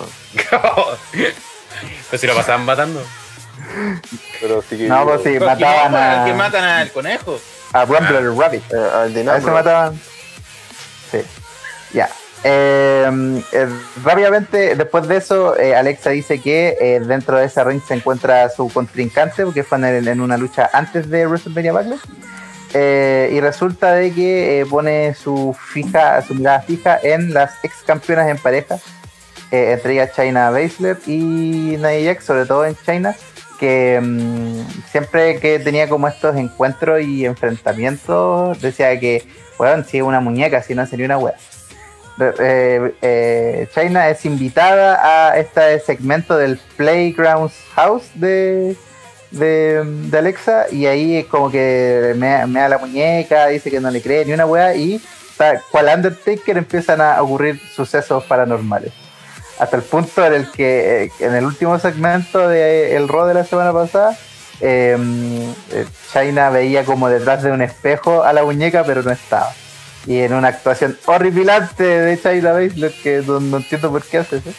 Pues si lo pasaban matando.
Pero sí que
no, pues sí, mataban a.
Que matan al conejo.
A Rumbler Rabbit.
Al Dinamo.
Se mataban. Sí. Ya. Rápidamente, después de eso, Alexa dice que dentro de esa ring se encuentra su contrincante, porque fue en una lucha antes de WrestleMania Backlash. Y resulta de que pone su mirada fija en las ex campeonas en pareja, entre ellas Shayna Baszler y Nia Jax, sobre todo en Shayna, que siempre que tenía como estos encuentros y enfrentamientos decía que, bueno, si es una muñeca, si no sería una wea. Shayna es invitada a este segmento del Playground House de Alexa, y ahí como que me da la muñeca, dice que no le cree ni una wea, y cual Undertaker empiezan a ocurrir sucesos paranormales. Hasta el punto en el que en el último segmento del Raw de la semana pasada, Shayna veía como detrás de un espejo a la muñeca, pero no estaba. Y en una actuación horripilante de Shayna Baszler, que no entiendo por qué hace eso,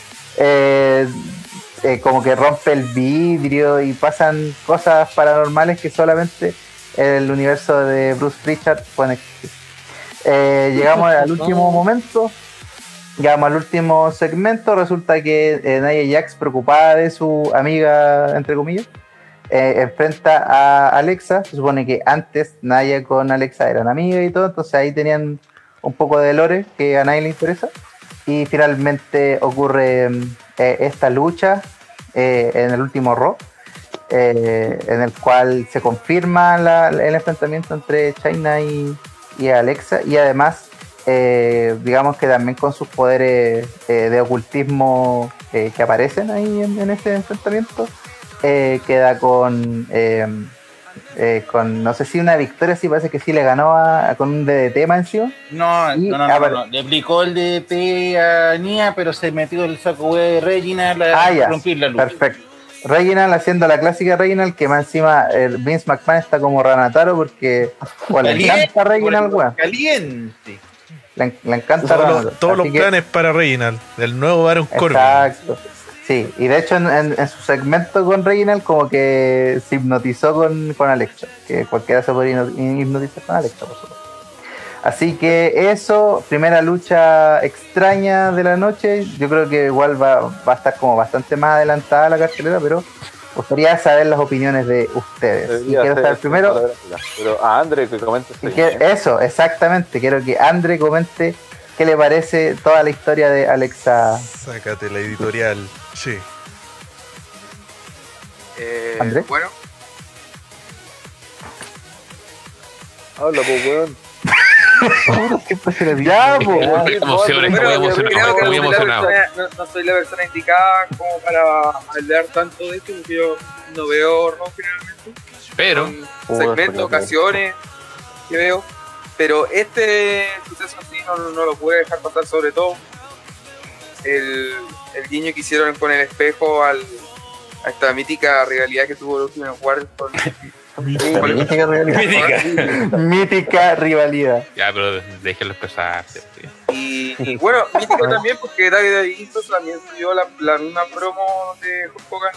como que rompe el vidrio y pasan cosas paranormales que solamente el universo de Bruce Pritchard puede existir. Llegamos al último momento. Llegamos al último segmento. Resulta que Nia Jax, preocupada de su amiga, entre comillas, enfrenta a Alexa. Se supone que antes Nia con Alexa eran amigas y todo, entonces ahí tenían un poco de lore que a nadie le interesa. Y finalmente ocurre esta lucha en el último Raw, en el cual se confirma el enfrentamiento entre Shayna y Alexa, y además digamos que también con sus poderes de ocultismo que aparecen ahí en ese enfrentamiento, queda con no sé si una victoria, sí parece que sí le ganó con un DDT más encima.
No, le aplicó el DDT a Nia, pero se metió el saco de Reginald a romper la lucha. Perfecto.
Reginald haciendo la clásica Reginald, que más encima Vince McMahon está como Ranataro porque le encanta Reginald, weón.
Caliente.
Le encanta
todos los planes para Reginald, del nuevo Baron Corbin.
Exacto. Sí, y de hecho en su segmento con Reginald como que se hipnotizó con Alexa, que cualquiera se podría hipnotizar con Alexa, por supuesto. Así que eso, primera lucha extraña de la noche. Yo creo que igual va a estar como bastante más adelantada la cartelera, pero gustaría saber las opiniones de ustedes. Y quiero saber primero.
Pero a André que comente.
Eso, exactamente. Quiero que André comente qué le parece toda la historia de Alexa.
Sácate la editorial. Sí.
¿André?
Bueno.
Habla, pues, weón.
Ya, pues.
Muy emocionado.
No soy la persona indicada como para hablar tanto de esto, porque yo no veo rock generalmente.
Pero
segmentos, ocasiones que veo. Pero este suceso así no lo pude dejar pasar, sobre todo el guiño que hicieron con el espejo a esta mítica rivalidad que tuvo el último Warriors con
mítica rivalidad.
Ya, pero déjenlo expresarse.
Y bueno, mítica también porque David Eagleson también subió la misma promo de Hulk Hogan.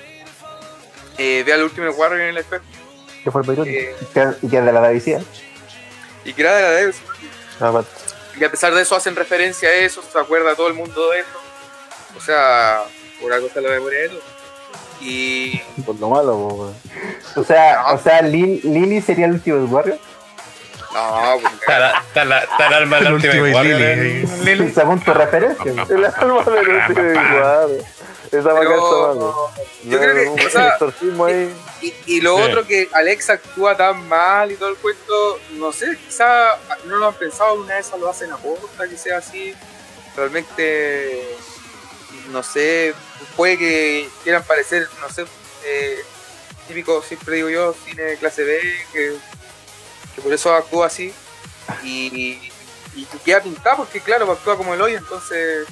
Ve al último Warrior en el espejo.
Que fue el Beirut. Y que es de la Davicia.
Y que era de la Davis. Y a pesar de eso hacen referencia a eso, se acuerda todo el mundo de eso. O sea, por algo está la memoria de eso. Y
por lo malo,
o sea, Lily sería el último Warrior.
No,
está el alma del último Warrior.
Es a punto de referencia.
El alma del último Warrior. Esa va a
yo creo que, o sea, y lo otro que Alexa actúa tan mal y todo el cuento, no sé, quizá no lo han pensado, una vez lo hacen a posta, que sea así, realmente, no sé, puede que quieran parecer, no sé, típico, siempre digo yo, cine clase B, que por eso actúa así, y queda pintado porque claro, actúa como el hoyo, entonces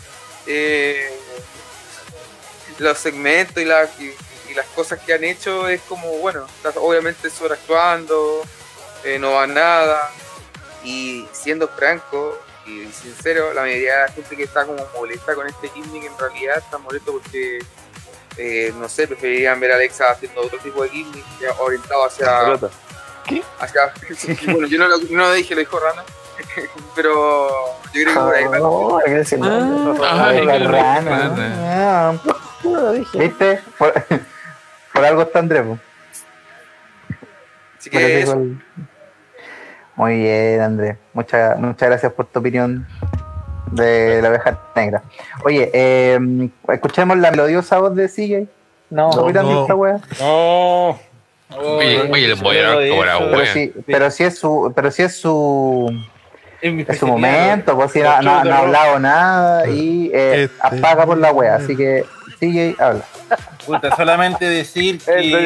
los segmentos y las cosas que han hecho es como, bueno, obviamente sobreactuando, no va nada, y siendo franco y sincero, la mayoría de la gente que está como molesta con este gimmick en realidad está molesto porque no sé, preferirían ver a Alexa haciendo otro tipo de gimmick orientado hacia
¿qué?
Bueno, yo no lo dije, lo dijo Rana. Pero yo creo que por ahí
¿viste? Por algo está Andrés.
Así que eso.
Muy bien, Andrés. Muchas gracias por tu opinión de la oveja negra. Oye, escuchemos la melodiosa voz de CJ.
No.
Oye, les voy a dar como la wea.
Pero si es su momento, pues si no ha hablado nada y apaga por la wea, así que CJ habla.
Puta, solamente decir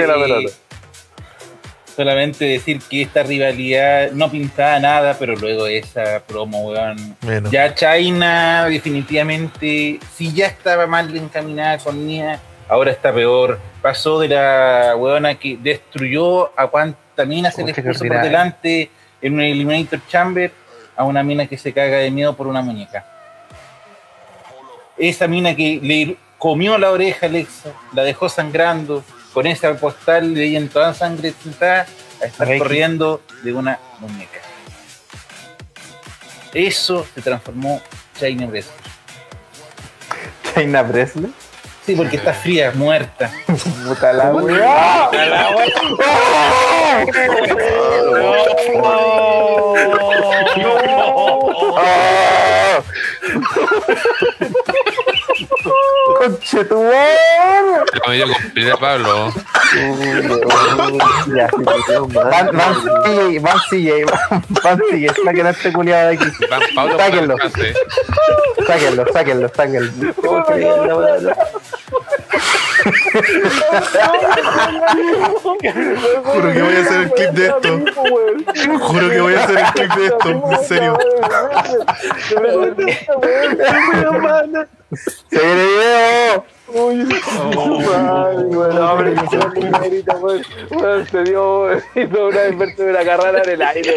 que esta rivalidad no pintaba nada, pero luego esa promo, weón. Bueno. Ya China definitivamente, si ya estaba mal encaminada con Nia, ahora está peor. Pasó de la weona que destruyó a cuanta mina se le puso por delante en un Eliminator Chamber a una mina que se caga de miedo por una muñeca. Esa mina que le comió la oreja a Alexa, la dejó sangrando, con esa postal de ella en toda sangre a estar corriendo de una muñeca. Eso se transformó China Breslin.
¿China Breslin?
Sí, porque está fría, muerta.
Puta la weá. ¡Conche tu madre!
La medio completa, Pablo.
Van CJ, saquen a este culiado de aquí. Sáquenlo.
Juro que voy a hacer el clip de esto. En serio.
¡Se viene video!
Se dio una inversión de la carrera en el aire,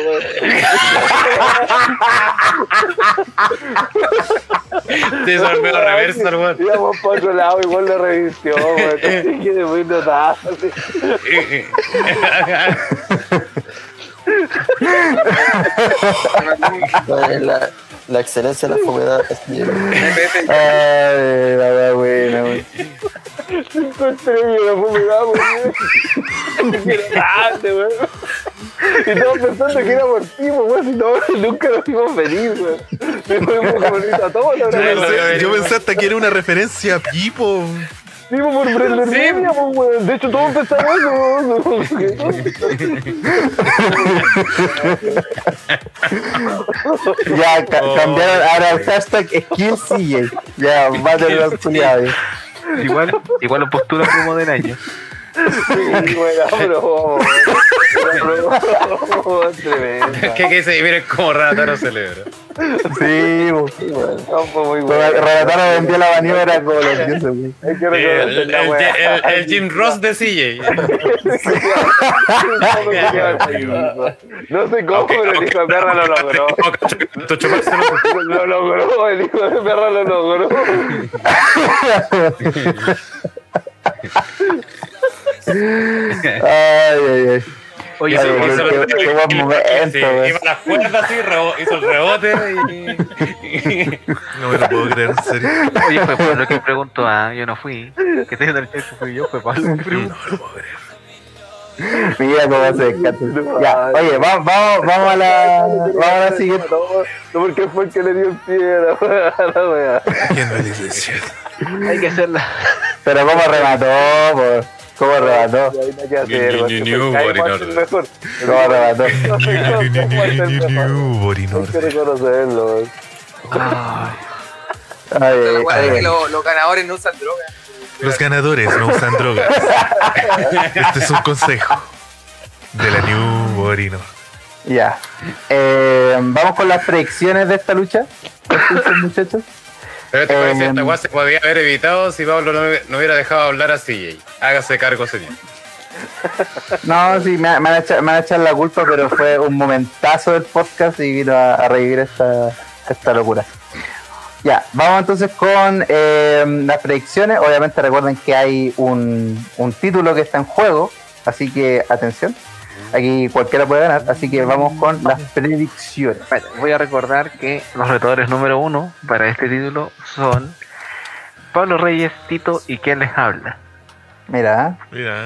Te sorprendió la reversa, hermano.
Íbamos para otro lado, igual lo revistió, weón. Que de muy notable.
La excelencia de la fumedad.
Ay, la wea buena, wey.
5 estrellas la fumedad, wey. Qué grande, wey. Y todos pensando que era por ti, wey. Si no, nunca lo vimos venir, wey. Me fuimos bonito a todos.
Yo pensé hasta que era una referencia a Pipo.
Sí, por Brenda Media, pues, weón. De hecho, todos pensamos eso.
Ya, cambiaron ahora el hashtag SkillCJ. Ya, va a tener los culiados.
Igual la postura como del año.
Sí, buena broma. Tremenda.
¿Qué se miren como Renataro celebra?
Sí,
bueno, fue muy bueno.
Renataro vendió la maniobra como los dioses, güey.
Hay que reconocer la wea.
El Jim Ross de CJ.
No sé cómo, pero el hijo de perra lo logró. Lo logró, el hijo de perra lo logró.
Ay.
Oye,
Hizo
qué buen momento,
iba a las cuerdas así, hizo el rebote y...
No me lo puedo creer, en serio.
Oye, fue Pablo que preguntó, yo no fui. Que estoy en el chat, fui yo, fue Pablo que preguntó.
No lo puedo creer.
Mira cómo se descarta. Ya, oye, vamos a la siguiente.
No, porque fue el que le dio el pie a la wea.
¿Quién me dice?
Hay que hacerla.
Pero cómo remató, pues. ¿Cómo remató?
Hay nada que hacer.
¿Cómo remató?
Hay que reconocerlo.
Los ganadores no usan droga.
Los ganadores no usan drogas. Este es un consejo de la New Borinor.
Ya. Vamos con las predicciones de esta lucha. ¿Escuchan, muchachos?
Pero esta weá se podía haber evitado si Pablo no hubiera dejado hablar a CJ. Hágase cargo, señor.
No, sí, me van a echar la culpa, pero fue un momentazo del podcast y vino a revivir esta locura. Ya, vamos entonces con las predicciones. Obviamente recuerden que hay un título que está en juego, así que atención. Aquí cualquiera puede ganar, así que vamos con las predicciones.
Voy a recordar que los retadores número 1 para este título son Pablo Reyes, Tito y quien les habla.
Mira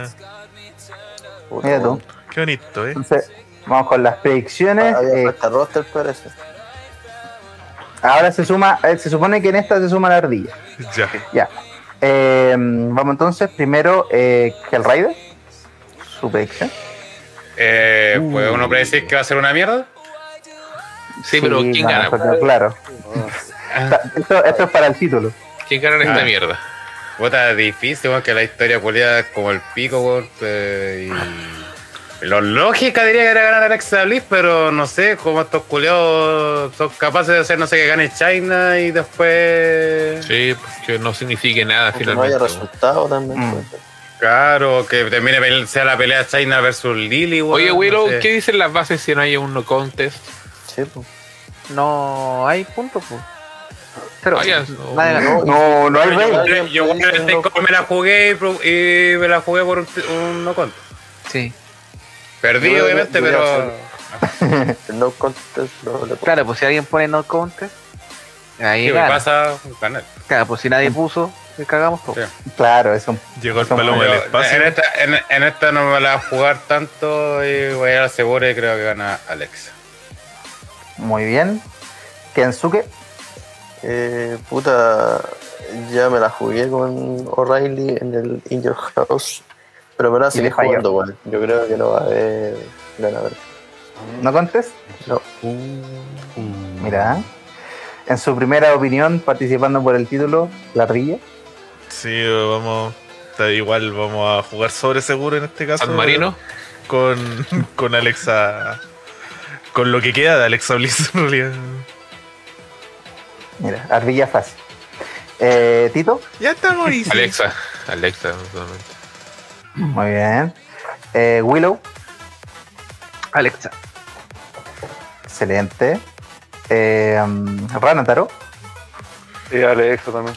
tú.
Qué bonito,
Entonces, vamos con las predicciones.
Roster parece.
Ahora se supone que en esta se suma la ardilla. Ya. Vamos entonces, primero, Hellrider, su predicción.
¿Puede uno predecir que va a ser una mierda?
Sí, pero ¿quién gana?
Claro. Esto es para el título.
¿Quién gana en esta mierda?
Puta, difícil, que la historia culiada como el pico, y lo lógica diría que era ganar Alexa Bliss, pero no sé, como estos culiados son capaces de hacer, no sé, que gane China y después...
Sí, que no signifique nada finalmente.
No haya resultado también.
Claro, que termine sea la pelea China versus Lily.
Oye, Willow, no sé. ¿Qué dicen las bases si no hay un no contest?
Sí, pues.
No hay punto, pues. Pero
no hay rey.
Yo me la jugué y me la jugué por un no contest.
Sí.
Perdí, obviamente, pero...
No contest, no le...
Claro, pues si alguien pone no contest, ahí
¿qué
gana.
pasa? Ganar.
Claro, pues si nadie puso, le cagamos todo.
Sí.
Claro, eso.
Llegó el palomo del espacio.
En esta no me la voy a jugar tanto y voy a ir seguro y creo que gana Alexa.
Muy bien. Kensuke.
Ya me la jugué con O'Reilly en el In Your House, pero me la seguí jugando, güey. Yo creo que no va a haber ganador.
¿No contest?
No.
Mira, en su primera opinión, participando por el título, la ardilla.
Sí, vamos a jugar sobre seguro en este caso.
¿San Marino?
Con Alexa, con lo que queda de Alexa Bliss en realidad.
Mira, ardilla fácil. ¿Tito?
Ya estamos ahí.
Alexa, totalmente.
Muy bien. Willow.
Alexa.
Excelente. Ranataro.
Y Alexa también.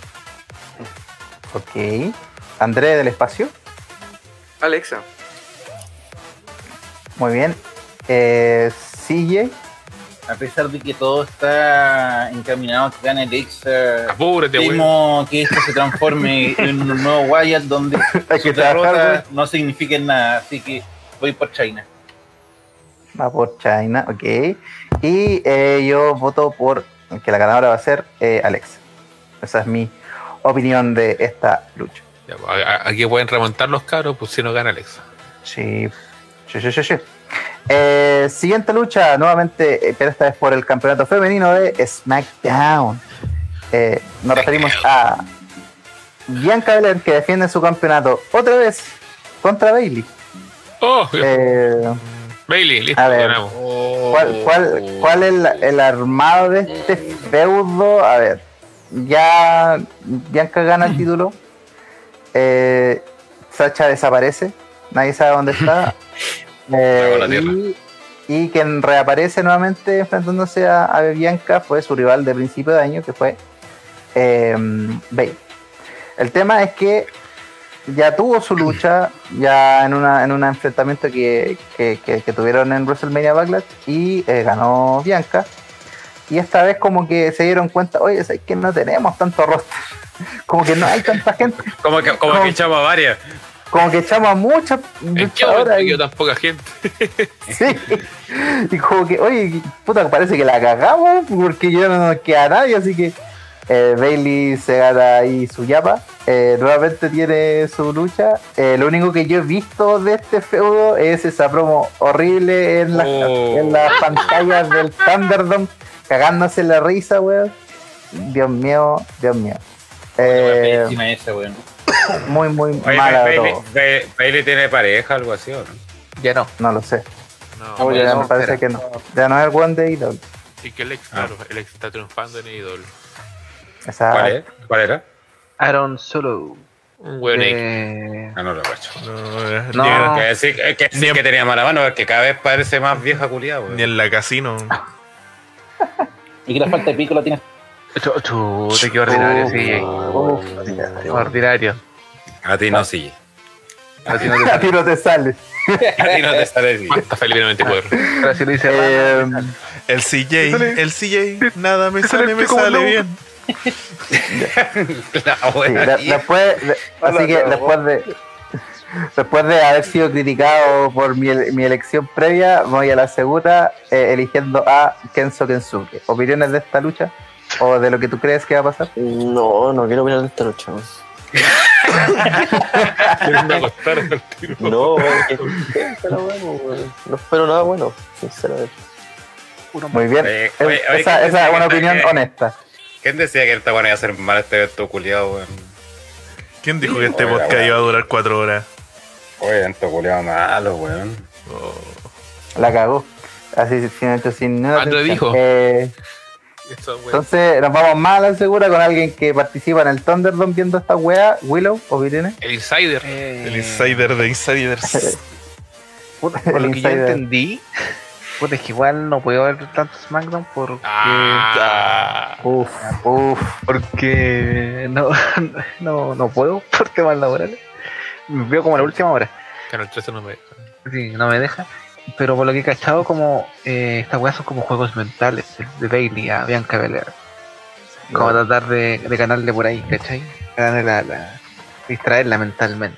Ok. André del espacio.
Alexa.
Muy bien. CJ.
A pesar de que todo está encaminado a que gane Alexa,
apúrate,
temo que esto se transforme en un nuevo Wyatt donde su derrota no significa nada, así que voy por China.
Va por China, ok. Y yo voto por que la ganadora va a ser Alexa. Esa es mi opinión de esta lucha.
Ya, aquí pueden remontar los cabros, pues si no gana Alexa.
Sí. Siguiente lucha, nuevamente, pero esta vez por el campeonato femenino de SmackDown. Nos referimos a Bianca Belair, que defiende su campeonato otra vez contra Bayley.
Bayley, listo.
A ver, ¿cuál es el armado de este feudo? A ver, ya Bianca gana el título. Sacha desaparece, nadie sabe dónde está. Y quien reaparece nuevamente enfrentándose a Bianca fue su rival de principio de año, que fue Bayley. El tema es que ya tuvo su lucha ya en un enfrentamiento que tuvieron en WrestleMania Backlash y ganó Bianca. Y esta vez como que se dieron cuenta, oye, es que no tenemos tanto roster, como que no hay tanta gente,
como que echamos a varias.
Como que echamos a muchas
luchadoras y tan poca gente.
Sí. Y como que, oye, puta, parece que la cagamos porque ya no nos queda nadie, así que Bayley se gana ahí su yapa. Nuevamente tiene su lucha. Lo único que yo he visto de este feudo es esa promo horrible en las pantallas del Thunderdome, cagándose la risa, weón. Dios mío.
Pésima esa, weón.
Muy mala.
Bayley tiene pareja, algo así, ¿o no?
Ya no lo sé. Ya me parece que no. Ya no es el One de Idol.
Y que el ex está triunfando en Idol.
¿Cuál era?
Aaron Solo.
Un buen
no lo cacho. No. Que decir que tenía mala mano, porque cada vez parece más vieja culiada.
Ni en la casino.
Y que la falta de pico la tiene.
Qué ordinario, sí. Ordinario.
A ti no, sí.
A ti no te sale.
A ti no te sale, sí.
Hasta Felipe 94.
Ahora sí lo dice
el CJ, nada me sale bien.
Después de haber sido criticado por mi elección previa, voy a la segunda eligiendo a Kenzo Kensuke. ¿Opiniones de esta lucha? ¿O de lo que tú crees que va a pasar?
No quiero opinar de esta lucha. No espero nada bueno, sinceramente.
Muy bien. Esa es una opinión honesta.
¿Quién decía que esta buena iba a ser mal este evento culiado, weón?
¿Quién dijo que este podcast iba a durar 4 horas?
Oye, evento culiado malo, weón.
La cagó. Así sin nada.
¿Cuándo dijo?
Entonces nos vamos más a la segura con alguien que participa en el Thunderdome viendo esta wea. Willow, ¿o viene?
El Insider.
El Insider de Insiders.
Por lo que yo entendí, es que igual no puedo ver tanto SmackDown porque porque no puedo por temas laborales. Veo como la última hora.
Canal 13 no me deja.
Sí, no me deja. Pero por lo que he cachado, como estas weas son como juegos mentales de Bayley a Bianca Belair. Como tratar de ganarle por ahí, ¿cachai? Distraerla mentalmente.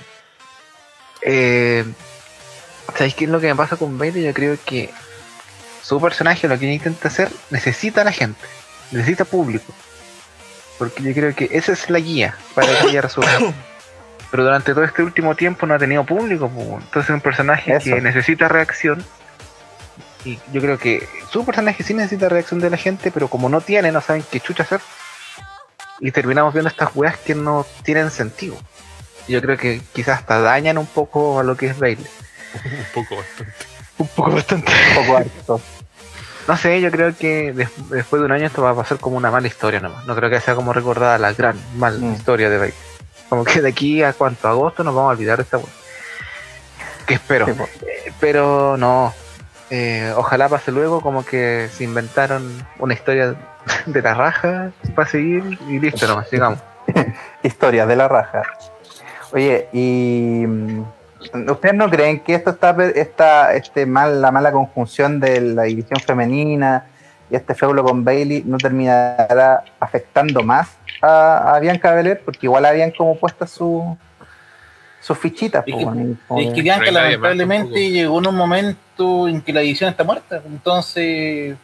¿Sabéis qué es lo que me pasa con Bayley? Yo creo que su personaje, lo que ella intenta hacer, necesita a la gente, necesita público. Porque yo creo que esa es la guía para que ella resuelva. Pero durante todo este último tiempo no ha tenido público, entonces es un personaje que necesita reacción. Y yo creo que su personaje sí necesita reacción de la gente, pero como no tiene, no saben qué chucha hacer. Y terminamos viendo estas weas que no tienen sentido. Y yo creo que quizás hasta dañan un poco a lo que es Bayley.
Un poco bastante.
Un poco harto.
No sé, yo creo que después de un año esto va a pasar como una mala historia nomás. No creo que sea como recordada la gran mala historia de Bayley. Como que de aquí a agosto nos vamos a olvidar de esta wea. Que espero. Pero no. Ojalá pase luego, como que se inventaron una historia de la raja para seguir y listo nomás, sigamos.
Historia de la raja. Oye, y ¿Ustedes no creen que esto la mala conjunción de la división femenina y este feudo con Bayley no terminará afectando más a Bianca Belair? Porque igual habían como puestas sus fichitas.
Es que Bianca lamentablemente llegó en un momento en que la división está muerta. Entonces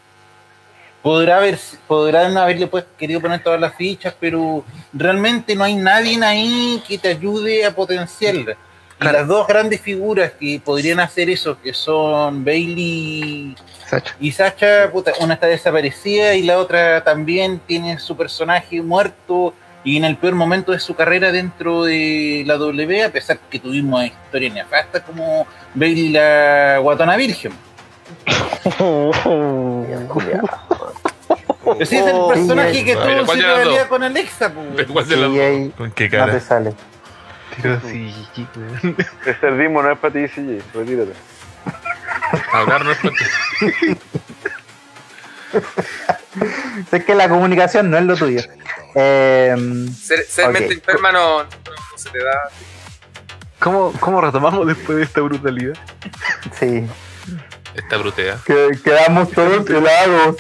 podrán haberle querido poner todas las fichas, pero realmente no hay nadie ahí que te ayude a potenciarla. Y las dos grandes figuras que podrían hacer eso, que son Bayley y Sasha, una está desaparecida y la otra también tiene su personaje muerto y en el peor momento de su carrera dentro de la W, a pesar que tuvimos historias nefastas como Bayley la Guatona Virgen. Ese es el personaje que tuvo su rivalidad con Alexa.
¿Con qué cara?
No te sale.
Este ritmo no es para ti, CJ, retírate.
Hablar no es para ti.
Es que la comunicación no es lo tuyo.
Ser mente enferma no se te da.
¿Cómo retomamos después de esta brutalidad?
Sí.
Esta brutea.
Quedamos todos helados.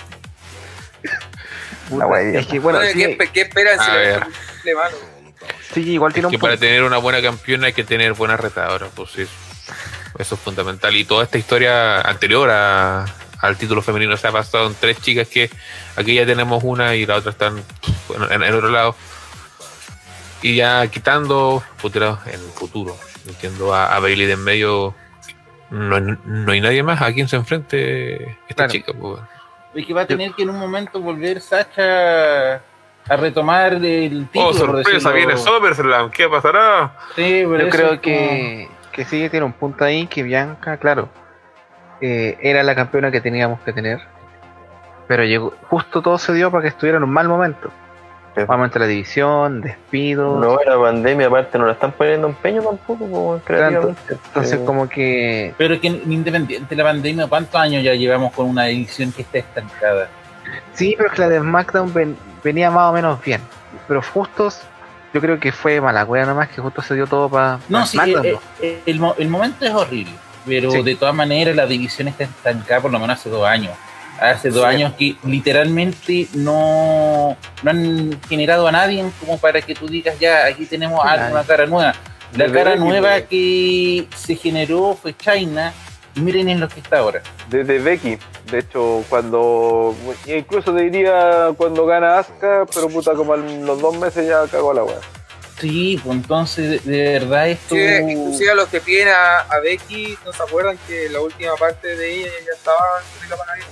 Es que bueno,
¿qué esperan si le malo?
Sí, igual tiene
que para tener una buena campeona hay que tener buenas retadoras, pues sí. Eso es fundamental. Y toda esta historia anterior al título femenino se ha pasado en 3 chicas que aquí ya tenemos una y la otra están en otro lado. Y ya quitando en el futuro, entiendo a Bayley de en medio, no hay nadie más a quien se enfrente esta chica. Pues.
Es que va a tener que en un momento volver Sasha a retomar el título.
Oh, sorpresa, viene SummerSlam, ¿qué pasará?
Sí, yo creo que sí tiene un punto ahí, que Bianca, claro, era la campeona que teníamos que tener, pero justo todo se dio para que estuviera en un mal momento. Normalmente la división, despido.
No, la pandemia aparte no la están poniendo empeño tampoco, creativamente.
Entonces como que...
Pero que independiente de la pandemia, ¿cuántos años ya llevamos con una división que está estancada?
Sí, pero es que la de SmackDown venía más o menos bien. Pero justo, yo creo que fue mala cueva nomás, que justo se dio todo para
SmackDown. El momento es horrible, pero de todas maneras la división está estancada por lo menos hace 2 años. Hace 2 años que literalmente no han generado a nadie como para que tú digas, ya, aquí tenemos una cara nueva. La cara nueva que se generó fue China, y miren en lo que está ahora.
Desde Becky, de hecho, incluso te diría cuando gana Asuka, pero puta, como a los 2 meses ya cagó la weá.
Sí, pues entonces, de verdad esto...
Sí, inclusive a los que piden a Becky, ¿no se acuerdan que la última parte de ella ya estaba en la panadera?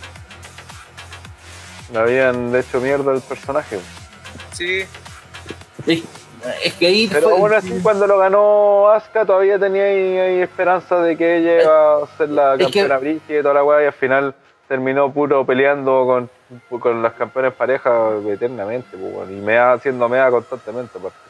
Le habían hecho mierda al personaje.
Sí.
Es que ahí
pero aún así cuando lo ganó Asuka todavía tenía ahí esperanza de que ella iba a ser la campeona brígida y toda la weá, y al final terminó puro peleando con las campeonas pareja eternamente, pues, y haciendo mea constantemente. Aparte.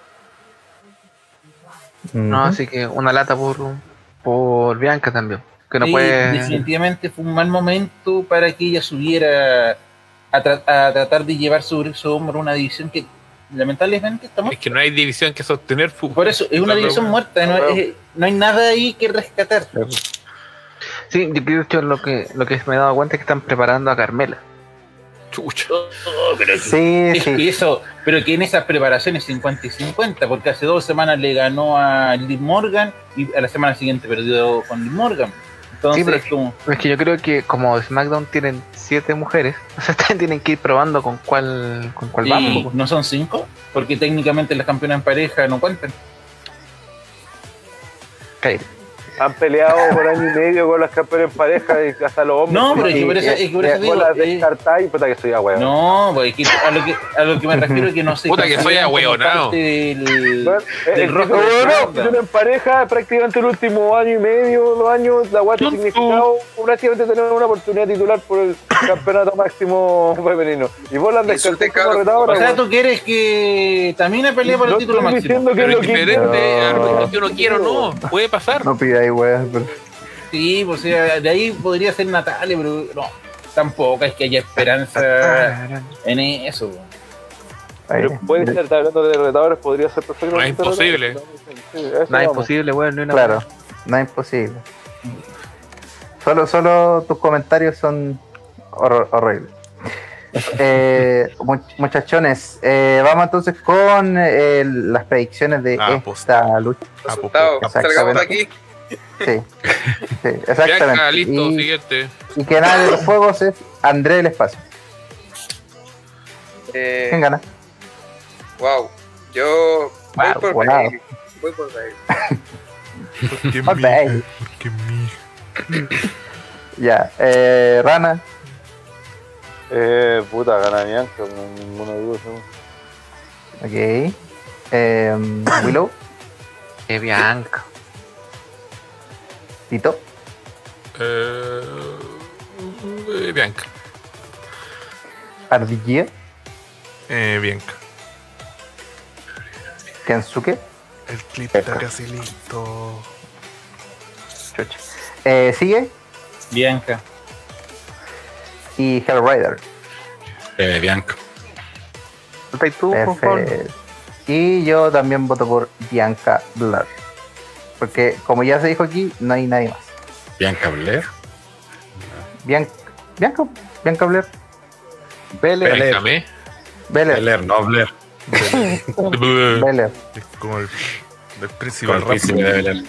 No, así que una lata por Bianca también. Que no puede...
Definitivamente fue un mal momento para que ella subiera a tratar de llevar sobre su hombro una división que lamentablemente está muerta.
Es que no hay división que sostener.
Por eso, es una división muerta, no hay nada ahí que rescatar.
Sí, yo creo que lo que me he dado cuenta es que están preparando a Carmela.
Chucha.
Pero que en esas preparaciones 50 y 50, porque hace 2 semanas le ganó a Liv Morgan y a la semana siguiente perdió con Liv Morgan. Entonces,
pero es que yo creo que como SmackDown tienen 7 mujeres, o sea, tienen que ir probando con cuál vamos.
¿No son 5? Porque técnicamente las campeonas en pareja no cuentan.
Han peleado por año y medio con las campeonas en pareja y hasta los hombres.
No, pero es que por eso digo.
Las descartáis, puta que soy ahueón.
No, pues a lo que me refiero es que no sé.
Puta que soy ahueonado.
Del rojo.
No, en pareja prácticamente el último año y medio, 2 años, la guata significado prácticamente tener una oportunidad titular por el campeonato máximo femenino. Y vos las descartáis como retadora.
O sea, tú quieres que también pelee por el título máximo.
Pero es diferente a lo que uno quiere o no. Puede pasar.
No pidáis weas, pero...
Sí, pues de ahí podría ser Natalia, pero no, tampoco es que haya esperanza en eso.
Pero puede estar hablando de retadores, podría ser perfectamente.
No es imposible.
No es imposible, bueno, no.
Claro, no es imposible. Solo tus comentarios son horribles. Muchachones, vamos entonces con las predicciones de esta lucha.
Salgamos de aquí.
Sí, exactamente.
Bianca, listo, siguiente.
Y que nada de los juegos es André del Espacio. ¿Quién gana?
Wow, yo voy por Bailey. Voy por Bailey.
Por Bailey. Ya, Rana.
Puta, gana Bianca, con ninguna duda.
Ok. Willow.
Bianca.
Tito.
Bianca.
Ardilla.
Bianca.
Kensuke.
El clip está casi listo.
Chucha. ¿Sigue?
Bianca.
Y Hellrider.
Bianca.
Y yo también voto por Bianca Blair. Porque como ya se dijo aquí, no hay nadie más.
¿Bianca Blair?
Bianca Blair.
Bécame.
Blair,
no Blair.
Blair.
Es como el principal
rap de Blair.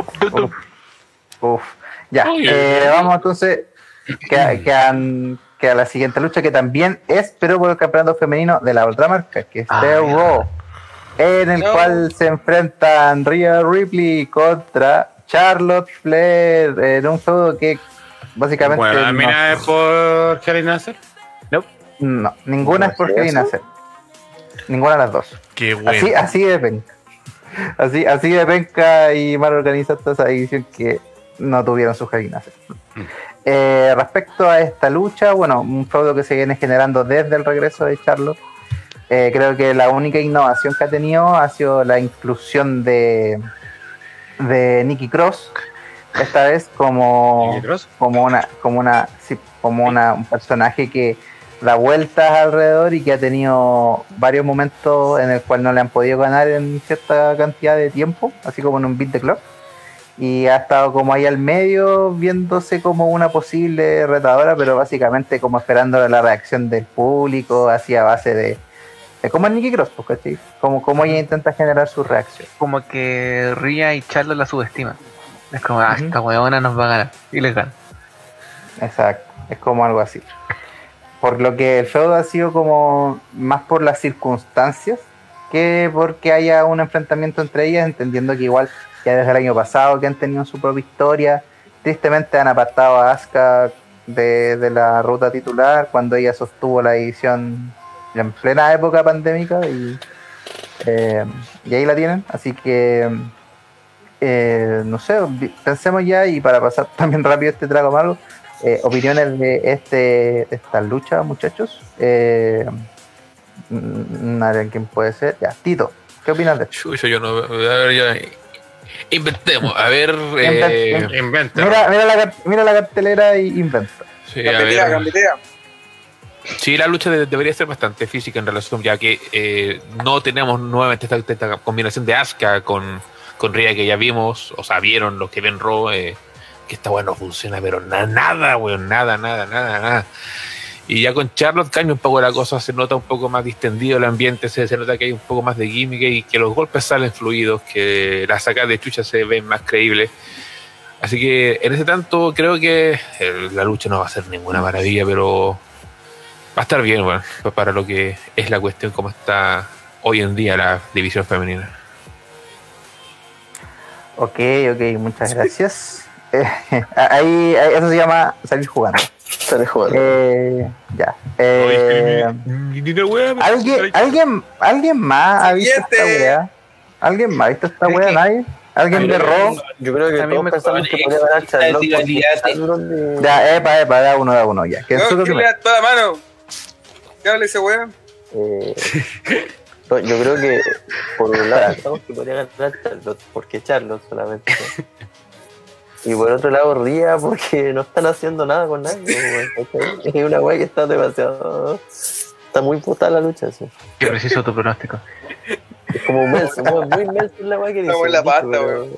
Uf. Ya, vamos entonces que a la siguiente lucha, que también es, pero por el campeonato femenino de la otra marca, que es The Raw, en el cual se enfrentan Rhea Ripley contra Charlotte Flair en un feudo que básicamente...
Bueno, ¿mira es por Kelly Nasser?
No, ninguna es por Kelly Nasser. Ninguna de las dos.
Qué bueno.
Así de penca. Así de penca y mal organizada esa división que no tuvieron sus Kelly Nasser. Respecto a esta lucha, bueno, un feudo que se viene generando desde el regreso de Charlotte. Creo que la única innovación que ha tenido ha sido la inclusión de Nikki Cross, esta vez como un personaje que da vueltas alrededor y que ha tenido varios momentos en el cual no le han podido ganar en cierta cantidad de tiempo, así como en un beat the clock, y ha estado como ahí al medio viéndose como una posible retadora, pero básicamente como esperando la reacción del público, así a base de como es Nikki Cross, ¿cachai? Como ella intenta generar su reacción.
Como que Rhea y Charlotte la subestiman. Es como, esta huevona nos va a ganar. Y les gana.
Exacto, es como algo así. Por lo que el feudo ha sido como más por las circunstancias que porque haya un enfrentamiento entre ellas, entendiendo que igual ya desde el año pasado que han tenido su propia historia. Tristemente han apartado a Asuka de la ruta titular cuando ella sostuvo la división en plena época pandémica y ahí la tienen, así que no sé, pensemos ya, y para pasar también rápido este trago malo, opiniones de esta lucha, muchachos. ¿Quién puede ser? Ya, Tito, ¿qué opinas de esto?
Yo no, a ver, ya inventemos, a ver, inventa.
Mira la cartelera y inventa.
Sí,
gambitea.
Sí, la lucha debería ser bastante física en relación, ya que no tenemos nuevamente esta combinación de Asuka con Rhea que ya vimos, o sea, vieron los que ven Raw, que esta weá no funciona, pero nada, weón, nada. Y ya con Charlotte cambia un poco la cosa, se nota un poco más distendido el ambiente, se nota que hay un poco más de gimmick y que los golpes salen fluidos, que las sacadas de chucha se ven más creíbles. Así que en ese tanto creo que la lucha no va a ser ninguna maravilla, pero va a estar bien, bueno, para lo que es la cuestión como está hoy en día la división femenina.
Ok, muchas gracias. Ahí eso se llama salir jugando. Ya. ¿Alguien más ha visto esta weá? ¿Alguien más ha visto esta weá? ¿Nadie? ¿Alguien de Raw?
Yo creo que todos pensamos que podría ganar Charlotte.
Ya, epa, da uno ya.
¿Qué le toda la mano? ¿Qué habla ese weón?
Yo creo que por un lado pensamos que podría ganar Charlotte, porque Charlotte solamente. Y por otro lado Rhea, porque no están haciendo nada con nadie. Es una weá que está demasiado está muy puta la lucha, sí.
Qué preciso tu pronóstico.
Es como muy menso la weá que dice.
Estamos en la pasta, weón.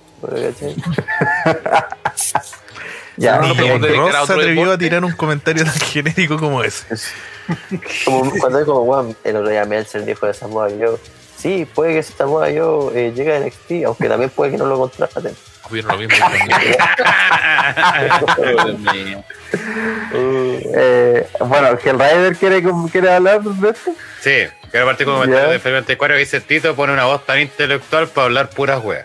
Ya,
No,
podemos dedicar
Ross
a
se
otro
atrevió a
deporte.
tirar un comentario tan genérico como ese.
como cuando es como, weón, el otro día Meltzer dijo de Samoa Joe. Sí, puede que Samoa Joe llegue a NXT, aunque también puede que no lo contraten.
Opino lo mismo.
Bueno, Hellrider quiere hablar de esto.
Sí, quiero partir con un comentario de F24 que dice: Tito pone una voz tan intelectual para hablar puras weas.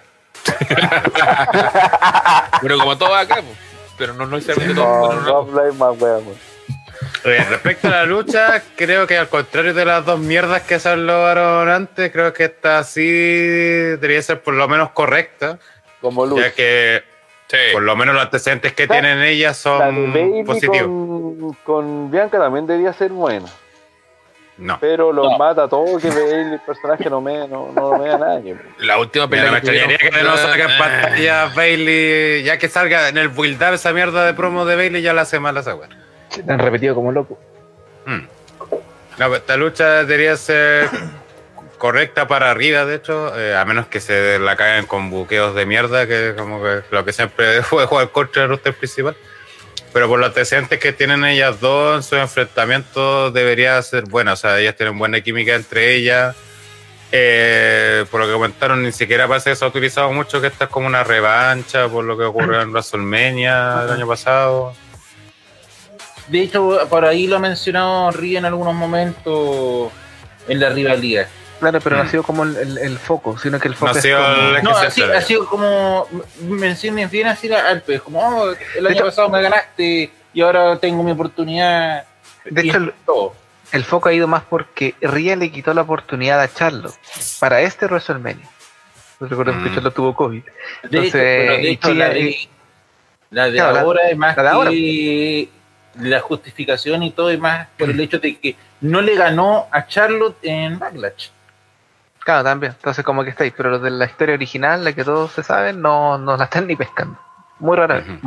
Pero como todo acá, pues. Pero no necesariamente todo.
No habláis más, weón.
Respecto a la lucha, creo que al contrario de las dos mierdas que se hablaron antes, creo que esta sí debería ser por lo menos correcta.
Como luz.
Ya que por lo menos los antecedentes que tienen ellas
La de
son
Bailey
positivos.
con Bianca también debería ser buena.
No.
Pero los mata todo que Bailey, el personaje no lo me da nadie.
La última
Mira,
pelea
me extrañaría que no salga en pantalla Bailey, ya que salga en el build-up esa mierda de promo de Bailey, ya la hace mal esa wea.
Te han repetido como loco.
No, esta lucha debería ser correcta para arriba, de hecho, a menos que se la caigan con buqueos de mierda, que como que lo que siempre fue jugar contra el roster principal. Pero por los antecedentes que tienen ellas dos en sus enfrentamientos debería ser buena. O sea, ellas tienen buena química entre ellas. Por lo que comentaron, ni siquiera parece que se ha utilizado mucho, que esta es como una revancha por lo que ocurrió en WrestleMania el año pasado.
De hecho, por ahí lo ha mencionado Ria en algunos momentos en la rivalidad.
Claro, pero no ha sido como el foco, sino que el foco
No ha
es
sido
como...
el-
No, ha sido como menciones bien así al pez, como el año pasado me ganaste y ahora tengo mi oportunidad.
De
Y
hecho,
todo.
el foco ha ido más porque Ria le quitó la oportunidad a Charlotte para este WrestleMania. Recordemos que Charlotte tuvo COVID.
De hecho, pero de hecho, la de
claro,
ahora es más
la de ahora.
que la justificación y todo, es más por el hecho de que no le ganó a Charlotte en Backlash.
Claro, también. Entonces como que está ahí. Pero los de la historia original, la que todos se saben, no la están ni pescando. Muy rara vez.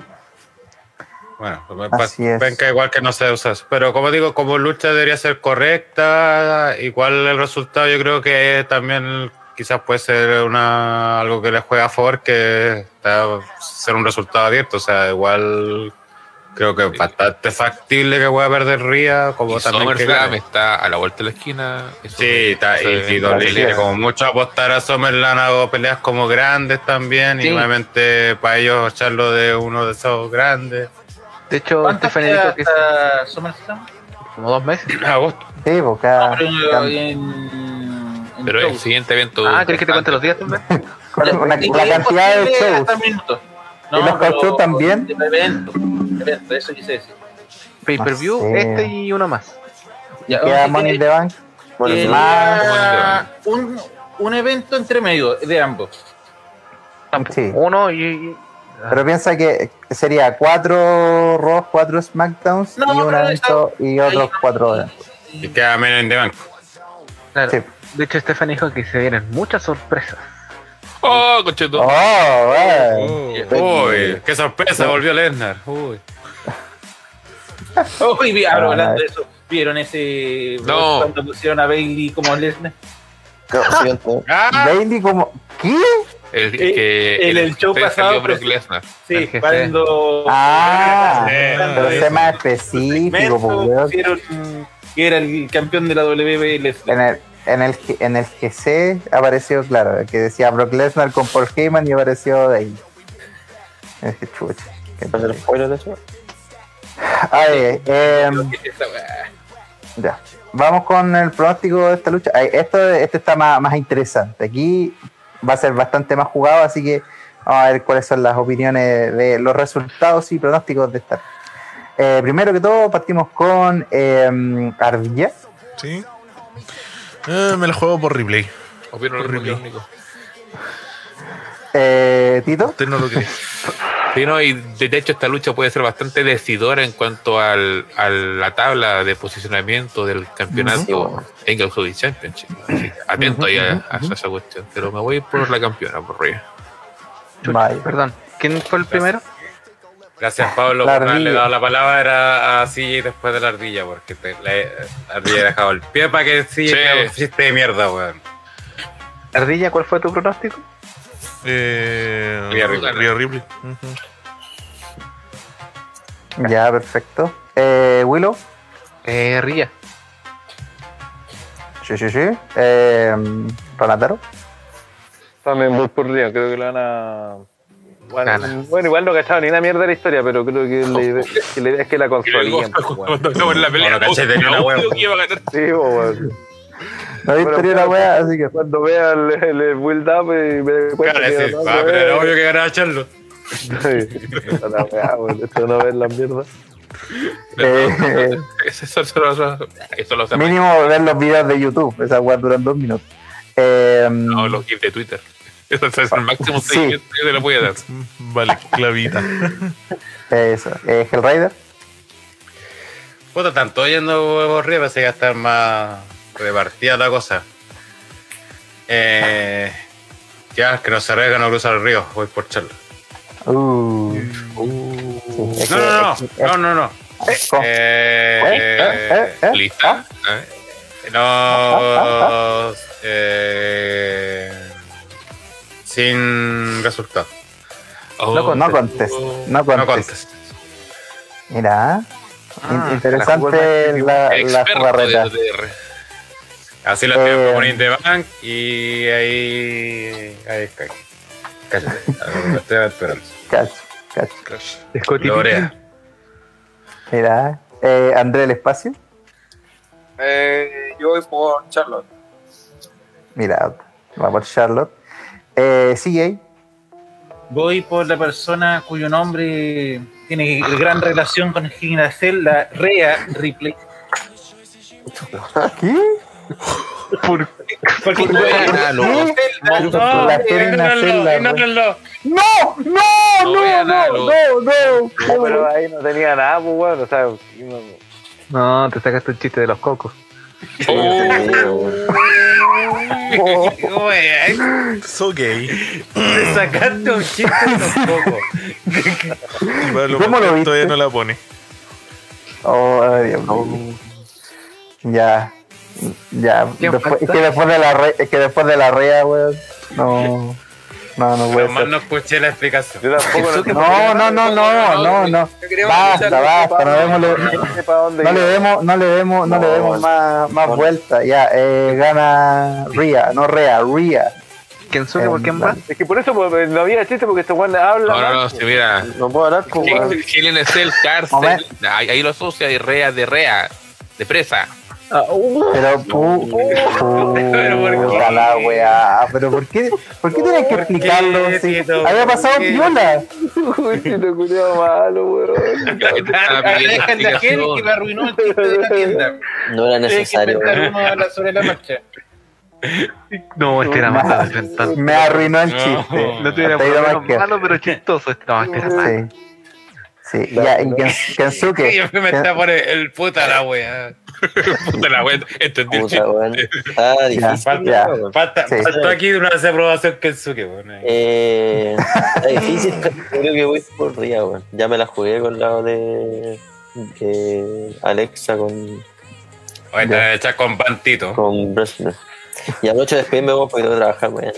Bueno,
Así es.
venga, igual que no se usa eso. Pero como digo, como lucha debería ser correcta. Igual el resultado yo creo que también quizás puede ser algo que le juega a favor, que ser un resultado abierto. O sea, igual creo que es bastante factible que pueda perder Ria, como
Y
también que
SummerSlam
gane.
está a la vuelta de la esquina. Eso
Sí, está, y WWE tiene como mucho apostar a SummerSlam, hago peleas como grandes también,
Sí.
y obviamente para ellos echarlo de uno de esos grandes.
De hecho,
¿Cuánto
Stephanie
queda
dijo que
hasta SummerSlam?
como 2 meses.
Agosto.
Sí, pues cada,
Pero
Pero el siguiente evento.
¿Querés que te cuente los días también?
la cantidad de shows.
No,
¿Y los
pero
shows también?
El evento, eso quise decir.
Pay-per-view,
No sé.
este y uno más.
Ya,
queda
vamos a
Money in the
decir
Bank.
Bueno,
que
más.
era un evento entre medio de ambos.
Sí.
Uno y...
Pero piensa que sería 4 Raw, 4 SmackDowns
No,
y un
pero
evento y otros
ahí-
4 eventos.
Y queda menos en the bank.
Claro.
Sí.
De hecho, Stephanie dijo que se vienen muchas sorpresas.
¡Oh, concheto!
Uy, qué sorpresa, volvió Lesnar. Uy.
Uy, hablando de eso, ¿vieron ese
No.
cuando pusieron a Bailey como Lesnar?
Bailey como... ¿Qué?
El show pasado,
Brock
pues,
Lesnar.
Sí, cuando
Pero sé más específico, pues, weón.
pusieron que era el campeón de la WWE Lesnar.
En el GC apareció, claro, que decía Brock Lesnar con Paul Heyman y apareció Bailey. Es que chucha.
¿Hacer spoiler de eso?
Ay, ya. Vamos con el pronóstico de esta lucha. Este está más interesante. Aquí va a ser bastante más jugado, así que vamos a ver cuáles son las opiniones de los resultados y pronósticos de esta. Primero que todo, partimos con Ardilla.
Sí. Me la juego por replay.
Opino lo mismo, Nico.
Tito.
Usted no lo cree.
Sí, no, y de hecho esta lucha puede ser bastante decidora en cuanto a la tabla de posicionamiento del campeonato en el Saudi Championship. Así que atento ahí a esa cuestión. Pero me voy por la campeona, por Ria.
Vale.
Perdón, ¿quién fue el primero?
Gracias, Pablo, por haberle dado la palabra a CJ después de la ardilla, porque la ardilla ha dejado el pie para que CJ sea un chiste de mierda, weón.
Ardilla, ¿cuál fue tu pronóstico?
Rhea Ripley.
Ya, perfecto. Willow.
Rhea.
Sí. Ronataro.
También voy por Rhea, creo que lo van a... Bueno, igual no he cachado ni una mierda de la historia, pero creo que la idea es que la consoliden.
Cuando acabó la pelea,
tenía una hueá.
Sí, weón.
No victoria la wea, así que
cuando vea el build up y me dé cuenta que
pero era obvio que ganaba Charlo.
La wea, weón, esto no ver las mierdas.
Eso lo
mínimo ver los videos de YouTube, esas weas duran 2 minutos.
No, los GIFs de Twitter. Eso es el máximo seguimiento que se le puede dar.
Vale, clavita.
Eso. Hellraider.
Puta, tanto yendo por arriba, pensé que iba a estar más repartida la cosa. Ya, que no se arriesga, no cruza el río. Voy por Charlo.
No.
¿Lista?
No. Sin resultado.
No contest. Mira, interesante la jugarreta.
Así lo estoy proponiendo de Bank y ahí cae. Cállate. Estoy esperando.
Cacho.
Lorea.
Mira, André el espacio.
Yo voy por Charlotte.
Mira, va por Charlotte. CJ.
Voy por la persona cuyo nombre tiene gran relación con Gina Cell, la Rhea Ripley.
¿Qué?
Porque
No.
Pero ahí no tenía nada, pues bueno, o sea,
No, te sacaste un chiste de los cocos.
So gay.
Te sacaste un chiste de los cocos.
¿Cómo lo viste?
Todavía no la pone.
Oh, Dios mío. Ya. Después de la rea, weón. No,
Pero más no escuché la explicación.
No. Basta. No le demos más vuelta. Ya, gana Rhea.
Kensuke, ¿por quién va?
es que por eso no había chiste, porque este Juan habla.
No, si mira.
No puedo hablar con
Helen es el cárcel. Ahí lo asocia y Rea, de presa.
Pero la weá. Pero ¿por qué tienes que explicarlo? Si había pasado viola.
Chiste culiao malo, weón.
Dejan de aquel que me arruinó el chiste de la tienda.
No era necesario.
Sobre la marcha.
No, este era más desventado.
Me arruinó el chiste.
No tuviera malo, pero chistoso. No, este era malo.
Sí, ya, y Kensuke.
Yo me está por el puta la wea.
Puta la wea, entendí el chiste.
Difícil.
Falta aquí de una desaprobación Kensuke, weón.
Está difícil, pero creo que voy por Rhea, weón. Ya me la jugué con la de Alexa con.
Ahorita echar con Bantito.
Con Bressner. Y anoche después me voy porque tengo que trabajar mañana.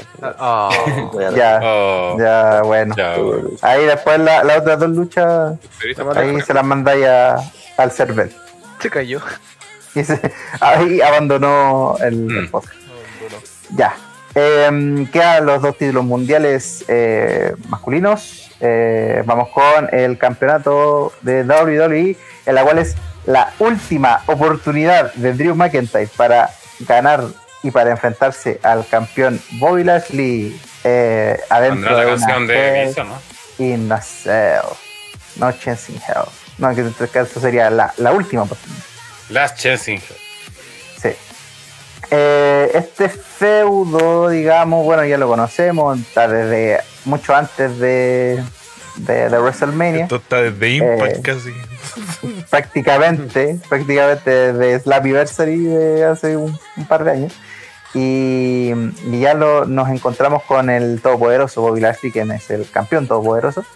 Ya, bueno. Ahí después las otras 2 luchas, ahí se las mandáis al server.
Se cayó.
Y ahí abandonó el podcast. Ya. Quedan los 2 títulos mundiales masculinos. Vamos con el campeonato de WWE, en la cual es la última oportunidad de Drew McIntyre para ganar y para enfrentarse al campeón Bobby Lashley adentro de una
canción de Viso, ¿no?
In a Cell. No Chance in Hell. No, que en este caso sería la última oportunidad.
Last Chance in Hell.
Sí. Este feudo, digamos, bueno, ya lo conocemos, está desde mucho antes de WrestleMania.
Esto está desde Impact casi.
Prácticamente de Slammiversary de hace un par de años. Y ya nos encontramos con el todopoderoso Bobby Lashley, quien es el campeón todopoderoso,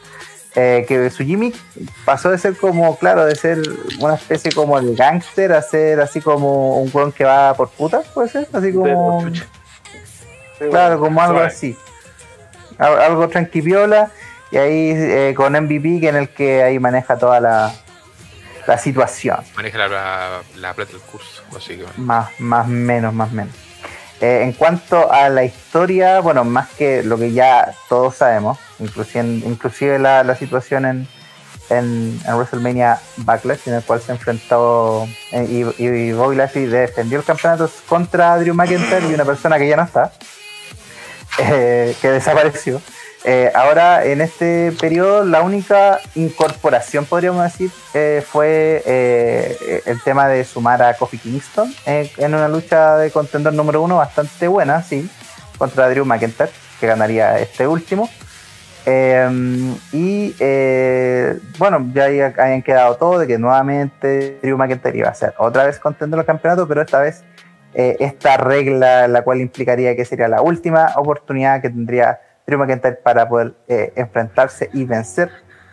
que su gimmick pasó de ser como, claro, de ser una especie como el gángster a ser así como un weón que va por putas, puede ser, así como... Claro, como algo así. Algo tranquipiola, y ahí con MVP, que en el que ahí maneja toda la situación.
Maneja la plata del curso, básicamente.
Más menos. En cuanto a la historia, bueno, más que lo que ya todos sabemos, inclusive la situación en WrestleMania Backlash, en el cual se enfrentó y Bobby Lashley defendió el campeonato contra Drew McIntyre y una persona que ya no está, que desapareció. Ahora, en este periodo, la única incorporación, podríamos decir, fue el tema de sumar a Kofi Kingston en una lucha de contendor número 1 bastante buena, sí, contra Drew McIntyre, que ganaría este último. Bueno, ya habían quedado todo de que nuevamente Drew McIntyre iba a ser otra vez contendor del campeonato, pero esta vez esta regla, la cual implicaría que sería la última oportunidad que tendría Drew McIntyre para poder enfrentarse y vencer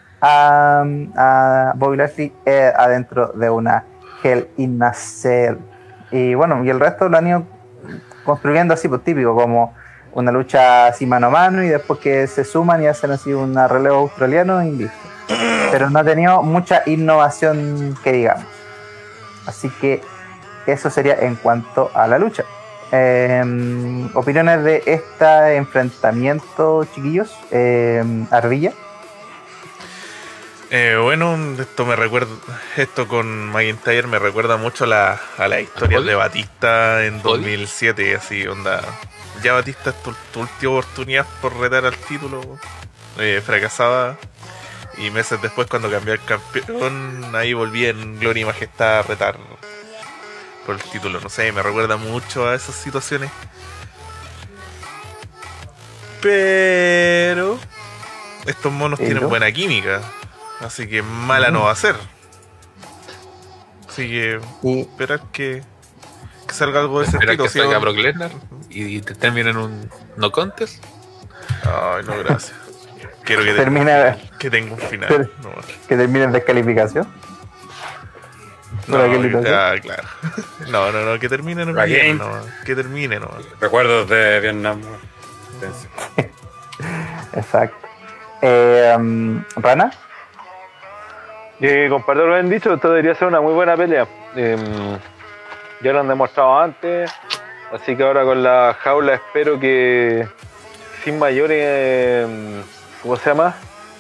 a Bobby Lashley adentro de una Hell in a Cell. Y bueno, y el resto lo han ido construyendo así, pues típico, como una lucha así mano a mano, y después que se suman y hacen así un relevo australiano y listo. Pero no ha tenido mucha innovación que digamos. Así que eso sería en cuanto a la lucha. Opiniones de este enfrentamiento, chiquillos. Ardilla.
Bueno, esto con McIntyre me recuerda mucho a la historia de Batista en 2007, así onda. Ya Batista, tu última oportunidad por retar al título, fracasaba, y meses después, cuando cambió el campeón, ahí volví en Gloria y Majestad a retar por el título. No sé, me recuerda mucho a esas situaciones, pero estos monos tienen buena química, así que mala no va a ser. Así que esperar que salga algo de ese estilo.
Que salga Brock Lesnar y te termine en un no contest.
Ay, no, gracias. Quiero que que tenga un final.
Que termine en descalificación.
Claro. No, que termine en bien, que termine, no.
Recuerdos de Vietnam.
Exacto. ¿Rana?
Comparto lo que han dicho, esto debería ser una muy buena pelea. Ya lo han demostrado antes, así que ahora con la jaula espero que sin mayores, ¿cómo se llama?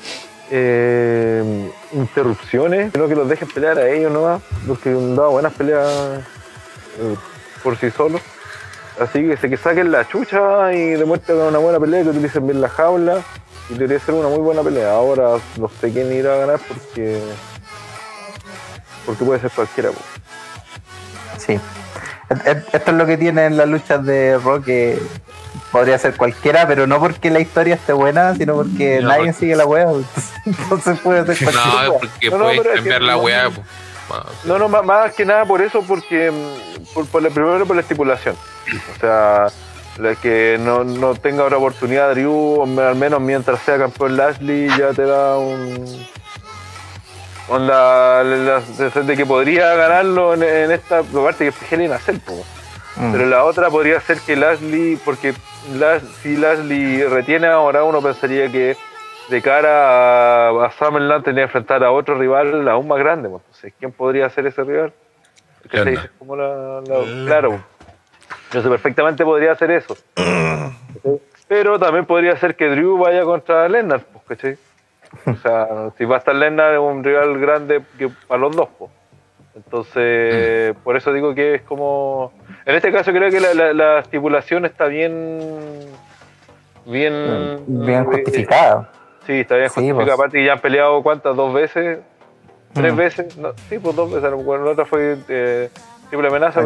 Interrupciones, sino que los dejen pelear a ellos nomás, porque han dado buenas peleas por sí solos. Así que saquen la chucha y demuestren una buena pelea, que utilicen bien la jaula, y debería ser una muy buena pelea. Ahora no sé quién irá a ganar porque puede ser cualquiera.
Sí. Esto es lo que tienen las luchas de Rock, que podría ser cualquiera, pero no porque la historia esté buena, sino porque nadie sigue la wea. Entonces puede ser cualquiera.
No, porque puedes cambiar la wea.
No, más que nada por eso, porque primero por la estipulación. O sea, la que no tenga otra oportunidad Drew, al menos mientras sea campeón Lashley, ya te da la sensación de que podría ganarlo en esta parte, que es Hell in a Cell, pero la otra podría ser que Lashley, porque si Lashley retiene ahora, uno pensaría que de cara a Summerland tenía que enfrentar a otro rival aún más grande. Entonces, ¿quién podría ser ese rival? Como claro, yo sé perfectamente podría hacer eso. Pero también podría ser que Drew vaya contra Lesnar, ¿cachai? O sea, si va a estar Lesnar, es un rival grande que para los dos, Entonces, por eso digo que es como... En este caso creo que la estipulación está bien
justificada.
Sí, está bien justificada. Pues. Aparte que ya han peleado, ¿cuántas? ¿2 veces? ¿3 veces? No, sí, pues 2 veces. Bueno, la otra fue triple amenaza.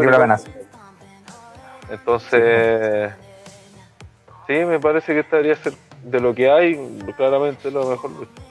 Entonces, sí, me parece que esta debería ser, de lo que hay, claramente lo mejor.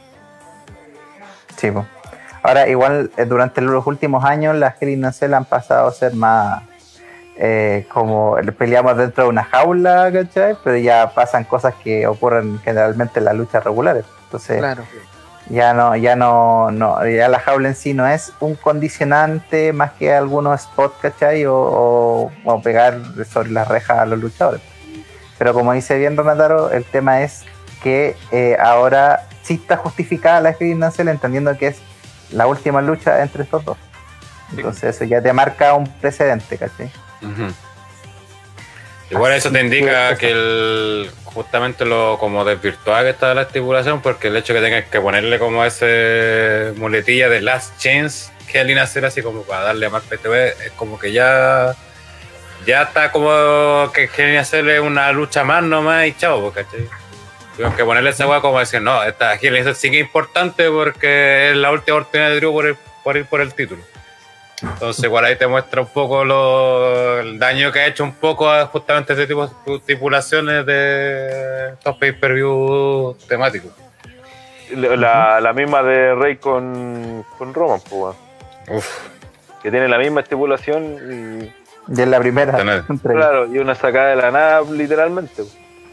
Sí, pues. Ahora, igual, durante los últimos años, las Hell in a Cell han pasado a ser más como peleamos dentro de una jaula, ¿cachai? Pero ya pasan cosas que ocurren generalmente en las luchas regulares. Entonces, claro, Ya la jaula en sí no es un condicionante más que algunos spots, ¿cachai? O pegar sobre las rejas a los luchadores. Pero como dice bien Renataro, el tema es que ahora sí está justificada la Hell in a Cell, entendiendo que es la última lucha entre estos dos. Entonces eso ya te marca un precedente, ¿cachai?
Uh-huh. Igual eso te indica que justamente lo como desvirtuada que está la estipulación, porque el hecho que tengas que ponerle como ese muletilla de Last Chance Hell in a Cell, así como para darle más PTV, es como que ya está como que Hell in a Cell es una lucha más nomás y chao, ¿cachai? Tuvimos que ponerle esa hueá como decir, no, esta Hell in a Cell sí que es importante porque es la última oportunidad de Drew por ir por el título. Entonces, igual ahí te muestra un poco el daño que ha hecho un poco a justamente este tipo de estipulaciones de estos pay-per-view temáticos.
La misma de Rey con Roman, pues. Que tiene la misma estipulación
y es la primera.
Claro, y una sacada de la nada, literalmente.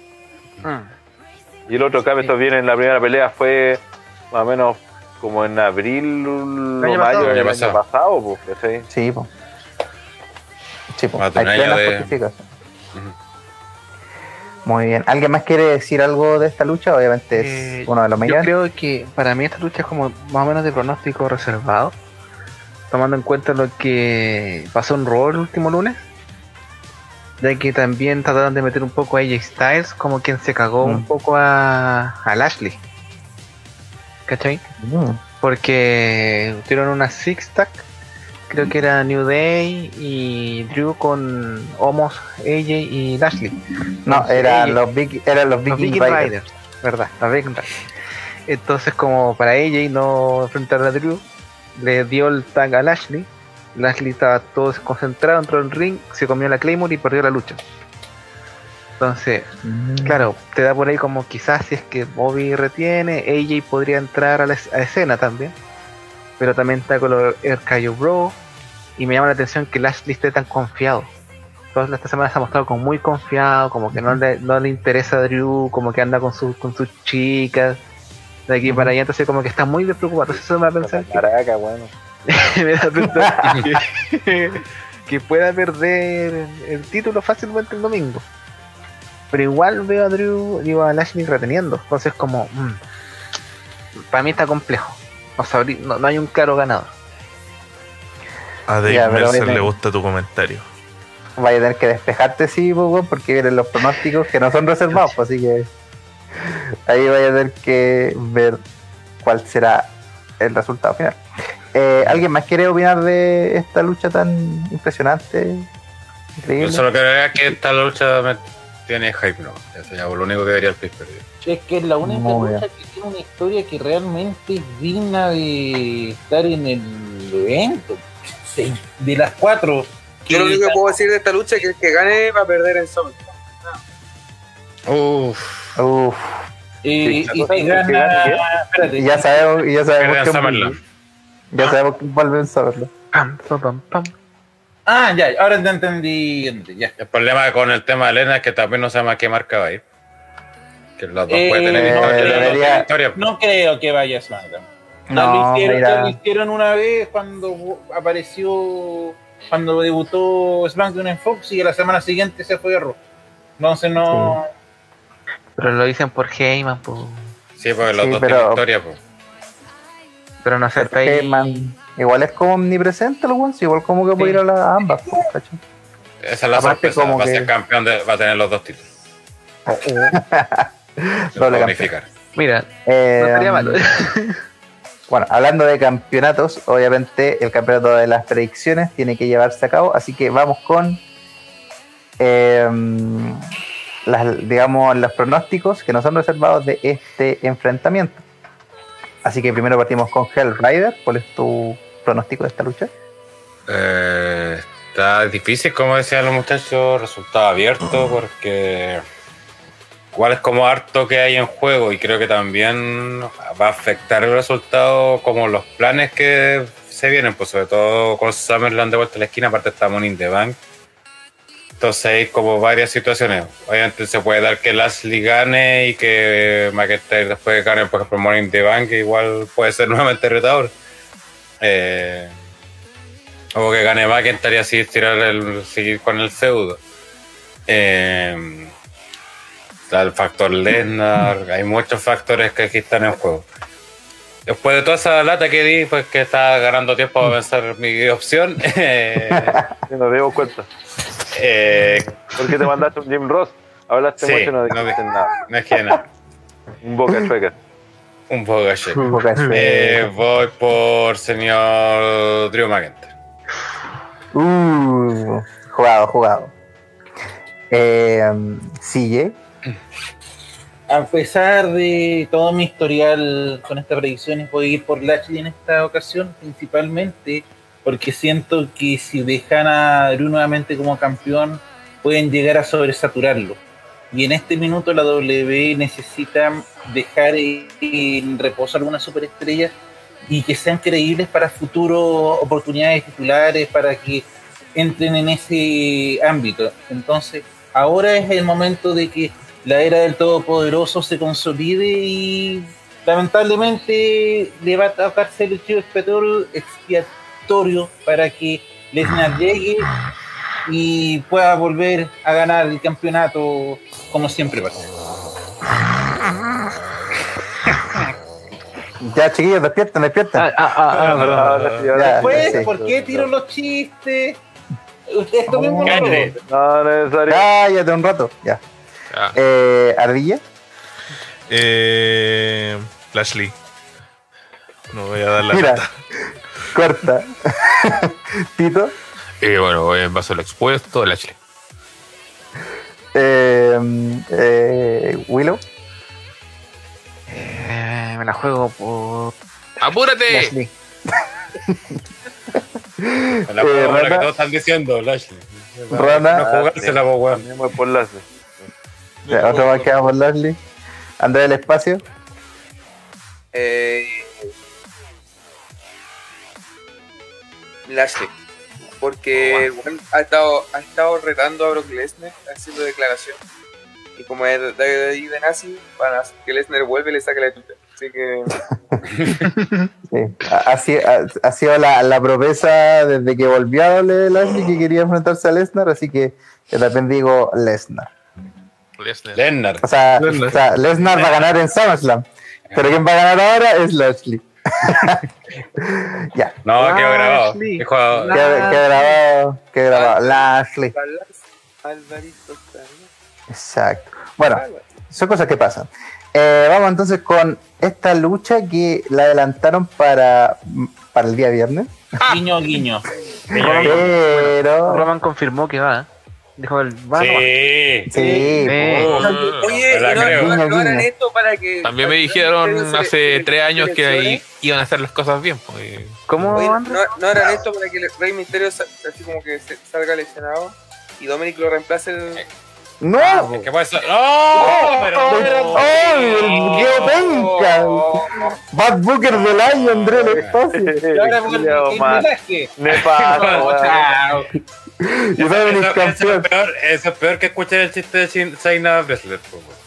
Y el otro cambio, estos viene en la primera pelea, fue más o menos como en abril o mayo del año pasado, pues.
Sí, pues. Sí, pues. Hay plenas justificaciones. Muy bien. ¿Alguien más quiere decir algo de esta lucha? Obviamente es uno de los mayores.
Yo creo que para mí esta lucha es como más o menos de pronóstico reservado, tomando en cuenta lo que pasó en Raw el último lunes, de que también trataron de meter un poco a AJ Styles como quien se cagó un poco a Lashley, ¿cachai? Porque tuvieron una six-tack, creo que era New Day y Drew con Omos, AJ y Lashley.
No, eran los Viking
Riders, ¿verdad? Los Viking Riders. Entonces, como para AJ no enfrentar a Drew, le dio el tag a Lashley. Lashley estaba todo concentrado, entró en el ring, se comió la Claymore y perdió la lucha. Entonces, claro, te da por ahí como quizás si es que Bobby retiene, AJ podría entrar a la escena también. Pero también está con el RKO Bro. Y me llama la atención que Lashley esté tan confiado. Toda esta semana se ha mostrado como muy confiado, como que no le interesa a Drew, como que anda con sus chicas de aquí para allá, entonces como que está muy despreocupado. Entonces eso me va a pensar me da a pensar que pueda perder el título fácilmente el domingo. Pero igual veo a Drew, digo a Lashley reteniendo. Entonces como para mí está complejo. No hay un claro ganador.
A Dave Mercer le gusta tu comentario.
Vaya a tener que despejarte, sí, porque vienen los pronósticos que no son reservados, pues, así que ahí vaya a tener que ver cuál será el resultado final. ¿Alguien más quiere opinar de esta lucha tan impresionante? Increíble.
Yo solo creo que esta lucha tiene hype, ¿no? Eso ya es lo único que debería el pay-per-view.
Es que es la única lucha que tiene una historia que realmente es digna de estar en el evento. Sí, de las 4.
Yo lo único que puedo decir de esta lucha es que el que gane va a perder en SummerSlam.
Y si gana, espérate,
ya sabemos que vuelven a saberlo.
Ya, ahora te entendí. Ya.
El problema con el tema de Elena es que también no sabemos a qué marca va a ir. Que los dos pueden tener historia.
No creo que vaya a SmackDown. Lo hicieron una vez cuando apareció, cuando debutó SmackDown en Fox y a la semana siguiente se fue a Raw. Entonces no.
Sí. Pero lo dicen por Heyman, pues.
Sí, porque los dos tienen historia, pues.
Pero no sé,
Heyman igual es como omnipresente, igual como que puede ir a ambas, ¿cachai?
Esa es la sorpresa, va a ser campeón, va a tener los dos títulos.
Doble campeón.
Mira, no estaría malo.
Bueno, hablando de campeonatos, obviamente el campeonato de las predicciones tiene que llevarse a cabo, así que vamos con los pronósticos que no son reservados de este enfrentamiento. Así que primero partimos con Hell Rider. ¿Cuál es tu pronóstico de esta lucha?
Está difícil, como decían los muchachos, resultado abierto, porque igual es como harto que hay en juego y creo que también va a afectar el resultado como los planes que se vienen, pues sobre todo con Summerland de vuelta a la esquina, aparte está Money in the Bank. Entonces hay como varias situaciones. Obviamente se puede dar que Lashley gane y que McIntyre después gane, por ejemplo, Money in the Bank, que igual puede ser nuevamente retador. O que gane McIntyre y así seguir con el feudo. Está el factor Lesnar, hay muchos factores que aquí están en juego. Después de toda esa lata que di, pues que estaba ganando tiempo para pensar mi opción.
Nos dimos cuenta. ¿Por qué te mandaste un Jim Ross? Hablaste mucho y no dijiste nada.
No es que nada.
Un Boca Chueca.
Un Boca Chueca. Voy por señor Drew McIntyre.
Jugado. CJ.
A pesar de todo mi historial con estas predicciones, voy a ir por Lashley en esta ocasión, principalmente porque siento que si dejan a Drew nuevamente como campeón, pueden llegar a sobresaturarlo. Y en este minuto la WWE necesita dejar en reposo algunas superestrellas y que sean creíbles para futuras oportunidades titulares, para que entren en ese ámbito. Entonces, ahora es el momento de que la era del Todopoderoso se consolide y lamentablemente le va a tocar ser el chivo expiatorio para que Lesnar llegue y pueda volver a ganar el campeonato como siempre pasa.
Ya, chiquillos, despierten.
Después, ¿por qué tiro los chistes? Esto mismo
no necesario.
Cállate un rato, ya. Ardilla.
Lashley. No voy a dar la
nota. Corta. Tito.
Bueno, voy en base al expuesto, Lashley.
Willow.
Me la juego por...
¡Apúrate!
Lashley.
La que todos están diciendo, Lashley.
Rana.
No jugársela, weón.
Voy por Lashley.
Otro más que va por Lashley. Andrés del Espacio.
Lashley. Porque bueno, ha estado retando a Brock Lesnar haciendo declaraciones. Y como es de ahí de nazi, para que Lesnar vuelve y le saque la tuta. Así que.
Sí. Ha sido la promesa desde que volvió a Lashley que quería enfrentarse a Lesnar. Así que yo también digo Lesnar.
Lesnar.
O sea, Lesnar va a ganar en SummerSlam. Pero quien va a ganar ahora es Lashley. Ya.
No, quedó grabado.
Quedó grabado. Lashley. Exacto. Bueno, son cosas que pasan. Vamos entonces con esta lucha que la adelantaron para el día viernes.
Guiño, guiño.
Pero
Roman confirmó que va. Dijo el vamos.
Sí.
Oye, no harán esto para que.
También me dijeron hace 3 años que ahí iban a hacer las cosas bien. Pues.
¿Cómo?
Oye, no harán esto para que el Rey Misterio así como que salga lesionado y Dominic lo reemplace el.
¡No!
¿Qué puede ser? ¡Oh!
¡Qué penca! Bad Booker del año, Andrés del Espacio.
Eso es peor que escuchar el chiste de China Baszler.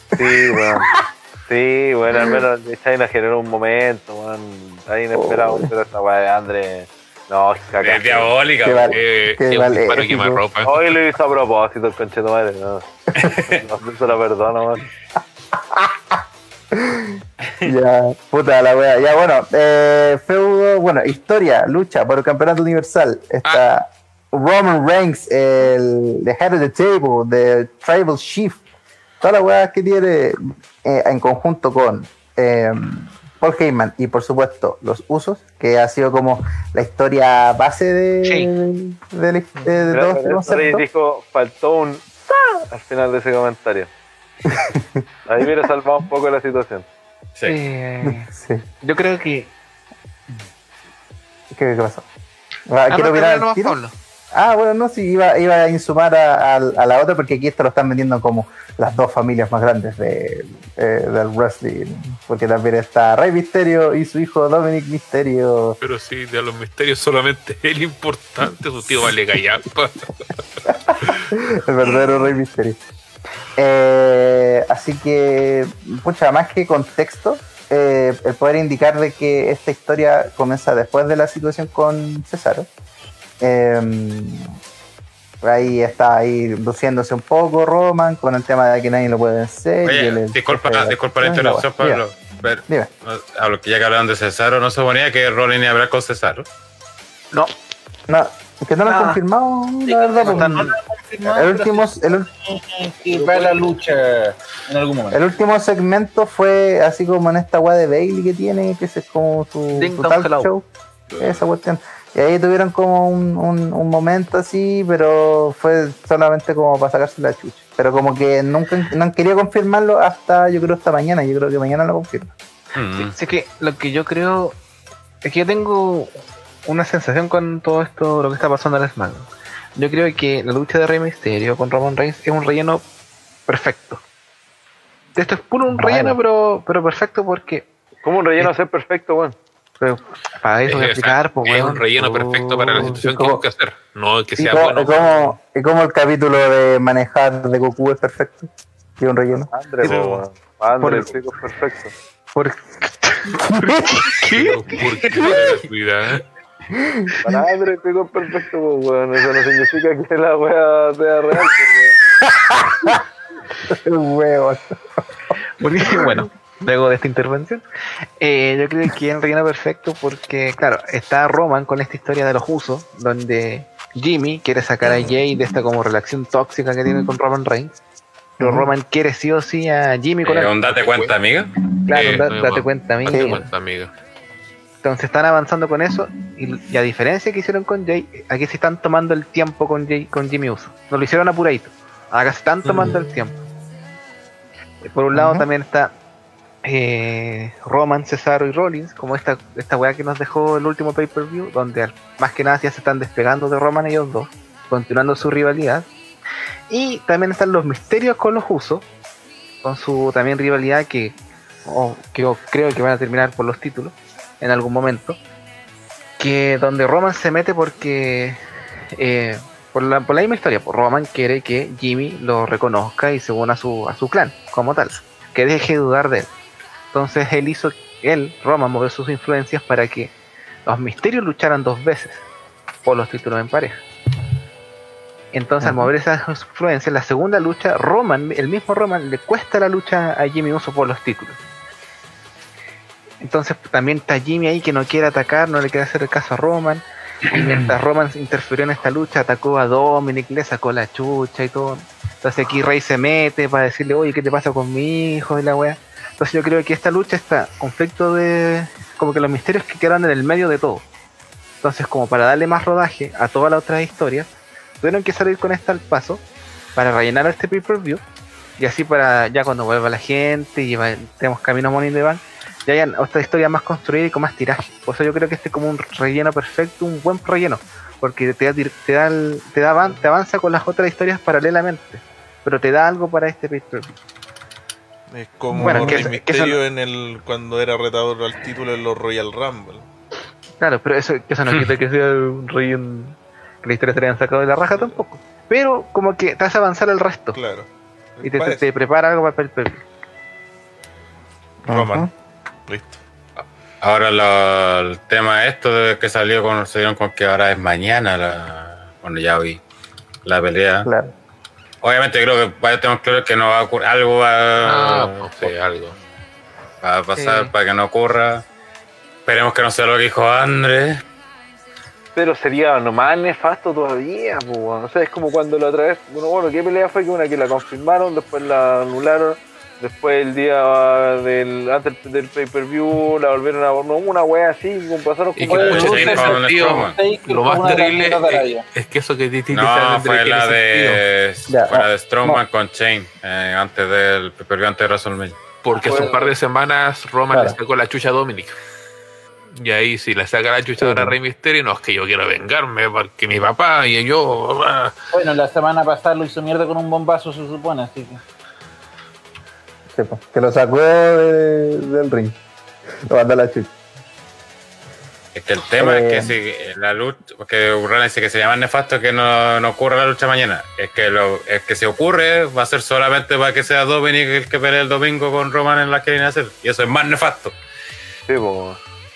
Sí, bueno, al menos China generó un momento, man. Está inesperado, pero esta weá de André. No, caca.
Es diabólica.
Para quemar ropa.
Hoy lo hizo a propósito el concheto madre, no. No se lo perdono, man.
Ya, puta la wea. Ya, bueno, feudo, bueno, historia, lucha por el campeonato universal. Está Roman Reigns, the head of the table, the tribal chief. Todas las weas que tiene en conjunto con Paul Heyman y por supuesto los Usos, que ha sido como la historia base de todo este concepto.
Dijo, faltó un al final de ese comentario. Ahí hubiera salvado un poco la situación.
Sí.
Yo creo que...
¿Qué pasó? ¿Quiero opinar al tiro? Bueno, no, sí, iba a insumar a la otra porque aquí esto lo están vendiendo como las dos familias más grandes del wrestling, porque también está Rey Mysterio y su hijo Dominic Mysterio.
Pero sí, de los misterios solamente el importante, su tío vale callampa.
El verdadero Rey Misterio. Así que, pucha, más que contexto, el poder indicar de que esta historia comienza después de la situación con Cesaro. Ahí está ahí luciéndose un poco Roman con el tema de que nadie lo puede vencer.
Oye, disculpa la interrupción, Pablo.
Dime.
A lo que ya que hablaban de Cesaro, ¿no se suponía que Rollins iba a hablar con Cesaro?
No, que no lo han confirmado, la verdad.
No lo han confirmado. Que va a la lucha en algún momento.
El último segmento fue así como en esta weá de Bailey que tiene, que es como su talk show. Esa cuestión. Y ahí tuvieron como un momento así, pero fue solamente como para sacarse la chucha. Pero como que nunca no han querido confirmarlo hasta, yo creo, hasta mañana. Yo creo que mañana lo confirman.
Sí, que lo que yo creo es que yo tengo una sensación con todo esto, lo que está pasando en el SmackDown. Yo creo que la lucha de Rey Mysterio con Roman Reigns es un relleno perfecto. Esto es puro un relleno, pero perfecto porque...
¿Cómo un relleno ser perfecto, weón?
Pero para eso voy a explicar, pues,
es un relleno perfecto para la situación que hay que hacer, no que sea bueno.
Es como el capítulo de manejar de Goku es perfecto, que es un relleno.
André, el pico es perfecto.
¿Por qué?
¿Por qué? Cuidado.
Para André, el pico es perfecto, weón. Eso no significa que la wea sea real,
weón.
Bueno, luego de esta intervención, yo creo que es un relleno perfecto porque, claro, está Roman con esta historia de los usos, donde Jimmy quiere sacar a Jay de esta como relación tóxica que tiene con Roman Reigns, pero Roman quiere sí o sí a Jimmy con él.
¿Date cuenta, amiga?
Claro, date cuenta, amiga. Entonces están avanzando con eso y a diferencia que hicieron con Jay, aquí se están tomando el tiempo con Jimmy Uso. No lo hicieron apuradito, acá se están tomando el tiempo. Por un lado también está Roman, Cesaro y Rollins, como esta weá que nos dejó el último pay-per-view, donde más que nada ya se están despegando de Roman ellos dos, continuando su rivalidad. Y también están los misterios con los Usos, con su también rivalidad que yo creo que van a terminar por los títulos en algún momento, que donde Roman se mete porque por la misma historia, pues Roman quiere que Jimmy lo reconozca y se una a su clan como tal, que deje de dudar de él. Entonces Roman movió sus influencias para que los misterios lucharan 2 veces por los títulos en pareja. Entonces al mover esas influencias, la segunda lucha, el mismo Roman le cuesta la lucha a Jimmy Uso por los títulos. Entonces también está Jimmy ahí que no quiere atacar, no le quiere hacer el caso a Roman. Y mientras Roman interfirió en esta lucha, atacó a Dominic, le sacó la chucha y todo. Entonces aquí Rey se mete para decirle, oye, ¿qué te pasa con mi hijo? Y la wea. Entonces yo creo que esta lucha está conflicto de... como que los misterios que quedan en el medio de todo. Entonces como para darle más rodaje a todas las otras historias, tuvieron que salir con esta al paso para rellenar este pay-per-view. Y así para ya cuando vuelva la gente y tenemos camino a Money in the Bank, ya hay otra historia más construida y con más tiraje. Por eso yo creo que este es como un relleno perfecto, un buen relleno, porque te avanza con las otras historias paralelamente, pero te da algo para este pay-per-view.
Es como Rey Mysterio cuando era retador al título en los Royal Rumble.
Claro, pero eso no quita que sea un relleno que la historia se hayan sacado de la raja tampoco, pero como que te hace avanzar el resto.
Claro.
Y te prepara algo para el pay-per-view.
Roman. Listo.
Ahora el tema de que se dieron con que ahora es mañana bueno, ya vi la pelea.
Claro.
Obviamente creo que tenemos claro que no va a ocurrir, algo va a pasar para que no ocurra. Esperemos que no sea lo que dijo Andrés.
Pero sería más nefasto todavía, pues, bueno. O sea, es como cuando la otra vez, bueno, ¿qué pelea fue? Que una que la confirmaron, después la anularon, después el día antes del pay-per-view la volvieron a una wea así, pasaron como
lo más terrible es que eso que distingue
fue la de Strowman con Shane antes del pay-per-view, antes de WrestleMania.
Porque hace un par de semanas Roman le sacó la chucha a Dominic. Y ahí si le saca la chucha a Rey Mysterio, no es que yo quiero vengarme porque mi papá y yo...
Bueno, la semana pasada lo hizo mierda con un bombazo, se supone, así que...
Que lo sacó del ring. Lo manda la chucha.
Es que el tema es que si la lucha, porque Urrana dice que se llama nefasto que no ocurra la lucha mañana. Es que si ocurre, va a ser solamente para que sea Dominic el que pelee el domingo con Roman en la que viene a hacer. Y eso es más nefasto.
Sí, pues.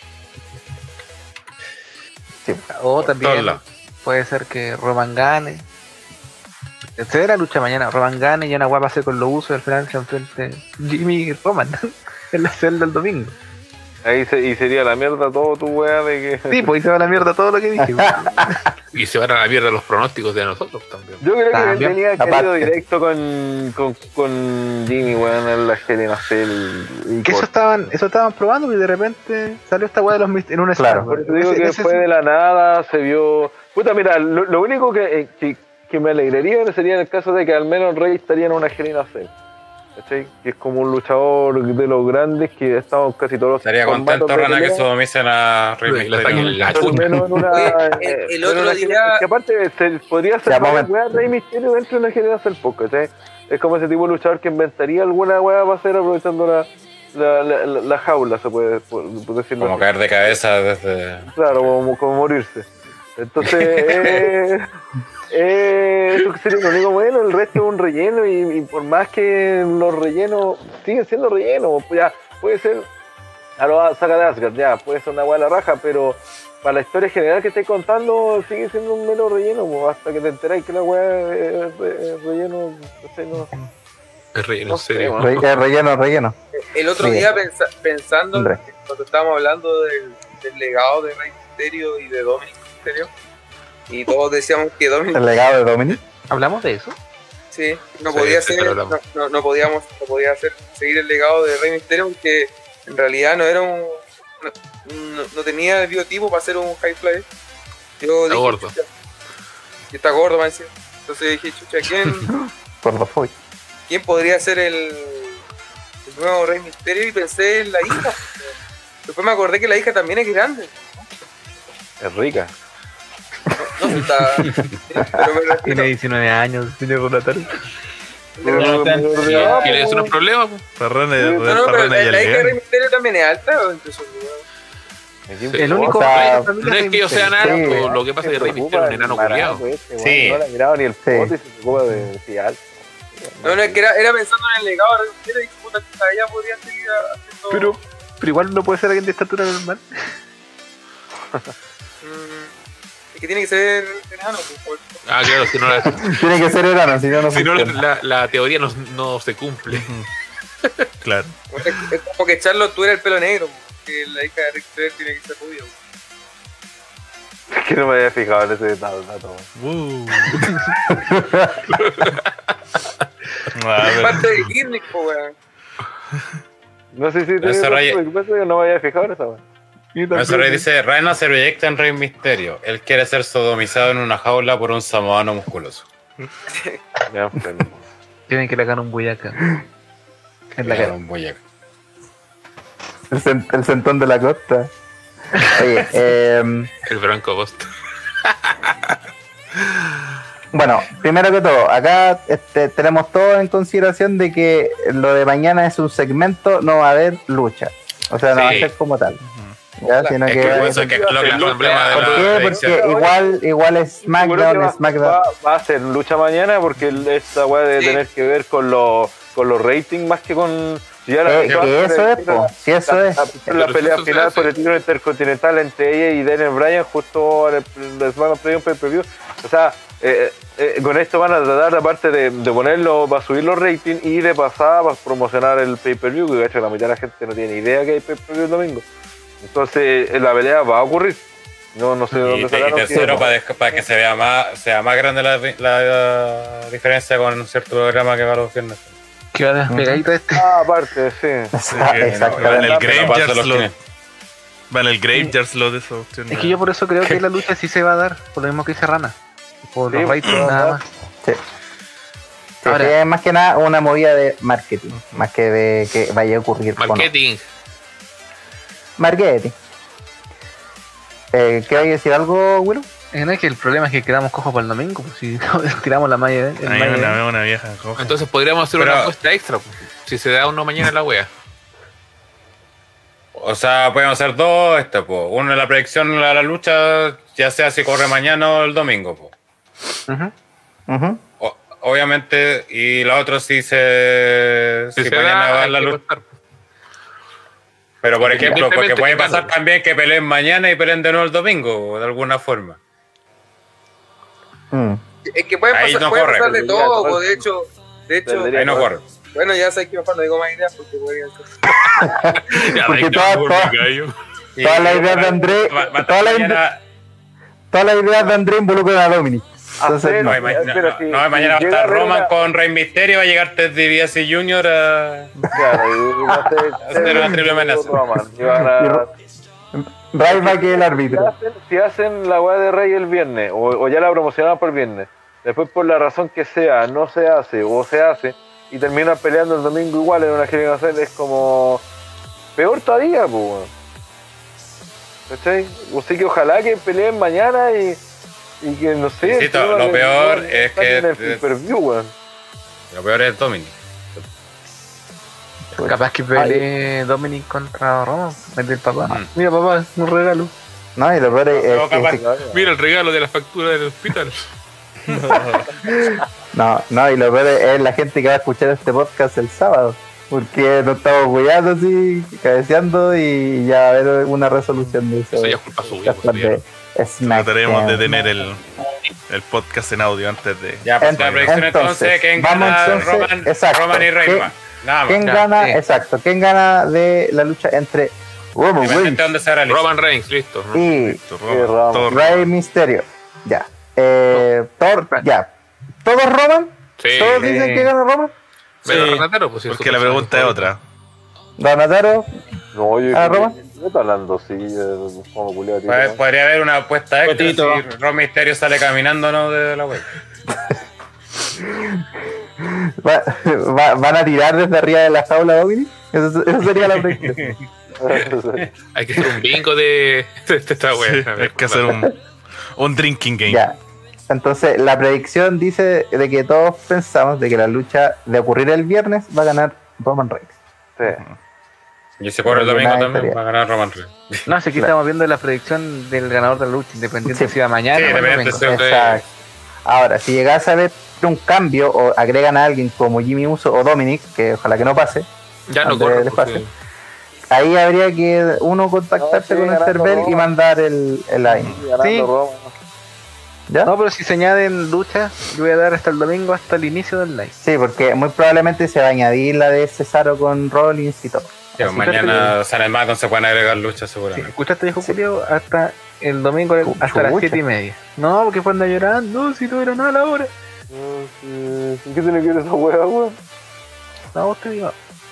Sí. O también puede ser que Roman gane. Esta es la lucha mañana. Roman gane y una guapa hace con los usos y al final se enfrente Jimmy y Roman en la celda del domingo.
Ahí sería la mierda todo tu weá de que...
Sí, pues ahí se va a la mierda todo lo que dije.
Y se van a la mierda los pronósticos de nosotros también.
Yo creo que tenía querido directo con Jimmy, weón, en la Hell in a Cell.
Que eso estaban probando y de repente salió esta weá de los en un
claro, por eso digo que después de la nada se vio... Puta, mira, lo único que me alegraría sería en el caso de que al menos Rey estaría en una Hell in a Cell. ¿Cachai? Que es como un luchador de los grandes que estamos casi todos.
Estaría contento Rana que sodomicen a Rey Mysterio.
El otro día.
Que aparte podría ser una weá Rey Mysterio dentro de una generación poco, ¿cachai? Es como ese tipo de luchador que inventaría alguna weá para hacer aprovechando la jaula, se puede decir.
Como caer de cabeza desde.
Claro, como morirse. Entonces, eso sería lo único bueno, el resto es un relleno y por más que los rellenos siguen siendo rellenos, pues ya puede ser a lo saca de Asgard, ya puede ser una hueá de la raja, pero para la historia general que estés contando sigue siendo un mero relleno, pues, hasta que te enteráis que la hueá es relleno, no.
Es relleno, en serio.
Relleno.
El otro día pensando, cuando estábamos hablando del legado de Rey Mysterio y de Dominic Mysterio, y todos decíamos que Dominic...
¿El legado de Dominic?
¿Hablamos de eso?
Sí, no podía seguir el legado de Rey Mysterio porque en realidad no era no tenía el biotipo para ser un high flyer. Yo
está gordo.
Y está gordo, me decía. Entonces dije, chucha, ¿quién podría ser el nuevo Rey Mysterio? Y pensé en la hija. Después me acordé que la hija también es grande.
Es rica.
No está.
Tiene 19 años, señor Ronatari.
¿Quiere eso no es problema?
Pero la hija de Rey Mysterio también es alta.
El único
no es que ellos sean altos, lo que pasa es que Rey Mysterio es un enano culiado.
Sí. No le ha mirado ni el pote y se ocupa de si alto.
No, es que era pensando en el legado de Rey Mysterio y puta, ella podría seguir haciendo.
Pero igual no puede ser alguien de estatura normal.
Es que tiene que ser enano.
Claro, si no
tiene que ser enano, si no
la teoría no se cumple.
Claro.
Es como que Charlotte tuviera el pelo negro, porque la hija de Rick Flair tiene que ser rubia.
Es que no me había fijado en ese dato.
Es parte de gimmick, weón.
No sé si no me había fijado en esa weón.
Eso dice, Rhino se proyecta en Rey Mysterio. Él quiere ser sodomizado en una jaula por un samoano musculoso.
Tienen que le hagan un buyaca.
En la cara. Un buyaca.
El sentón de la costa. Oye,
el Branco Boston.
Bueno, primero que todo, acá tenemos todo en consideración de que lo de mañana es un segmento, no va a haber lucha. O sea, no va a ser como tal. Ya, sino porque igual es SmackDown,
va a ser lucha mañana porque esta weá debe tener que ver con los ratings más que con
eso es
la pelea final por el título intercontinental entre ella y Daniel Bryan justo en el SmackDown Premium Pay-Per-View. O sea, con esto van a tratar aparte de ponerlo para subir los ratings y de pasar para promocionar el Pay-Per-View, que de hecho la mitad de la gente no tiene idea que hay Pay-Per-View el domingo. Entonces la pelea va a ocurrir. No sé dónde sacaron.
Y tercero, para que sea más grande la diferencia con un cierto programa que va a los viernes.
Que va a despegadito
aparte, sí.
Exacto.
Va en el Graveyard Slot de eso.
Es que yo por eso creo que la lucha sí se va a dar, por lo mismo que dice Rana. Por los ratings nada más.
Sí. Ahora, es más que nada una movida de marketing, más que de que vaya a ocurrir.
Marketing.
¿Quieres decir algo, Willow?
No, es que el problema es que quedamos cojos para el domingo, pues, si tiramos la malla.
Una vieja coja.
Entonces podríamos hacer una apuesta extra, pues, si se da uno mañana la wea.
O sea, podemos hacer dos, po. Uno es la predicción a la lucha, ya sea si corre mañana o el domingo, po. Obviamente, y la otra si mañana va la lucha. Pero por ejemplo, porque puede pasar también que peleen mañana y peleen de nuevo el domingo, de alguna forma.
Es que puede pasar de todo, de hecho.
Ahí no corre.
Bueno, ya sé que mejor no digo más ideas porque voy a
porque todas las ideas de André, todas las ideas de André involucran a Dominic. Entonces,
mañana va a estar Roman con Rey Mysterio, va a llegar Ted DiBiase Jr. a hacer una triple amenaza.
Rey va a que el árbitro.
Si hacen la weá de Rey el viernes, o ya la promocionaron por el viernes, después por la razón que sea, no se hace, o se hace, y terminan peleando el domingo igual en una gira nacional, es como peor todavía, pues. ¿Cachai? Así que ojalá que peleen mañana y que no sé.
Sí, lo peor es que
lo
peor es Dominic.
Capaz que pelee Dominic contra Roma, el papá. Mira, papá, un regalo.
No, y lo peor es
mira el regalo de la factura del hospital.
No, y lo peor es la gente que va a escuchar este podcast el sábado, porque nos estamos cuidando así, cabeceando, y ya va a haber una resolución de eso.
Eso ya es culpa suya.
Trataremos de tener el podcast en audio antes de...
Ya, pues la predicción entonces, ¿quién gana? Roman y Reigns.
¿Quién gana? Exacto, ¿quién gana de la lucha entre Roman
Reigns, listo.
Y Rey Mysterio? Ya. Thor, ya. ¿Todos Roman?
Sí.
¿Todos dicen que gana Roman?
Pero Donataro, pues,
porque la pregunta es otra.
¿Donataro?
No, yo
Roman.
¿Qué está hablando? Sí, como culiado.
Podría haber una apuesta extra si Rey Mysterio sale caminando, ¿no? De la web.
¿Van a tirar desde arriba de la jaula, Dominic? Eso sería la predicción.
Hay que hacer un bingo de esta wea.
Sí, hay que hacer un drinking game.
Ya. Entonces, la predicción dice de que todos pensamos de que la lucha de ocurrir el viernes va a ganar Roman Reigns.
Sí.
Y si corre el domingo también va a ganar Roman Reigns.
No, si aquí estamos viendo la predicción del ganador de la lucha, independiente si va mañana o domingo.
Exacto. Ahora, si llegase a haber un cambio o agregan a alguien como Jimmy Uso o Dominic, que ojalá que no pase,
ya no corre,
ahí habría que uno contactarse con el Interbell y mandar el line.
Sí.
¿Ya?
No, pero si se añaden luchas, yo voy a dar hasta el domingo, hasta el inicio del live.
Sí, porque muy probablemente se va a añadir la de Cesaro con Rollins y todo.
Sí, mañana San Elmaton se pueden agregar luchas seguramente.
Sí, ¿escuchaste, viejo Julio? Hasta el domingo hasta las 7:30. No, porque fue andar llorando, si no era nada a la hora.
¿Qué tiene que ver esa hueá, weón?
No, vos te digo.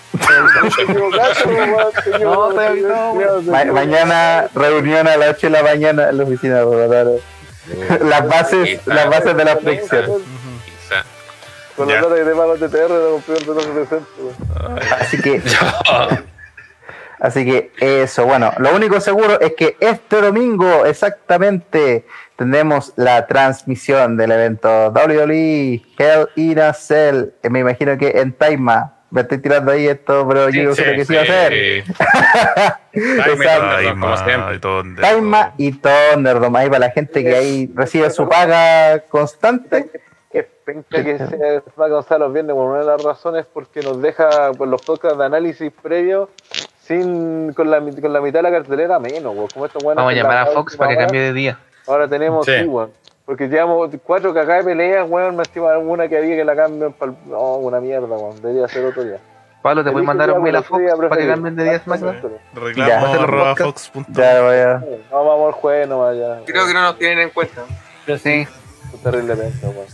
Mañana reunión a las 8 de la mañana en la oficina de Bogotá. Las bases de la predicción.
Con la plata que te paga TTR de comprar el reloj de centro.
Así que eso, bueno, lo único seguro es que este domingo exactamente tendremos la transmisión del evento WWE Hell in a Cell. Me imagino que en Taima. Me estoy tirando ahí esto, pero yo no sé lo que se iba a hacer. Taima y Thunderdome, ahí para la gente que ahí recibe su paga constante.
Que penca que se va a cansar los viernes por una de las razones porque nos deja por los podcasts de análisis previos con la mitad de la cartelera menos, como esto.
Vamos a llamar a Fox para que cambie de día.
Ahora tenemos weón. Porque llevamos 4 cagadas de peleas, weón, me estima alguna que había que la cambien para no, una mierda, weón, debería ser otro día.
Pablo, ¿te voy a mandar un mail a Fox para que cambien de día SmackDown?
Reclamo@fox.com.
Ya, vaya.
No, vamos al jueves nomás ya.
Creo que no nos tienen en cuenta.
Pero sí.
Terriblemente, weón.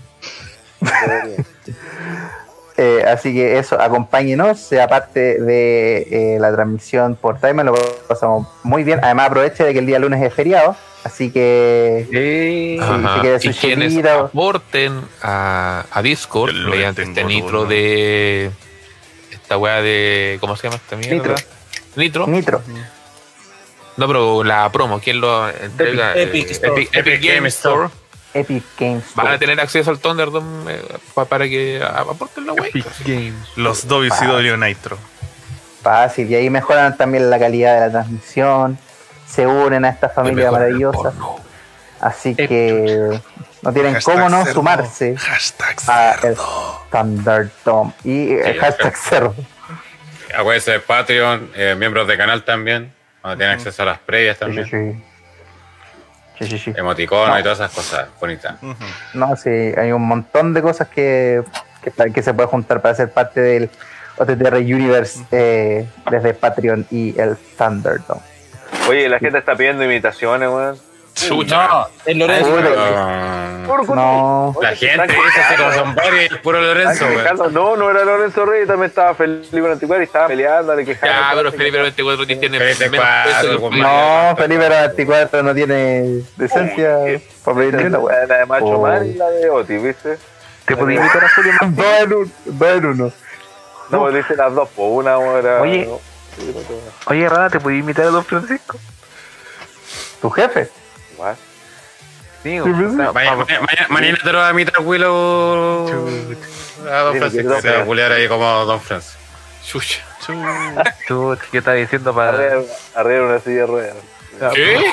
Así que eso, acompáñenos, sea parte de la transmisión por Time, lo pasamos muy bien. Además, aproveche de que el día lunes es feriado, así que
y quienes aporten a Discord mediante este nitro de esta weá de ¿cómo se llama esta mierda? Nitro. No, pero la promo, ¿quién lo entrega?
Epic
Game Store.
Epic Games.
Van a tener acceso al Thunderdome para que aporten la web.
Los WCW Nitro.
Fácil, y ahí mejoran también la calidad de la transmisión, se unen a esta familia maravillosa. Así que no tienen cómo no sumarse a el Thunderdome y el hashtag cerdo.
Acuérdense de Patreon, miembros de canal también, cuando tienen acceso a las previas también.
Sí.
Emoticonos y todas esas cosas bonitas.
No, sí, hay un montón de cosas que se puede juntar para ser parte del OTTR Universe desde Patreon y el Thunderdome.
Oye, la gente está pidiendo imitaciones, weón.
No, el Lorenzo.
No.
La gente dice así como son varios y el puro Lorenzo, weón.
No era Lorenzo Rey, también estaba Felipe 94 y estaba peleando, le quejaba.
Ya, pero Felipe 94 tiene menos peso.
No, Felipe 94 no tiene decencia para pedir ni una, weón.
La de Macho Man y la de Oti, ¿viste?
¿Te puedo imitar a Julio?
Dos en uno.
No, dice las dos, pues una era.
Oye, Rada, ¿te puedo imitar a Don Francisco?
¿Tu jefe?
¿What?
Sí,
mañana te lo va a imitar Willow a Don Francisco. Se va a culiar ahí como Don Francisco.
Chucha.
Yo estaba diciendo para...
Arriba una silla de ruedas.
¿Qué?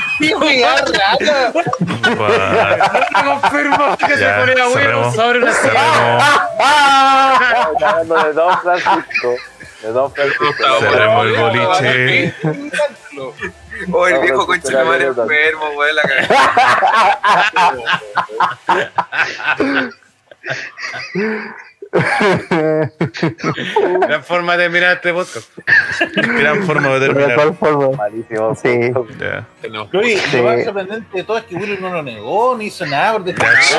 No confirmo que se pone a huevo sobre una silla.
De Don Francisco.
Cerremos el boliche.
Oh, el viejo concha de madre enfermo, weón, la
Gran forma de terminar este podcast.
Gran forma de terminar.
Malísimo.
Sí.
Oye, lo más sorprendente de todo es que Willy no lo negó, ni hizo nada por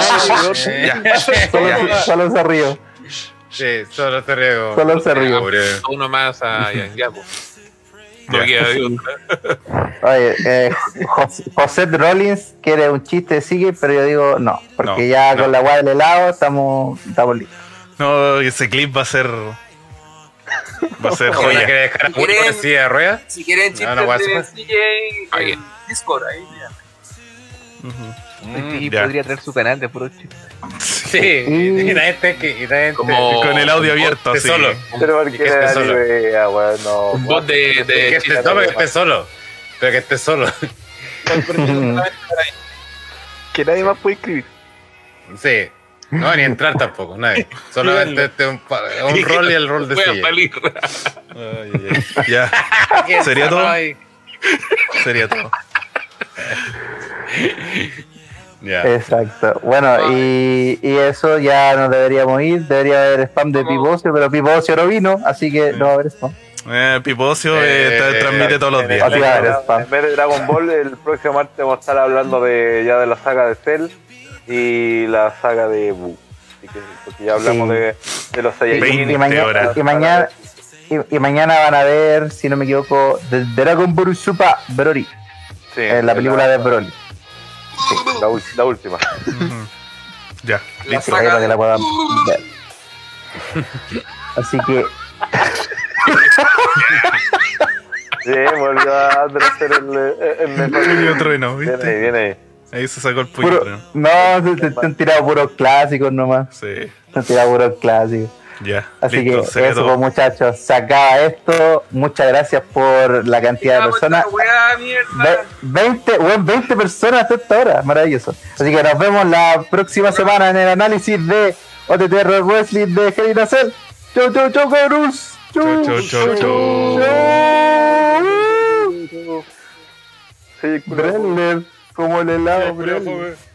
Solo se rió.
Sí, solo se rió.
Solo se rió.
Uno más a Yangiapo. No queda de otra.
Oye, José Rollins quiere un chiste, sigue, pero yo digo no, porque con la guay del helado estamos listos.
No, ese clip va a ser joya.
¿Quiere dejar a Willy con silla de ruedas?
Si quieren chistes de CJ, Discord ahí,
Y podría traer su canal de puro chiste.
Sí, y la gente
como
con el audio abierto, así.
Solo.
Pero porque
que esté solo.
Un bot de
No, pero que esté solo. Pero que esté solo.
Que nadie más puede escribir.
Sí. No, ni entrar tampoco, nadie. Solamente un rol y el rol de silla.
Ya. ¿Sería todo? Sería todo.
Yeah.
Exacto. Bueno, y eso ya nos deberíamos ir. Debería haber spam de Pipocio, pero Pipocio no vino, así que no va a haber spam.
Pipocio transmite todos los días.
En vez de Dragon Ball, el próximo martes vamos a estar hablando de la saga de Cell y la saga de Buu. Porque ya hablamos de los Saiyajin.
Y mañana van a ver, si no me equivoco, de Dragon Ball Super Broly.
Sí,
la película de Broly.
Sí, la última.
Ya,
listo. Para que la puedan ver. Así que.
Sí, volvió a hacer el
puño trueno, ¿viste?
Viene ahí.
Ahí se sacó el puño trueno.
No, se han tirado puros clásicos nomás.
Sí.
Se han tirado puros clásicos.
Ya.
Así
listo,
que eso, pues, muchachos, se acaba esto. Muchas gracias por la cantidad de personas. 20 personas hasta esta hora, maravilloso. Así que nos vemos la próxima semana en el análisis de OTTR Wrestling de Hell in a Cell. Chau, cabrón. Chau. Brenner, como el helado, Brenner.